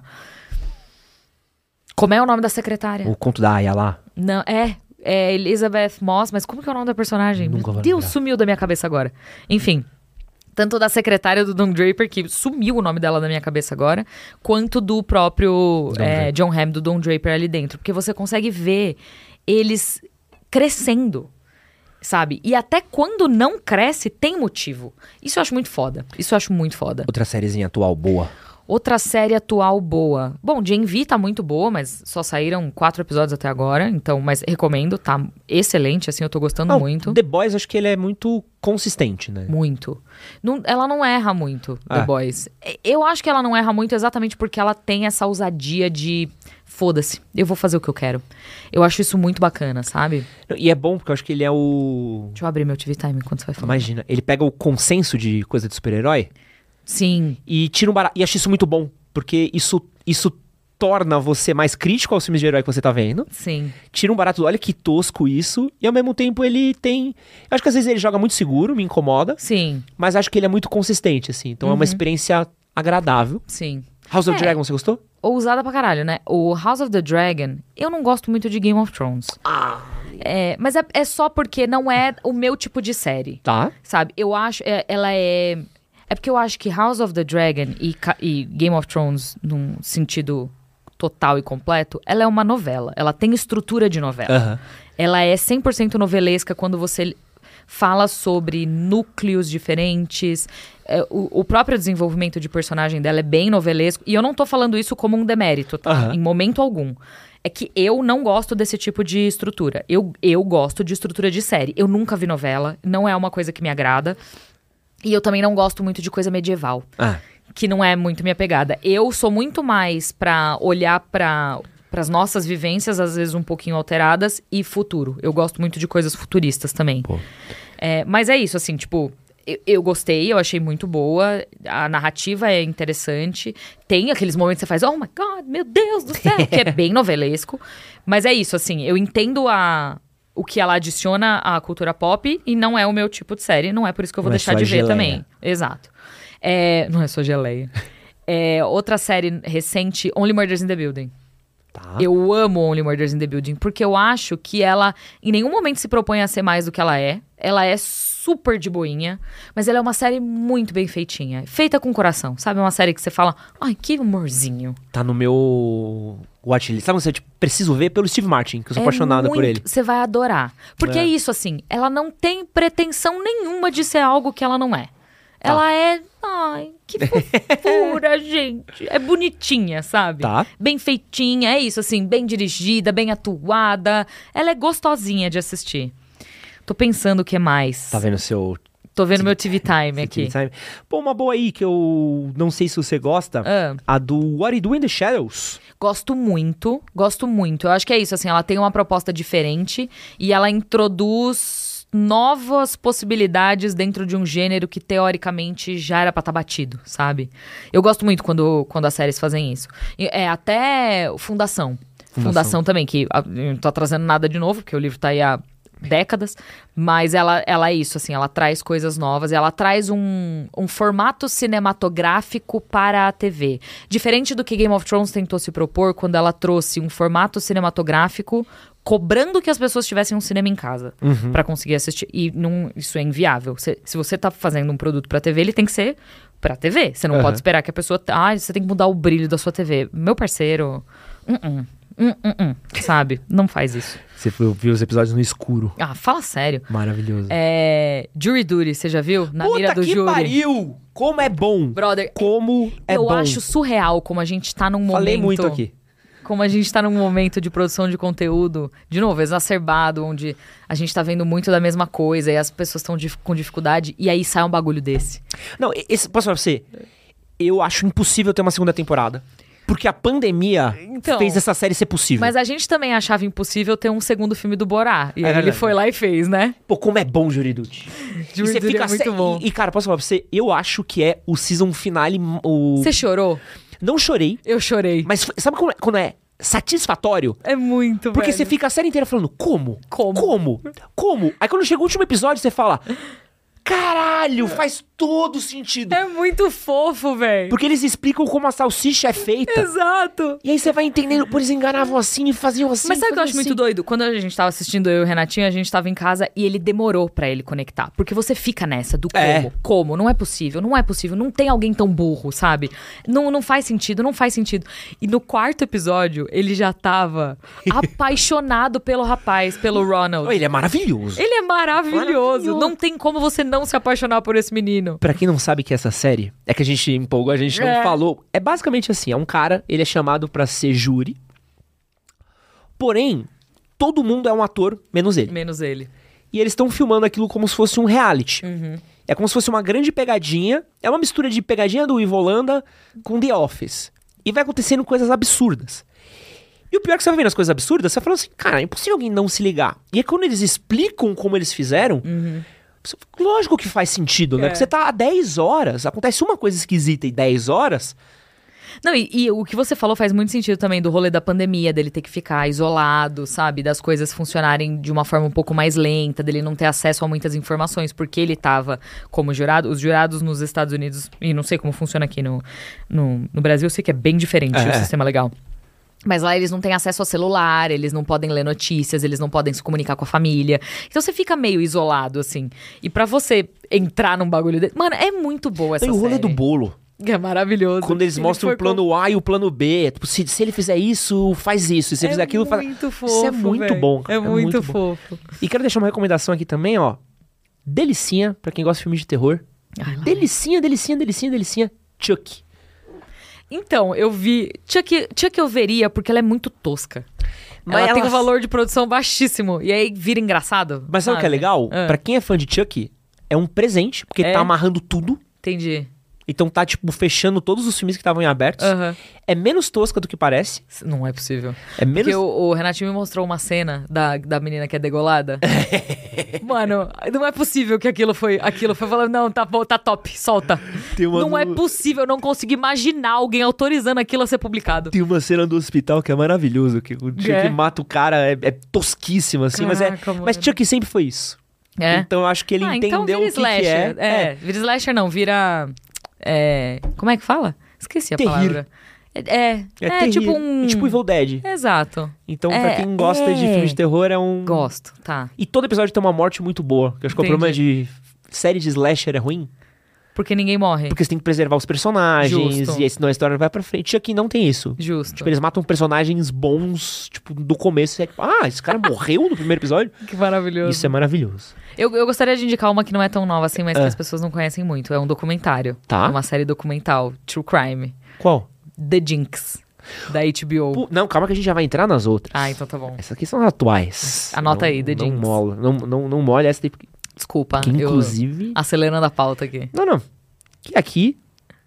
Como é o nome da secretária? O conto da Aya lá? Não, é, é Elizabeth Moss, mas como que é o nome da personagem? Nunca Meu Deus, sumiu da minha cabeça agora. Enfim, tanto da secretária do Don Draper, que sumiu o nome dela da minha cabeça agora, quanto do próprio é, John Hamm, do Don Draper ali dentro. Porque você consegue ver eles crescendo, sabe? E até quando não cresce, tem motivo. Isso eu acho muito foda. Isso eu acho muito foda. Outra sériezinha atual boa. Outra série atual boa. Bom, Gen V tá muito boa, mas só saíram quatro episódios até agora. Então, mas recomendo, tá excelente, assim, eu tô gostando não, muito. The Boys, acho que ele é muito consistente, né? Muito. Não, ela não erra muito, ah. The Boys. Eu acho que ela não erra muito exatamente porque ela tem essa ousadia de... Foda-se, eu vou fazer o que eu quero. Eu acho isso muito bacana, sabe? E é bom porque eu acho que ele é o... Deixa eu abrir meu T V Time enquanto você vai falar. Imagina, ele pega o consenso de coisa de super-herói... Sim. E tira um barato. E acho isso muito bom, porque isso, isso torna você mais crítico aos filmes de herói que você tá vendo. Sim. Tira um barato, olha que tosco isso. E ao mesmo tempo ele tem... Eu acho que às vezes ele joga muito seguro, me incomoda. Sim. Mas acho que ele é muito consistente, assim. Então uhum. é uma experiência agradável. Sim. House of é. Dragon, você gostou? Ousada pra caralho, né? O House of the Dragon, eu não gosto muito de Game of Thrones. Ah... É, mas é, é só porque não é o meu tipo de série. Tá. Sabe? Eu acho... É, ela é... É porque eu acho que House of the Dragon e, e Game of Thrones, num sentido total e completo, ela é uma novela. Ela tem estrutura de novela. Uhum. Ela é cem por cento novelesca quando você fala sobre núcleos diferentes. É, o, o próprio desenvolvimento de personagem dela é bem novelesco. E eu não tô falando isso como um demérito, tá? Uhum. Em momento algum. É que eu não gosto desse tipo de estrutura. Eu, eu gosto de estrutura de série. Eu nunca vi novela. Não é uma coisa que me agrada. E eu também não gosto muito de coisa medieval, ah. que não é muito minha pegada. Eu sou muito mais pra olhar pra, pras nossas vivências, às vezes um pouquinho alteradas, e futuro. Eu gosto muito de coisas futuristas também. É, mas é isso, assim, tipo, eu, eu gostei, eu achei muito boa, a narrativa é interessante, tem aqueles momentos que você faz, oh my God, meu Deus do céu, que é bem novelesco. Mas é isso, assim, eu entendo a... o que ela adiciona à cultura pop e não é o meu tipo de série, não é por isso que eu vou não deixar é de ver também. Exato. É, não é só geleia. É, outra série recente, Only Murders in the Building. Tá. Eu amo Only Murders in the Building, porque eu acho que ela em nenhum momento se propõe a ser mais do que ela é. Ela é super de boinha, mas ela é uma série muito bem feitinha. Feita com coração, sabe? Uma série que você fala, ai, que humorzinho. Tá no meu watchlist. Sabe, você tipo, preciso ver pelo Steve Martin, que eu sou É apaixonada por muito- ele. Você vai adorar. Porque É. é isso, assim, ela não tem pretensão nenhuma de ser algo que ela não é. Tá. Ela é... Ai, que fofura, gente. É bonitinha, sabe? Tá. Bem feitinha, é isso, assim, bem dirigida, bem atuada. Ela é gostosinha de assistir. Tô pensando o que mais. Tá vendo o seu Tô vendo meu T V Time aqui. time? Pô, uma boa aí que eu não sei se você gosta. Ah. A do What You Do in the Shadows. Gosto muito, gosto muito. Eu acho que é isso, assim, ela tem uma proposta diferente e ela introduz novas possibilidades dentro de um gênero que teoricamente já era pra estar batido, sabe? Eu gosto muito quando, quando as séries fazem isso. E é até Fundação. Fundação. Fundação também, que ah, eu não tô trazendo nada de novo, porque o livro tá aí há décadas, mas ela, ela é isso, assim, ela traz coisas novas, ela traz um, um formato cinematográfico para a T V. Diferente do que Game of Thrones tentou se propor quando ela trouxe um formato cinematográfico cobrando que as pessoas tivessem um cinema em casa Uhum. pra conseguir assistir. E não, isso é inviável. Cê- se você tá fazendo um produto pra T V, ele tem que ser pra T V. Você não Uhum. pode esperar que a pessoa... Ah, você tem que mudar o brilho da sua T V. Meu parceiro... Uh-uh. Hum, hum, hum, sabe? Não faz isso. Você foi- viu os episódios no escuro. Ah, fala sério. Maravilhoso. É... Jury Duty, você já viu? Na mira Puta do que júri. pariu! Como é bom! Brother, Como é eu bom! acho surreal como a gente tá num momento... Falei muito aqui. Como a gente tá num momento de produção de conteúdo, de novo, exacerbado, onde a gente tá vendo muito da mesma coisa e as pessoas estão com dificuldade, e aí sai um bagulho desse. Não, esse, posso falar pra você? Eu acho impossível ter uma segunda temporada. Porque a pandemia Então, fez essa série ser possível. Mas a gente também achava impossível ter um segundo filme do Borá. E É aí ele verdade. foi lá e fez, né? Pô, como é bom Jury Duty. E Jury você Duty fica é muito se- bom. E, e, cara, posso falar pra você? Eu acho que é o season finale. O... Você chorou? Não chorei, Eu chorei. mas foi- sabe quando é, quando é satisfatório? É muito, Porque velho. você fica a série inteira falando, como? Como? Como? Como? Aí quando chega o último episódio, você fala, caralho, faz todo sentido. É muito fofo, velho. Porque eles explicam como a salsicha é feita. Exato. E aí você vai entendendo, pô, eles enganavam assim e faziam assim. Mas sabe o que eu acho faziam muito assim. doido? Quando a gente tava assistindo, eu e o Renatinho, a gente tava em casa e ele demorou pra ele conectar. Porque você fica nessa do como. É. Como? Não é possível, não é possível. Não tem alguém tão burro, sabe? Não, não faz sentido, não faz sentido. E no quarto episódio, ele já tava apaixonado pelo rapaz, pelo Ronald. Ô, ele é maravilhoso. Ele é maravilhoso. Maravilhoso. Não tem como você não se apaixonar por esse menino. Pra quem não sabe que essa série, é que a gente empolgou, a gente não É. falou. É basicamente assim, é um cara, ele é chamado pra ser júri. Porém, todo mundo é um ator, menos ele. Menos ele. E eles estão filmando aquilo como se fosse um reality. Uhum. É como se fosse uma grande pegadinha. É uma mistura de pegadinha do Ivo Holanda com The Office. E vai acontecendo coisas absurdas. E o pior é que você vai vendo as coisas absurdas, você fala assim, cara, é impossível alguém não se ligar. E aí quando eles explicam como eles fizeram, você- lógico que faz sentido, né? É. Porque você tá há dez horas, acontece uma coisa esquisita em dez horas. Não, e, e o que você falou faz muito sentido também do rolê da pandemia, dele ter que ficar isolado, sabe? Das coisas funcionarem de uma forma um pouco mais lenta, dele não ter acesso a muitas informações, porque ele tava como jurado. Os jurados nos Estados Unidos, e não sei como funciona aqui no, no, no Brasil, eu sei que é bem diferente É. o sistema legal. Mas lá eles não têm acesso ao celular, eles não podem ler notícias, eles não podem se comunicar com a família. Então você fica meio isolado, assim. E pra você entrar num bagulho desse... Mano, é muito boa essa Tem o rolê série. do bolo. É maravilhoso. Quando eles Ele mostram foi o plano A e o plano B. Tipo, se, se ele fizer isso, faz isso. E se ele fizer aquilo, faz... muito fofo, Isso é muito velho. bom, cara. É muito, bom. fofo. E quero deixar uma recomendação aqui também, ó. Delicinha, pra quem gosta de filmes de terror. Ai, lá Delicinha, delicinha, delicinha, delicinha. Chuck. Então, eu vi... Chuck, Chuck eu veria porque ela é muito tosca. Mas ela, tem ela- um valor de produção baixíssimo. E aí vira engraçado. Mas sabe o que é legal? Ah. Pra quem é fã de Chuck, é um presente, porque É? tá amarrando tudo. Entendi. Então tá, tipo, fechando todos os filmes que estavam em abertos. Aham. É menos tosca do que parece. Não é possível. É menos... Porque o, o Renatinho me mostrou uma cena da, da menina que é degolada. Mano, não é possível que aquilo foi... Aquilo foi falando, não, tá bom, tá top, solta. Tem uma Não no- é possível, eu não consigo imaginar alguém autorizando aquilo a ser publicado. Tem uma cena do hospital que é maravilhoso, que o Chuck É? mata o cara, é, é tosquíssimo, assim, mas é... Caraca, mano. Mas Chuck sempre foi isso. É? Então eu acho que ele ah, entendeu então vira o que, slasher. que é. É, vira slasher não, vira... é, como é que fala? Esqueci a Terrir. palavra. É, é, é terrível. tipo um... É tipo Evil Dead. Exato. Então, É, pra quem gosta é. de filme de terror, é um... Gosto, tá. E todo episódio tem uma morte muito boa. Que eu acho que o Entendi. problema de série de slasher é ruim. Porque ninguém morre. Porque você tem que preservar os personagens. Justo. E aí, senão a história não vai pra frente. E aqui não tem isso. Justo. Tipo, eles matam personagens bons, tipo, do começo. É tipo, ah, esse cara morreu no primeiro episódio? Que maravilhoso. Isso é maravilhoso. Eu, eu gostaria de indicar uma que não é tão nova assim, mas Ah. que as pessoas não conhecem muito. É um documentário. Tá. É uma série documental, True Crime. Qual? The Jinx, da H B O. Pô, não, calma que a gente já vai entrar nas outras. Ah, então tá bom. Essas aqui são atuais. Anota Não- aí, The não Jinx. mola, não, não, não molha essa, porque, Desculpa, que, eu inclusive... acelerando a pauta aqui. Não, não. Que aqui,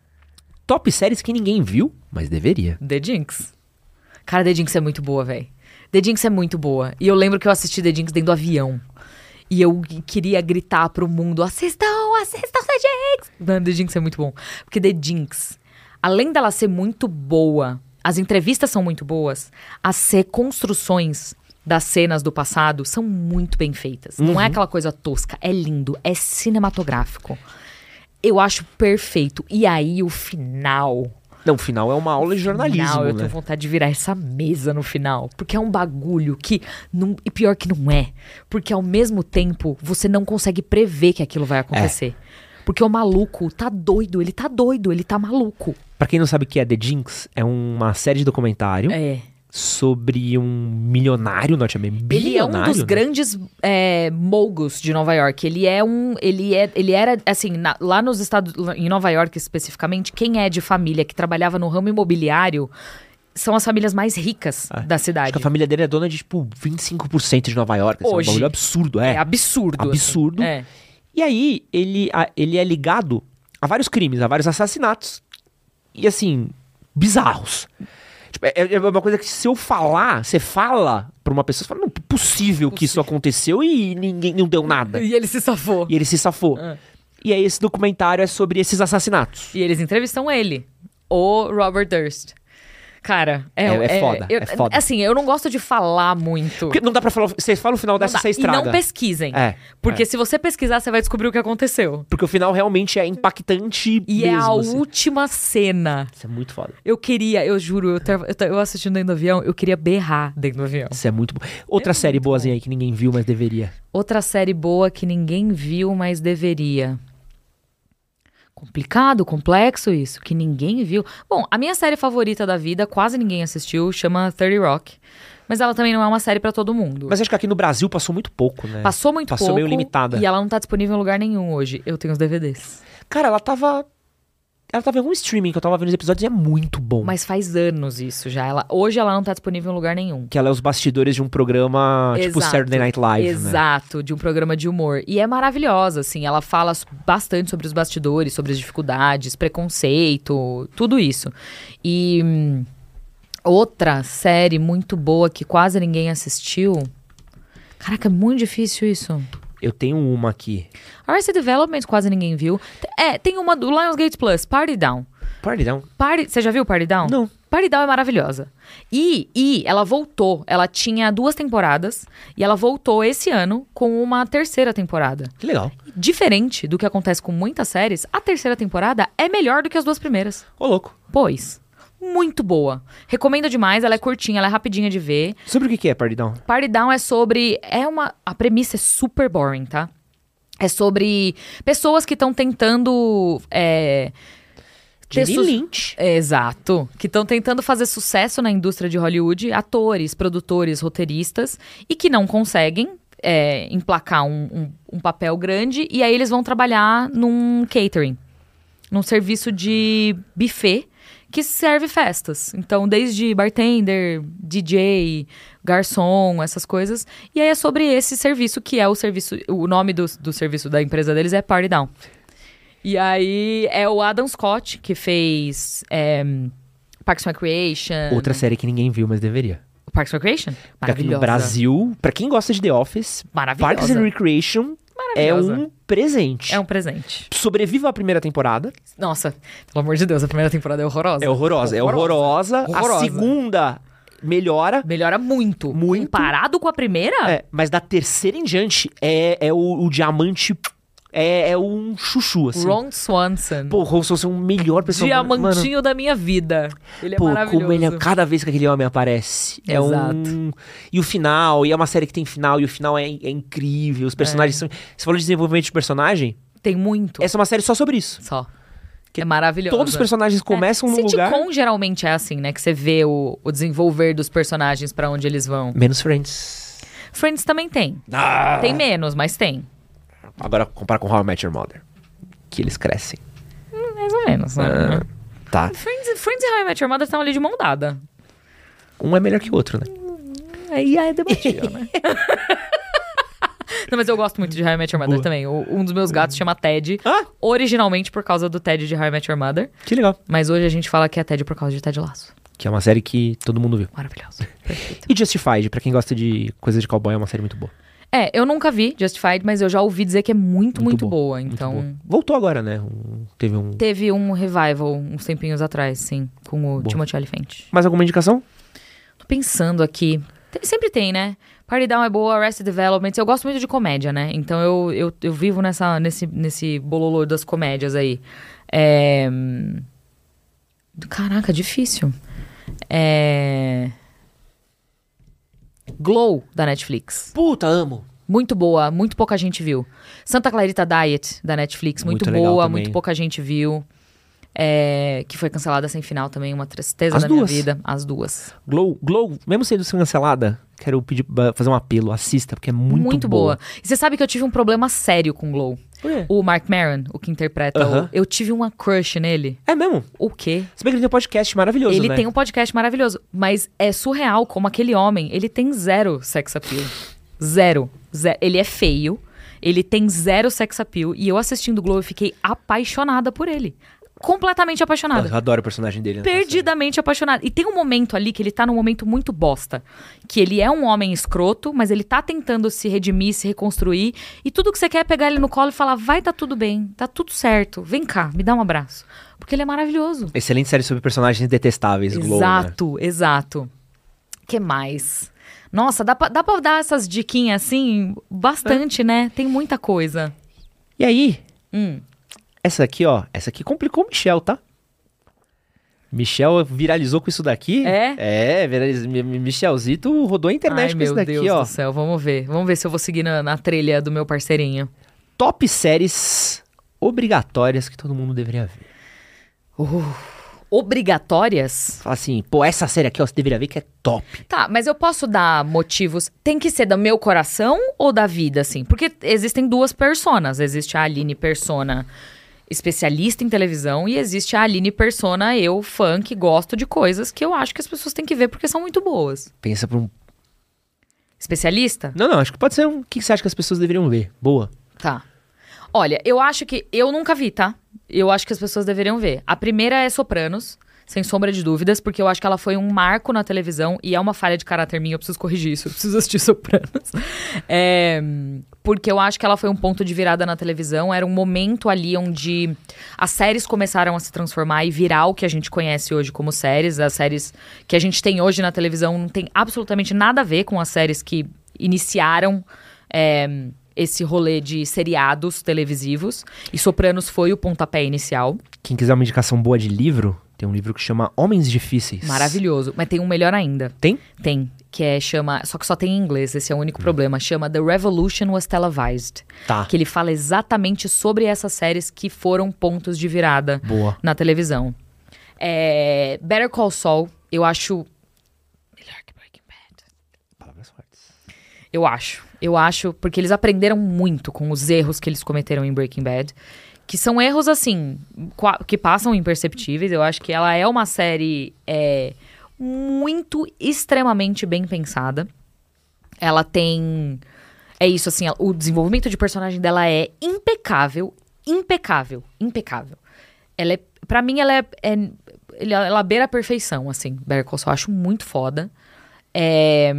top séries que ninguém viu, mas deveria. The Jinx. Cara, The Jinx é muito boa, velho. The Jinx é muito boa. E eu lembro que eu assisti The Jinx dentro do avião. E eu queria gritar pro mundo, assistam, assistam The Jinx! Não, The Jinx é muito bom. Porque The Jinx, além dela ser muito boa, as entrevistas são muito boas, as reconstruções das cenas do passado são muito bem feitas. Não é aquela coisa tosca, é lindo, é cinematográfico. Eu acho perfeito. E aí, o final... Não, o final é uma aula de jornalismo, Final, eu né? tenho vontade de virar essa mesa no final. Porque é um bagulho que... Não, e pior que não é. Porque ao mesmo tempo, você não consegue prever que aquilo vai acontecer. Porque o maluco tá doido, ele tá doido, ele tá maluco. Pra quem não sabe o que é The Jinx, é uma série de documentário É. sobre um milionário norte-americano. Ele é um dos né? grandes é, moguls de Nova York. Ele é um. Ele, é, ele era, assim, na- lá nos Estados. Em Nova York especificamente, quem é de família que trabalhava no ramo imobiliário são as famílias mais ricas da Acho cidade. que a família dele é dona de, tipo, vinte e cinco por cento de Nova York. Assim, é um Hoje. bagulho absurdo, é. É absurdo. assim. Absurdo. É. E aí, ele, a- ele é ligado a vários crimes, a vários assassinatos. E assim, bizarros. Tipo, é, é uma coisa que se eu falar, você fala pra uma pessoa, você fala, não, é possível que isso aconteceu e ninguém não deu nada. E ele se safou. E ele se safou. Ah. E aí esse documentário é sobre esses assassinatos. E eles entrevistam ele, o Robert Durst. Cara, é, É- é foda, eu- é foda. Assim, eu não gosto de falar muito. Porque não dá pra falar, você fala o final Não dessa, dá. você estraga. E não pesquisem. É, Porque é. se você pesquisar, você vai descobrir o que aconteceu. Porque o final realmente é impactante E mesmo, é a assim. última cena. Isso é muito foda. Eu queria, eu juro, eu, tava- eu, tava- eu assistindo dentro do avião, eu queria berrar dentro do avião. Isso é muito bom. Outra série muito boazinha aí que ninguém viu, mas deveria. Outra série boa que ninguém viu, mas deveria. Complicado, complexo isso, que ninguém viu. Bom, a minha série favorita da vida, quase ninguém assistiu, chama thirty Rock. Mas ela também não é uma série pra todo mundo. Mas acho que aqui no Brasil passou muito pouco, né? Passou muito Passou pouco meio limitada. e ela não tá disponível em lugar nenhum hoje. Eu tenho os D V Ds. Cara, ela tava... Ela tava em algum streaming que eu tava vendo os episódios e é muito bom. Mas faz anos isso já. Ela, hoje ela não tá disponível em lugar nenhum. Que ela é os bastidores de um programa tipo Exato. Saturday Night Live, né? Exato, de um programa de humor. E é maravilhosa, assim. Ela fala s- bastante sobre os bastidores, sobre as dificuldades, preconceito, tudo isso. E hum, outra série muito boa que quase ninguém assistiu. Caraca, é muito difícil isso. Eu tenho uma aqui. Arrested Development quase ninguém viu. T- É, tem uma do Lionsgate Plus, Party Down. Party Down. Party, você já viu Party Down? Não. Party Down é maravilhosa. E, e ela voltou. Ela tinha duas temporadas. E ela voltou esse ano com uma terceira temporada. Que legal. Diferente do que acontece com muitas séries, a terceira temporada é melhor do que as duas primeiras. Ô, louco. Pois, muito boa. Recomendo demais, ela é curtinha, ela é rapidinha de ver. Sobre o que que é Party Down? Party Down é sobre... É uma... A premissa é super boring, tá? É sobre pessoas que estão tentando... É, ter Jenny su- Lynch. Exato. Que estão tentando fazer sucesso na indústria de Hollywood. Atores, produtores, roteiristas. E que não conseguem é, emplacar um, um, um papel grande. E aí eles vão trabalhar num catering. Num serviço de buffet que serve festas. Então, desde bartender, D J, garçom, essas coisas. E aí é sobre esse serviço que é o serviço... O nome do, do serviço da empresa deles é Party Down. E aí é o Adam Scott, que fez é, Parks and Recreation. Outra série que ninguém viu, mas deveria. Parks and Recreation? Porque aqui no Maravilhosa. Brasil, pra quem gosta de The Office, Maravilhosa. Parks and Recreation é Maravilhosa. um presente. É um presente. Sobreviva à primeira temporada. Nossa, pelo amor de Deus, a primeira temporada é horrorosa. É horrorosa. É horrorosa. Horrorosa. A segunda melhora. Melhora muito. Muito. Comparado com a primeira? É, mas da terceira em diante é, é o, o diamante É, é um chuchu, assim. Ron Swanson. Pô, o Ron Swanson é o melhor personagem. Diamantinho Mano, da minha vida. Ele é pô, maravilhoso. como ele é, cada vez que aquele homem aparece. É Exato. um... E o final, e é uma série que tem final, e o final é, é incrível. Os personagens É. são... Você falou de desenvolvimento de personagem? Tem muito. Essa é uma série só sobre isso. Só. Que é maravilhoso. Todos os personagens começam é. num lugar... Sitcom geralmente é assim, né? Que você vê o, o desenvolver dos personagens pra onde eles vão. Menos Friends. Friends também tem. Ah! Tem menos, mas tem. Agora, compara com How I Met Your Mother. Que eles crescem. Hum, mais ou menos, né? Ah, tá. Friends, Friends e How I Met Your Mother estão ali de mão dada. Um é melhor que o outro, né? Aí é debatível, né? Não, mas eu gosto muito de How I Met Your Mother Boa. também. O- um dos meus gatos chama Ted. Ah, Originalmente por causa do Ted de How I Met Your Mother. que legal. Mas hoje a gente fala que é Ted por causa de Ted Lasso. Que é uma série que todo mundo viu. Maravilhoso. Perfeito. E Justified, pra quem gosta de coisa de cowboy, é uma série muito boa. É, eu nunca vi Justified, mas eu já ouvi dizer que é muito, muito, Muito boa. boa, Então, Muito boa. Voltou agora, né? Um- teve um... teve um revival uns tempinhos atrás, sim, com o Boa. Timothée Olyphant. Mais alguma indicação? Tô pensando aqui. Tem- sempre tem, né? Party Down é boa, Arrested Development. Eu gosto muito de comédia, né? Então eu, eu, eu vivo nessa, nesse, nesse bololô das comédias aí. É... Caraca, difícil. É... Glow, da Netflix. Puta, amo. Muito boa, muito pouca gente viu. Santa Clarita Diet, da Netflix. Muito, Muito legal boa, também. muito pouca gente viu. É, que foi cancelada sem final também, uma tristeza As da duas. minha vida. As duas. Glow, Glow, mesmo sendo cancelada, quero pedir, ba- fazer um apelo. Assista, porque é muito, boa. E você sabe que eu tive um problema sério com Glow. Por quê? O Mark Maron, o que interpreta Aham. o... Eu tive uma crush nele. É mesmo? O quê? Se bem que ele tem um podcast maravilhoso, Ele né? tem um podcast maravilhoso. Mas é surreal como aquele homem, ele tem zero sex appeal. Zero. Zero. Ele é feio. Ele tem zero sex appeal. E eu assistindo Glow, eu fiquei apaixonada por ele. Completamente apaixonada. Eu adoro o personagem dele. né? Perdidamente apaixonada. E tem um momento ali que ele tá num momento muito bosta. Que ele é um homem escroto, mas ele tá tentando se redimir, se reconstruir. E tudo que você quer é pegar ele no colo e falar, vai, tá tudo bem, tá tudo certo. Vem cá, me dá um abraço. Porque ele é maravilhoso. Excelente série sobre personagens detestáveis, Glow, né? Exato, exato. Que mais? Nossa, dá pra, dá pra dar essas diquinhas assim? Bastante, né? Tem muita coisa. E aí, Hum. essa aqui, ó. Essa aqui complicou o Michel, tá? Michel viralizou com isso daqui. É? É, viraliz... Mi- Mi- Michelzito rodou a internet Ai, com meu isso daqui, Deus ó. do céu. Vamos ver. Vamos ver se eu vou seguir na, na trilha do meu parceirinho. Top séries obrigatórias que todo mundo deveria ver. Obrigatórias? Fala assim, pô, essa série aqui, ó, você deveria ver que é top. Tá, mas eu posso dar motivos. Tem que ser do meu coração ou da vida, assim? Porque existem duas personas. Existe a Aline persona especialista em televisão e existe a Aline persona eu, fã, que gosto de coisas que eu acho que as pessoas têm que ver porque são muito boas. Pensa pra um... Especialista? Não, não, acho que pode ser um... O que você acha que as pessoas deveriam ver? Boa. Tá. Olha, eu acho que... Eu nunca vi, tá? Eu acho que as pessoas deveriam ver. A primeira é Sopranos, sem sombra de dúvidas, porque eu acho que ela foi um marco na televisão e é uma falha de caráter minha, eu preciso corrigir isso, eu preciso assistir Sopranos. É, porque eu acho que ela foi um ponto de virada na televisão, era um momento ali onde as séries começaram a se transformar e virar o que a gente conhece hoje como séries. As séries que a gente tem hoje na televisão não tem absolutamente nada a ver com as séries que iniciaram... É, esse rolê de seriados televisivos. E Sopranos foi o pontapé inicial. Quem quiser uma indicação boa de livro, tem um livro que chama Homens Difíceis. Maravilhoso. Mas tem um melhor ainda. Tem? Tem. Que é, chama... Só que só tem em inglês, esse é o único problema. Chama The Revolution Was Televised. Tá. Que ele fala exatamente sobre essas séries que foram pontos de virada Boa. na televisão. É, Better Call Saul, eu acho... Melhor que Breaking Bad. Palavras fortes. Eu acho. Eu acho, porque eles aprenderam muito com os erros que eles cometeram em Breaking Bad. Que são erros, assim, qua- que passam imperceptíveis. Eu acho que ela é uma série é, muito, extremamente bem pensada. Ela tem... É isso, assim, ela- o desenvolvimento de personagem dela é impecável. Impecável. Impecável. Ela é... Pra mim, ela é... é ela, ela beira a perfeição, assim. Better Call Saul, eu acho muito foda. É...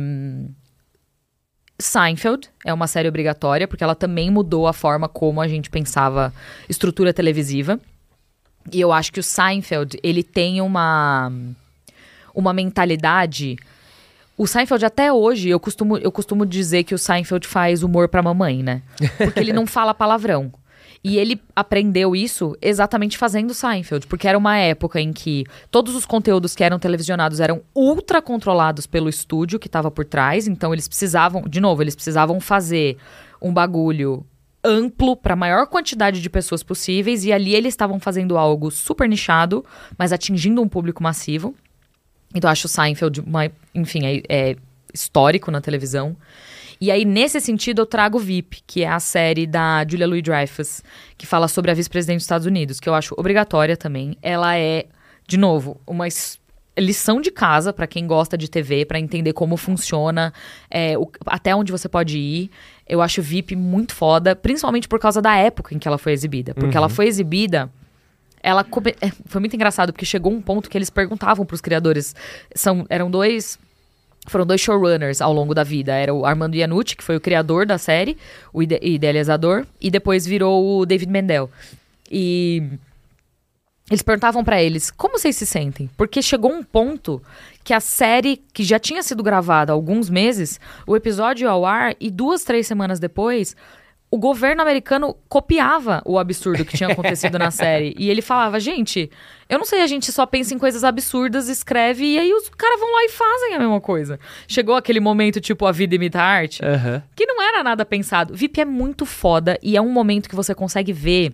Seinfeld é uma série obrigatória, porque ela também mudou a forma como a gente pensava estrutura televisiva. E eu acho que o Seinfeld, ele tem uma, uma mentalidade... O Seinfeld, até hoje, eu costumo, eu costumo dizer que o Seinfeld faz humor pra mamãe, né? Porque ele não fala palavrão. E ele aprendeu isso exatamente fazendo Seinfeld, porque era uma época em que todos os conteúdos que eram televisionados eram ultra controlados pelo estúdio que estava por trás, então eles precisavam, de novo, eles precisavam fazer um bagulho amplo para a maior quantidade de pessoas possíveis, e ali eles estavam fazendo algo super nichado, mas atingindo um público massivo. Então eu acho Seinfeld, uma, enfim, é, é histórico na televisão. E aí, nesse sentido, eu trago V I P, que é a série da Julia Louis-Dreyfus, que fala sobre a vice-presidente dos Estados Unidos, que eu acho obrigatória também. Ela é, de novo, uma lição de casa para quem gosta de T V, para entender como funciona, é, o, até onde você pode ir. Eu acho V I P muito foda, principalmente por causa da época em que ela foi exibida. Porque uhum. ela foi exibida... Ela come... Foi muito engraçado, porque chegou um ponto que eles perguntavam pros criadores. São, eram dois... Foram dois showrunners ao longo da vida. Era o Armando Iannucci, que foi o criador da série, o ide- idealizador, e depois virou o David Mendel. E eles perguntavam pra eles, como vocês se sentem? Porque chegou um ponto que a série, que já tinha sido gravada há alguns meses, o episódio ia ao ar e duas, três semanas depois... O governo americano copiava o absurdo que tinha acontecido na série. E ele falava, gente, eu não sei, a gente só pensa em coisas absurdas, escreve, e aí os caras vão lá e fazem a mesma coisa. Chegou aquele momento, tipo, A Vida Imita a Arte, uhum. que não era nada pensado. V I P é muito foda, e é um momento que você consegue ver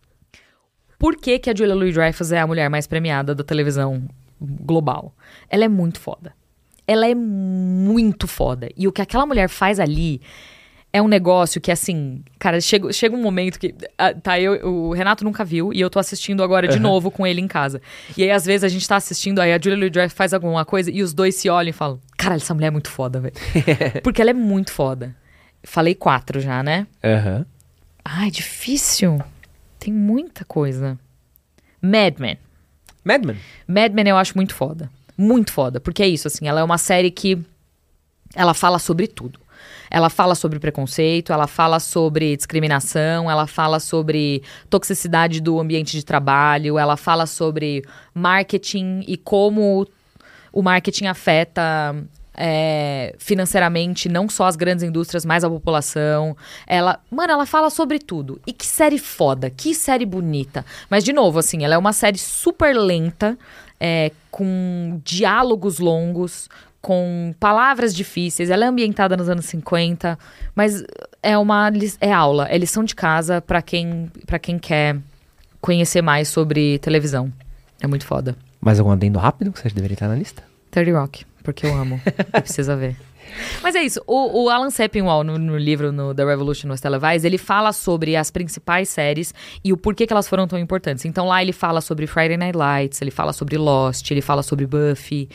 por que, que a Julia Louis-Dreyfus é a mulher mais premiada da televisão global. Ela é muito foda. Ela é muito foda. E o que aquela mulher faz ali... É um negócio que, assim, cara, chega, chega um momento que... Ah, tá, eu, o Renato nunca viu e eu tô assistindo agora de uhum. novo com ele em casa. E aí, às vezes, a gente tá assistindo, aí a Julia Louis-Dreyfus faz alguma coisa e os dois se olham e falam, cara, essa mulher é muito foda, velho. Porque ela é muito foda. Falei quatro já, né? Aham. Uhum. Ah, é difícil. Tem muita coisa. Mad Men. Mad Men? Mad Men eu acho muito foda. Muito foda. Porque é isso, assim, ela é uma série que... Ela fala sobre tudo. Ela fala sobre preconceito, ela fala sobre discriminação, ela fala sobre toxicidade do ambiente de trabalho, ela fala sobre marketing e como o marketing afeta é, financeiramente não só as grandes indústrias, mas a população. Ela, mano, ela fala sobre tudo. E que série foda, que série bonita. Mas, de novo, assim, ela é uma série super lenta, é, com diálogos longos, com palavras difíceis. Ela é ambientada nos anos cinquenta, mas é uma é aula, é lição de casa pra quem, pra quem quer conhecer mais sobre televisão. É muito foda. Mais algum adendo rápido que você deveria estar na lista? thirty Rock, porque eu amo. E precisa ver. Mas é isso, o, o Alan Sepinwall, no, no livro no The Revolution Was Televised, ele fala sobre as principais séries e o porquê que elas foram tão importantes. Então lá ele fala sobre Friday Night Lights, ele fala sobre Lost, ele fala sobre Buffy,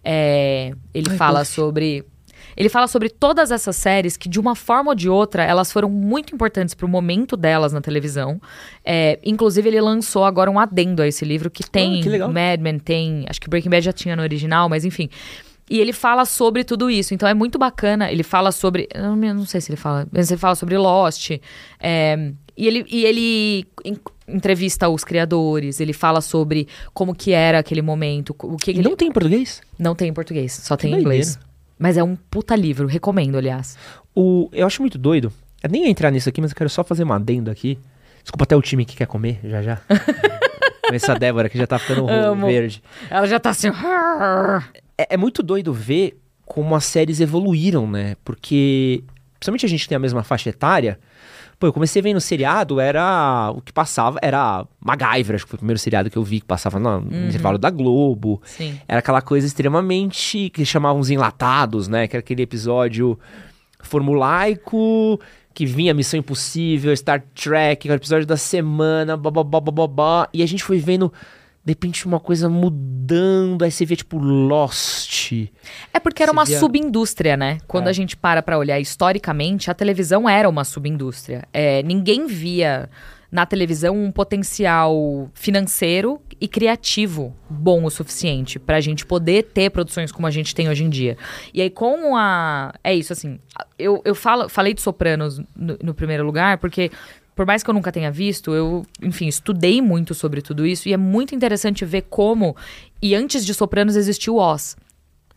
é, ele Ai, fala Buffy. sobre... Ele fala sobre todas essas séries que, de uma forma ou de outra, elas foram muito importantes pro momento delas na televisão. É, inclusive, ele lançou agora um adendo a esse livro que tem ah, que Mad Men, tem... Acho que Breaking Bad já tinha no original, mas enfim... E ele fala sobre tudo isso. Então, é muito bacana. Ele fala sobre... Eu não sei se ele fala... Mas ele fala sobre Lost. É, e ele, e ele in, entrevista os criadores. Ele fala sobre como que era aquele momento. O que e que não ele... tem em português? Não tem em português. Só que tem em inglês. Mas é um puta livro. Recomendo, aliás. O, eu acho muito doido. Eu nem ia entrar nisso aqui, mas eu quero só fazer um adendo aqui. Desculpa até o time que quer comer, já já. Com essa Débora que já tá ficando Amo. verde. Ela já tá assim... É, é muito doido ver como as séries evoluíram, né? Porque, principalmente a gente tem a mesma faixa etária. Pô, eu comecei vendo seriado, era... O que passava era MacGyver, acho que foi o primeiro seriado que eu vi que passava no, no Uhum. intervalo da Globo. Sim. Era aquela coisa extremamente... que chamavam os enlatados, né? Que era aquele episódio formulaico... Que vinha Missão Impossível, Star Trek, o episódio da semana, bababá, bababá. E a gente foi vendo, de repente, uma coisa mudando. Aí você via, tipo, Lost. É porque era Você uma via... subindústria, né? Quando É. a gente para pra olhar historicamente, a televisão era uma subindústria. É, ninguém via na televisão um potencial financeiro e criativo bom o suficiente pra gente poder ter produções como a gente tem hoje em dia. E aí, com a... É isso, assim... Eu, eu falo, falei de Sopranos no, no primeiro lugar, porque... Por mais que eu nunca tenha visto, eu, enfim, estudei muito sobre tudo isso. E é muito interessante ver como... E antes de Sopranos existiu Oz.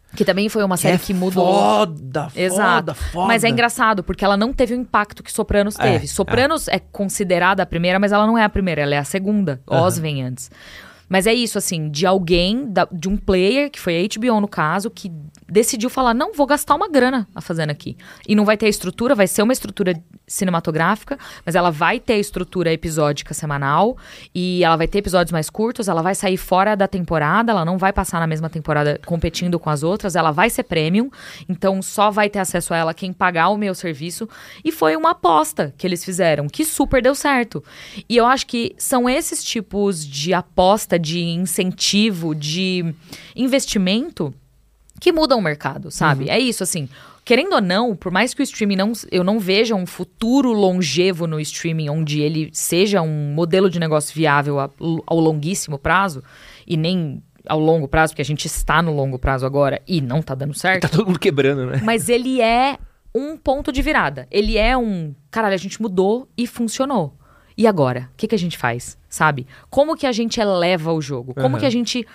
Que também foi uma série que, que é mudou. Foda, Exato. foda, foda. Mas é engraçado, porque ela não teve o impacto que Sopranos teve. É, Sopranos é. é considerada a primeira, mas ela não é a primeira, ela é a segunda. Uhum. Oz vem antes. Mas é isso, assim, de alguém, da, de um player, que foi a H B O no caso, que decidiu falar, não, vou gastar uma grana a fazendo aqui. E não vai ter a estrutura, vai ser uma estrutura cinematográfica, mas ela vai ter a estrutura episódica semanal, e ela vai ter episódios mais curtos, ela vai sair fora da temporada, ela não vai passar na mesma temporada competindo com as outras, ela vai ser premium, então só vai ter acesso a ela quem pagar o meu serviço. E foi uma aposta que eles fizeram, que super deu certo. E eu acho que são esses tipos de aposta, de incentivo, de investimento que mudam o mercado, sabe? Uhum. É isso, assim, querendo ou não, por mais que o streaming não, eu não veja um futuro longevo no streaming onde ele seja um modelo de negócio viável a, ao longuíssimo prazo, e nem ao longo prazo, porque a gente está no longo prazo agora e não tá dando certo. Tá todo mundo quebrando, né? Mas ele é um ponto de virada. Ele é um, caralho, a gente mudou e funcionou. E agora? O que, que a gente faz, sabe? Como que a gente eleva o jogo? Como uhum. que a gente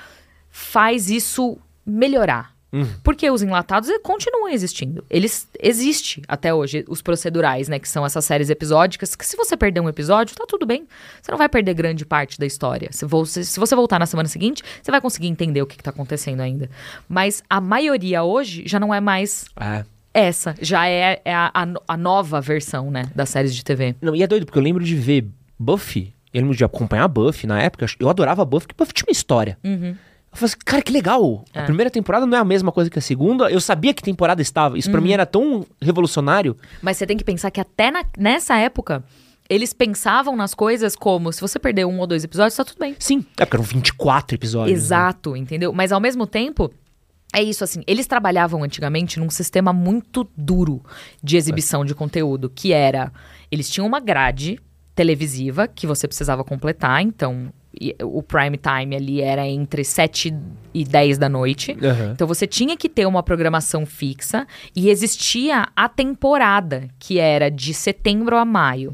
faz isso melhorar? Uhum. Porque os enlatados continuam existindo. Eles existem até hoje, os procedurais, né? Que são essas séries episódicas, que se você perder um episódio, tá tudo bem. Você não vai perder grande parte da história. Se você, se você voltar na semana seguinte, você vai conseguir entender o que, que tá acontecendo ainda. Mas a maioria hoje já não é mais... É. Essa já é, é a, a, a nova versão, né, das séries de T V. Não, e é doido, porque eu lembro de ver Buffy, eu lembro de acompanhar Buffy na época, eu adorava Buffy, porque Buffy tinha uma história. Uhum. Eu falei assim, cara, que legal, é. A primeira temporada não é a mesma coisa que a segunda, eu sabia que temporada estava, isso uhum. pra mim era tão revolucionário. Mas você tem que pensar que até na, nessa época, eles pensavam nas coisas como, se você perder um ou dois episódios, tá tudo bem. Sim, é porque eram vinte e quatro episódios. Exato, né? Entendeu? Mas ao mesmo tempo... É isso, assim, eles trabalhavam antigamente num sistema muito duro de exibição é. de conteúdo, que era, eles tinham uma grade televisiva que você precisava completar, então o prime time ali era entre sete e dez da noite, uhum. Então você tinha que ter uma programação fixa e existia a temporada, que era de setembro a maio.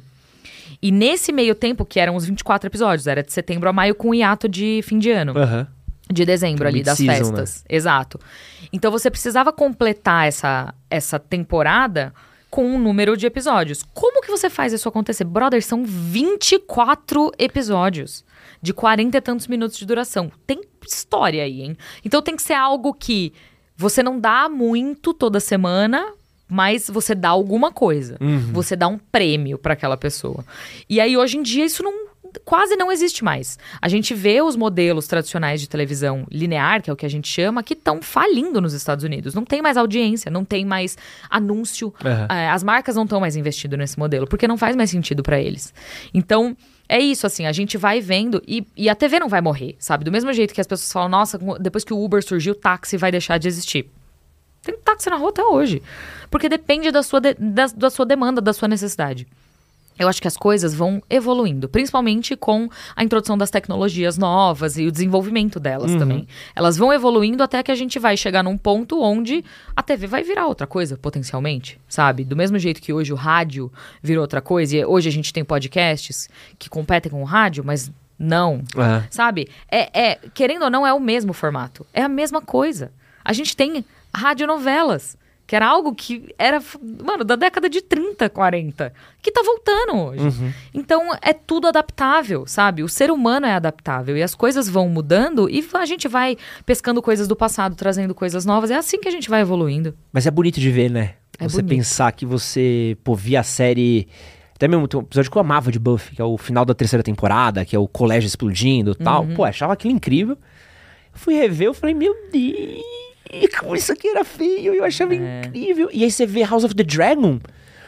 E nesse meio tempo, que eram os vinte e quatro episódios, era de setembro a maio com hiato de fim de ano. Aham. Uhum. De dezembro ali, das season, festas. Né? Exato. Então você precisava completar essa, essa temporada com um número de episódios. Como que você faz isso acontecer? Brother, são vinte e quatro episódios de quarenta e tantos minutos de duração. Tem história aí, hein? Então tem que ser algo que você não dá muito toda semana, mas você dá alguma coisa. Uhum. Você dá um prêmio para aquela pessoa. E aí, hoje em dia, isso não... quase não existe mais. A gente vê os modelos tradicionais de televisão linear, que é o que a gente chama, que estão falindo nos Estados Unidos. Não tem mais audiência, não tem mais anúncio. Uhum. É, as marcas não estão mais investindo nesse modelo, porque não faz mais sentido para eles. Então, é isso, assim, a gente vai vendo e, e a T V não vai morrer, sabe? Do mesmo jeito que as pessoas falam, nossa, depois que o Uber surgiu, o táxi vai deixar de existir. Tem táxi na rua até hoje. Porque depende da sua, de, da, da sua demanda, da sua necessidade. Eu acho que as coisas vão evoluindo, principalmente com a introdução das tecnologias novas e o desenvolvimento delas uhum. também. Elas vão evoluindo até que a gente vai chegar num ponto onde a T V vai virar outra coisa, potencialmente, sabe? Do mesmo jeito que hoje o rádio virou outra coisa, e hoje a gente tem podcasts que competem com o rádio, mas não, uhum. sabe? É, é, querendo ou não, é o mesmo formato. É a mesma coisa. A gente tem radionovelas, que era algo que era, mano, da década de trinta, quarenta, que tá voltando hoje. Uhum. Então, é tudo adaptável, sabe? O ser humano é adaptável e as coisas vão mudando e a gente vai pescando coisas do passado, trazendo coisas novas. É assim que a gente vai evoluindo. Mas é bonito de ver, né? É você bonito. Pensar que você, pô, via a série... Até mesmo tem um episódio que eu amava de Buffy, que é o final da terceira temporada, que é o colégio explodindo e tal. Uhum. Pô, achava aquilo incrível. Eu fui rever, eu falei, meu Deus... E como isso aqui era feio, eu achava é. incrível. E aí você vê House of the Dragon,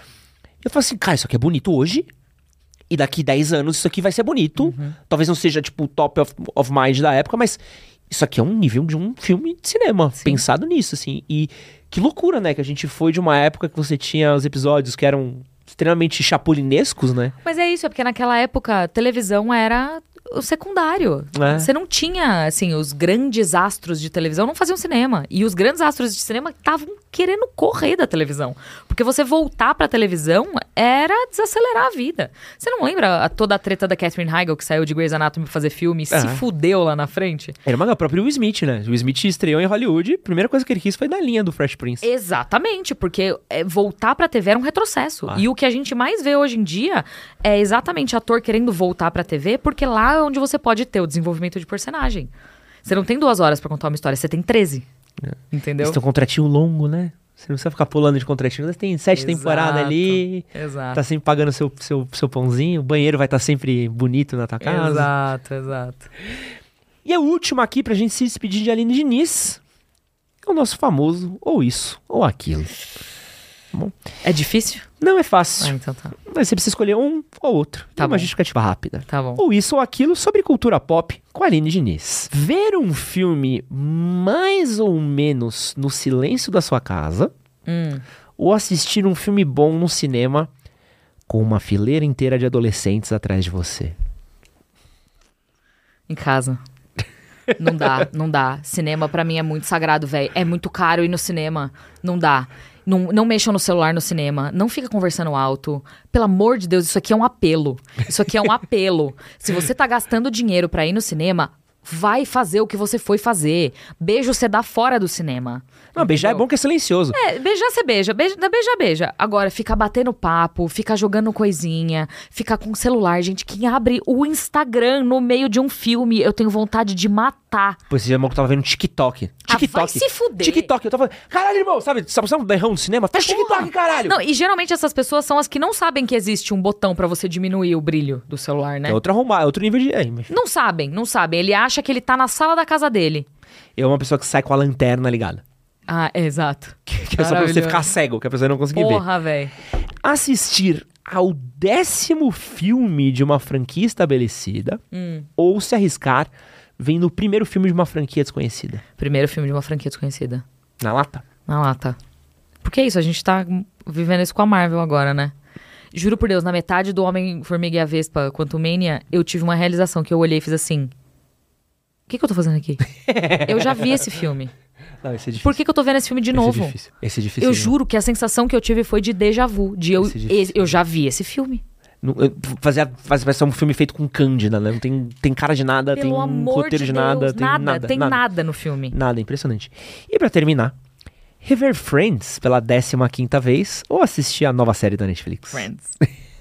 eu falo assim, cara, isso aqui é bonito hoje, e daqui dez anos isso aqui vai ser bonito. Uhum. Talvez não seja, tipo, o top of, of mind da época, mas isso aqui é um nível de um filme de cinema, Sim. pensado nisso, assim. E que loucura, né, que a gente foi de uma época que você tinha os episódios que eram extremamente chapulinescos, né? Mas é isso, é porque naquela época, televisão era... o secundário. É. Você não tinha, assim, os grandes astros de televisão não faziam cinema. E os grandes astros de cinema estavam querendo correr da televisão. Porque você voltar pra televisão era desacelerar a vida. Você não lembra a, toda a treta da Katherine Heigl, que saiu de Grey's Anatomy pra fazer filme e É. se fudeu lá na frente? Era uma, o próprio Will Smith, né? O Will Smith estreou em Hollywood, a primeira coisa que ele quis foi na linha do Fresh Prince. Exatamente, porque é, voltar pra T V era um retrocesso. Ah. E o que a gente mais vê hoje em dia é exatamente ator querendo voltar pra T V, porque lá é onde você pode ter o desenvolvimento de personagem. Você não tem duas horas pra contar uma história, você tem treze. É. Entendeu? Eles têm um contratinho longo, né? Você não precisa ficar pulando de contratinho. Você tem sete Exato, temporadas ali, Exato. tá sempre pagando seu, seu, seu pãozinho, o banheiro vai estar sempre bonito na tua casa. Exato, exato. E a última aqui pra gente se despedir de Aline Diniz é o nosso famoso ou isso ou aquilo. Tá bom? É difícil? Não é Ah, fácil, então tá. mas você precisa escolher um ou outro. Tá É uma bom. justificativa rápida. Tá bom. Ou isso ou aquilo sobre cultura pop com a Aline Diniz. Ver um filme mais ou menos no silêncio da sua casa Hum. ou assistir um filme bom no cinema com uma fileira inteira de adolescentes atrás de você. Em casa. Não dá, não dá. Cinema pra mim é muito sagrado, velho. É muito caro ir no cinema. Não dá. Não, não mexam no celular no cinema. Não fica conversando alto. Pelo amor de Deus, isso aqui é um apelo. Isso aqui é um apelo. Se você tá gastando dinheiro pra ir no cinema, vai fazer o que você foi fazer. Beijo você dá fora do cinema. Não, beijar é Entendeu? bom que é silencioso. É, beijar você beija, beija, beija, beija. Agora, ficar batendo papo, ficar jogando coisinha, ficar com o celular, gente, quem abre o Instagram no meio de um filme, eu tenho vontade de matar. Pô, esse dia eu tava vendo TikTok. Ah, TikTok. vai se fuder. TikTok. Eu tava falando, caralho, irmão, sabe? Sabe você é um berrão no cinema? Fecha o TikTok, caralho! Não, e geralmente essas pessoas são as que não sabem que existe um botão pra você diminuir o brilho do celular, né? É outro arrumar, é outro nível de... É, mas- Não sabem, não sabem. Ele acha que ele tá na sala da casa dele. é uma pessoa que sai com a lanterna ligada. Ah, é, exato. Que é só pra você Maravilhoso. ficar cego, que a pessoa não conseguir ver. Porra, velho. Assistir ao décimo filme de uma franquia estabelecida Hum. ou se arriscar vendo o primeiro filme de uma franquia desconhecida. Primeiro filme de uma franquia desconhecida. Na lata. Na lata. Porque é isso, a gente tá vivendo isso com a Marvel agora, né? Juro por Deus, na metade do Homem-Formiga e a Vespa Quantumania, eu tive uma realização que eu olhei e fiz assim... O que, que eu tô fazendo aqui? Eu já vi esse filme. Não, esse é difícil. Por que, que eu tô vendo esse filme de Esse novo? é difícil. Esse é difícil. Eu mesmo. juro que a sensação que eu tive foi de déjà vu. De eu, Esse é difícil. eu já vi esse filme. Não, eu- Fazia, faz, parece um filme feito com cândida, né? Não tem, tem cara de nada, Pelo tem amor roteiro de de nada, Deus, tem nada, nada. tem nada. nada no filme. Nada, impressionante. E pra terminar, rever Friends pela décima quinta vez ou assistir a nova série da Netflix? Friends.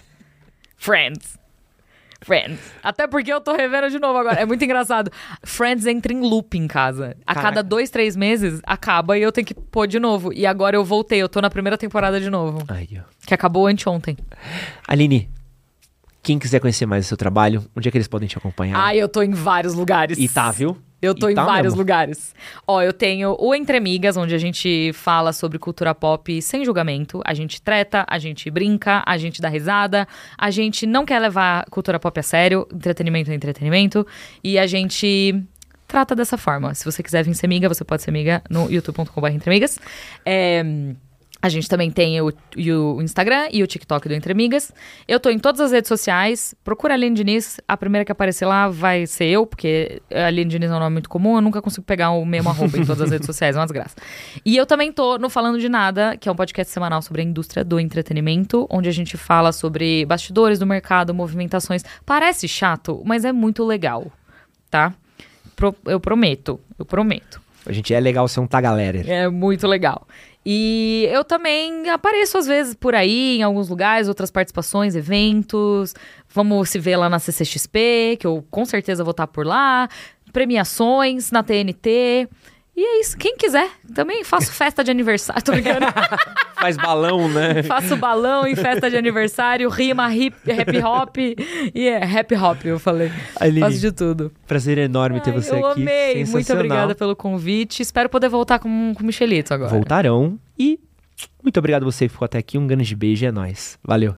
Friends. Friends. Até porque eu tô revendo de novo agora. É muito engraçado. Friends entra em loop em casa. A Caraca. cada dois, três meses, acaba e eu tenho que pôr de novo. E agora eu voltei. Eu tô na primeira temporada de novo. Aí, ó. Que acabou anteontem. Aline, quem quiser conhecer mais o seu trabalho, onde é que eles podem te acompanhar? Ai, eu tô em vários lugares. E tá, viu? Eu tô E em tá vários mesmo. lugares. Ó, eu tenho o Entre Amigas, onde a gente fala sobre cultura pop sem julgamento. A gente treta, a gente brinca, a gente dá risada. A gente não quer levar cultura pop a sério. Entretenimento é entretenimento. E a gente trata dessa forma. Se você quiser vir ser amiga, você pode ser amiga no youtube ponto com ponto br entre amigas. É... A gente também tem o, o Instagram e o TikTok do Entre Amigas. Eu tô em todas as redes sociais. Procura a Aline Diniz. A primeira que aparecer lá vai ser eu, porque a Aline Diniz é um nome muito comum. Eu nunca consigo pegar o mesmo arroba em todas as redes sociais. É uma desgraça. E eu também tô no Falando de Nada, que é um podcast semanal sobre a indústria do entretenimento, onde a gente fala sobre bastidores do mercado, movimentações. Parece chato, mas é muito legal, tá? Pro- eu prometo, eu prometo. A gente é legal ser um tagalerer. É muito legal. E eu também apareço às vezes por aí, em alguns lugares, outras participações, eventos. Vamos se ver lá na C C X P, que eu com certeza vou estar por lá. Premiações na T N T. E é isso. Quem quiser. Também faço festa de aniversário. Tô brincando. Faz balão, né? Faço balão em festa de aniversário, rima, hip, rap hop. E é rap hop, eu falei. Aline, Faço de tudo. prazer enorme ter Ai, você eu aqui. amei. Muito Sensacional. obrigada pelo convite. Espero poder voltar com, com o Michelito agora. Voltarão. E muito obrigado a você que ficou até aqui. Um grande beijo e é nóis. Valeu.